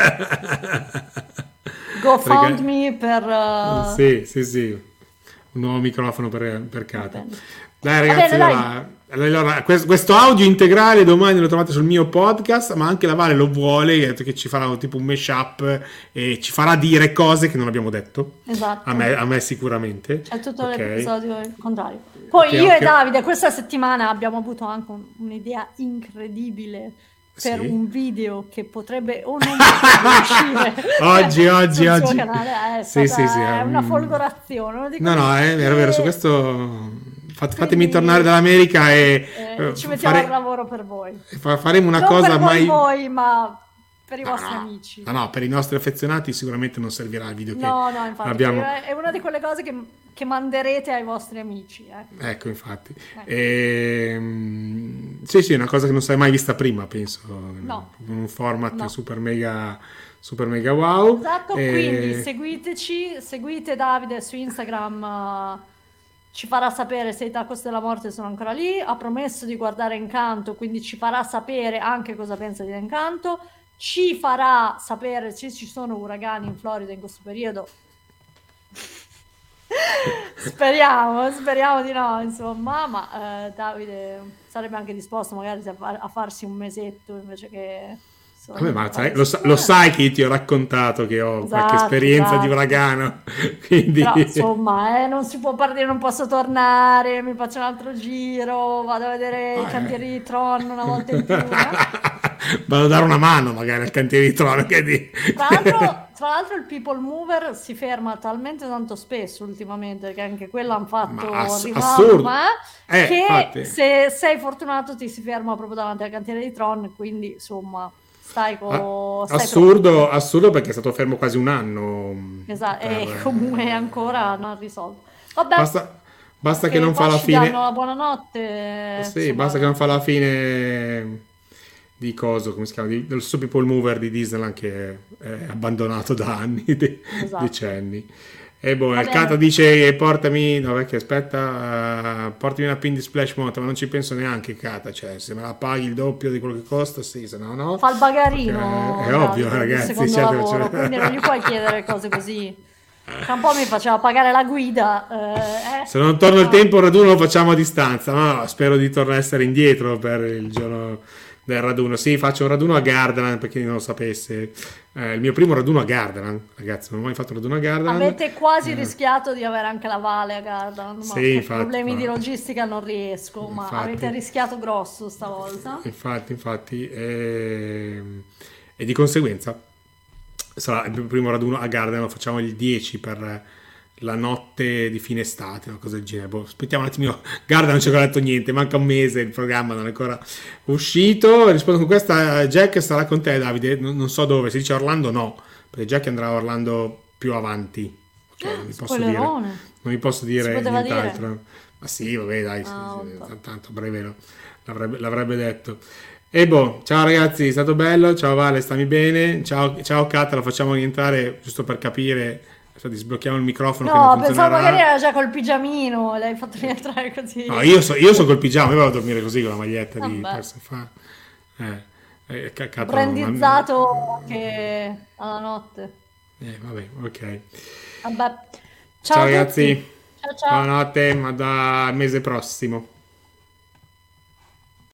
Speaker 2: GoFundMe per... uh,
Speaker 1: Sì, sì, sì. Un nuovo microfono per, per Kata.
Speaker 2: bene.
Speaker 1: Dai
Speaker 2: Va
Speaker 1: ragazzi,
Speaker 2: bene, dai.
Speaker 1: allora, allora, quest- questo audio integrale domani lo trovate sul mio podcast, ma anche la Vale lo vuole, ha detto che ci farà tipo un mashup e ci farà dire cose che non abbiamo detto.
Speaker 2: Esatto.
Speaker 1: A me, a me sicuramente.
Speaker 2: C'è tutto
Speaker 1: Ok.
Speaker 2: l'episodio il contrario. Poi
Speaker 1: Ok,
Speaker 2: io
Speaker 1: ok.
Speaker 2: e Davide questa settimana abbiamo avuto anche un- un'idea incredibile per
Speaker 1: Sì.
Speaker 2: un video che potrebbe o non potrebbe uscire
Speaker 1: Oggi, oggi,
Speaker 2: sul suo
Speaker 1: oggi.
Speaker 2: canale, è
Speaker 1: Sì,
Speaker 2: stata
Speaker 1: sì, sì,
Speaker 2: è una
Speaker 1: mm.
Speaker 2: folgorazione. Uno di
Speaker 1: No, no,
Speaker 2: quelli
Speaker 1: è vero, vero, su
Speaker 2: che-
Speaker 1: questo fat- fatemi
Speaker 2: Quindi,
Speaker 1: tornare dall'America e
Speaker 2: eh,
Speaker 1: eh,
Speaker 2: ci mettiamo
Speaker 1: fare-
Speaker 2: al lavoro per voi.
Speaker 1: fa- faremo una
Speaker 2: non
Speaker 1: cosa
Speaker 2: per
Speaker 1: mai...
Speaker 2: voi, voi, ma per i
Speaker 1: No,
Speaker 2: vostri
Speaker 1: no,
Speaker 2: amici.
Speaker 1: no, no, per i nostri affezionati sicuramente non servirà il video che
Speaker 2: No, no, infatti,
Speaker 1: abbiamo...
Speaker 2: è è una di quelle cose che, che manderete ai vostri amici. Eh.
Speaker 1: Ecco, infatti.
Speaker 2: Eh.
Speaker 1: Ehm, sì, sì, è una cosa che non si è mai vista prima, penso.
Speaker 2: No.
Speaker 1: Un format
Speaker 2: No.
Speaker 1: super mega, super mega wow.
Speaker 2: Esatto,
Speaker 1: E-
Speaker 2: quindi seguiteci, seguite Davide su Instagram, eh, ci farà sapere se i Tacos della Morte sono ancora lì, ha promesso di guardare Encanto, quindi ci farà sapere anche cosa pensa di Encanto, ci farà sapere se ci sono uragani in Florida in questo periodo. Speriamo, speriamo di no, insomma, ma eh, Davide sarebbe anche disposto magari a, far- a farsi un mesetto invece che... solo
Speaker 1: Vabbè, ma
Speaker 2: una
Speaker 1: sai- lo, sa- lo
Speaker 2: settimana.
Speaker 1: sai che io ti ho raccontato che ho qualche
Speaker 2: Esatto,
Speaker 1: esperienza di
Speaker 2: esatto.
Speaker 1: uragano, quindi...
Speaker 2: Però insomma, eh, non si può partire, non posso tornare, mi faccio un altro giro, vado a vedere
Speaker 1: Ah,
Speaker 2: i
Speaker 1: eh.
Speaker 2: cantieri di Tron una volta in più. eh.
Speaker 1: Vado a dare una mano magari al cantiere di trono che di...
Speaker 2: Tra l'altro, tra l'altro il People Mover si ferma talmente tanto spesso ultimamente che anche quello hanno fatto
Speaker 1: Ma ass-
Speaker 2: revamp,
Speaker 1: assurdo.
Speaker 2: eh,
Speaker 1: Eh,
Speaker 2: che
Speaker 1: infatti.
Speaker 2: se sei fortunato ti si ferma proprio davanti al cantiere di Tron, quindi insomma stai con...
Speaker 1: Ah,
Speaker 2: stai
Speaker 1: assurdo, assurdo perché è stato fermo quasi un anno.
Speaker 2: Esatto,
Speaker 1: per-
Speaker 2: e comunque ancora non risolto. Vabbè,
Speaker 1: Basta, basta che
Speaker 2: perché
Speaker 1: non fa
Speaker 2: qua
Speaker 1: la
Speaker 2: ci
Speaker 1: fine.
Speaker 2: danno la buonanotte.
Speaker 1: Sì,
Speaker 2: insomma,
Speaker 1: basta che non fa la fine di coso, come si chiama? Di- del suo People Mover di Disneyland che è, è abbandonato da anni, de-
Speaker 2: Esatto.
Speaker 1: decenni. E boh,
Speaker 2: Va
Speaker 1: il
Speaker 2: bene.
Speaker 1: Kata dice portami, no vecchio aspetta, eh, portami una pin di Splash Mountain, ma non ci penso neanche Kata, cioè se me la paghi il doppio di quello che costa, sì, se no no.
Speaker 2: Fa il bagarino.
Speaker 1: Perché è
Speaker 2: Davide,
Speaker 1: ovvio,
Speaker 2: il
Speaker 1: ragazzi,
Speaker 2: secondo
Speaker 1: certo,
Speaker 2: lavoro,
Speaker 1: cioè-
Speaker 2: quindi non gli puoi chiedere cose così. Tra un po' mi faceva pagare la guida. eh, eh.
Speaker 1: Se non torno il
Speaker 2: No.
Speaker 1: tempo, il raduno lo facciamo a distanza. No, spero di tornare a essere indietro per il giorno del raduno. Sì, faccio un raduno a Gardaland per chi non lo sapesse. Eh, il mio primo raduno a Gardaland, ragazzi, non ho mai fatto un raduno a Gardaland.
Speaker 2: Avete quasi
Speaker 1: Eh,
Speaker 2: rischiato di avere anche la Vale a Gardaland, ma
Speaker 1: Sì,
Speaker 2: per
Speaker 1: infatti,
Speaker 2: problemi di
Speaker 1: ma-
Speaker 2: logistica non riesco, ma
Speaker 1: Infatti.
Speaker 2: avete rischiato grosso stavolta.
Speaker 1: Infatti, infatti, ehm, e di conseguenza sarà il primo raduno a Gardaland, lo facciamo il dieci per la notte di fine estate, una cosa del genere. Boh, aspettiamo un attimino. Gardaland non ci ho ancora detto niente, manca un mese, il programma non è ancora uscito. Rispondo con questa, Jack sarà con te, Davide, non, non so dove, si dice Orlando no, perché Jack andrà a Orlando più avanti. Ok, non vi posso dire, non
Speaker 2: Spoilerone.
Speaker 1: vi posso
Speaker 2: Si
Speaker 1: dire
Speaker 2: poteva
Speaker 1: nient'altro. Ma sì, vabbè, dai, sì,
Speaker 2: Ah,
Speaker 1: sì,
Speaker 2: vabbè.
Speaker 1: tanto a breve lo- l'avrebbe, l'avrebbe detto. E boh, ciao ragazzi, è stato bello. Ciao Vale, stammi bene. Ciao, ciao Kat, la facciamo rientrare giusto per capire. Adesso sblocchiamo il microfono che
Speaker 2: No,
Speaker 1: non
Speaker 2: pensavo
Speaker 1: funzionerà.
Speaker 2: magari era già col pigiamino, l'hai fatto rientrare così.
Speaker 1: No, io so, io so col pigiama, io vado a dormire così con la maglietta di
Speaker 2: Vabbè.
Speaker 1: perso fa. Eh, eh, ca- Kat,
Speaker 2: Brandizzato anche alla notte.
Speaker 1: Eh, vabbè, ok.
Speaker 2: Vabbè. Ciao,
Speaker 1: Ciao
Speaker 2: a tutti.
Speaker 1: ragazzi.
Speaker 2: Ciao ciao.
Speaker 1: Buonanotte, ma dal mese prossimo.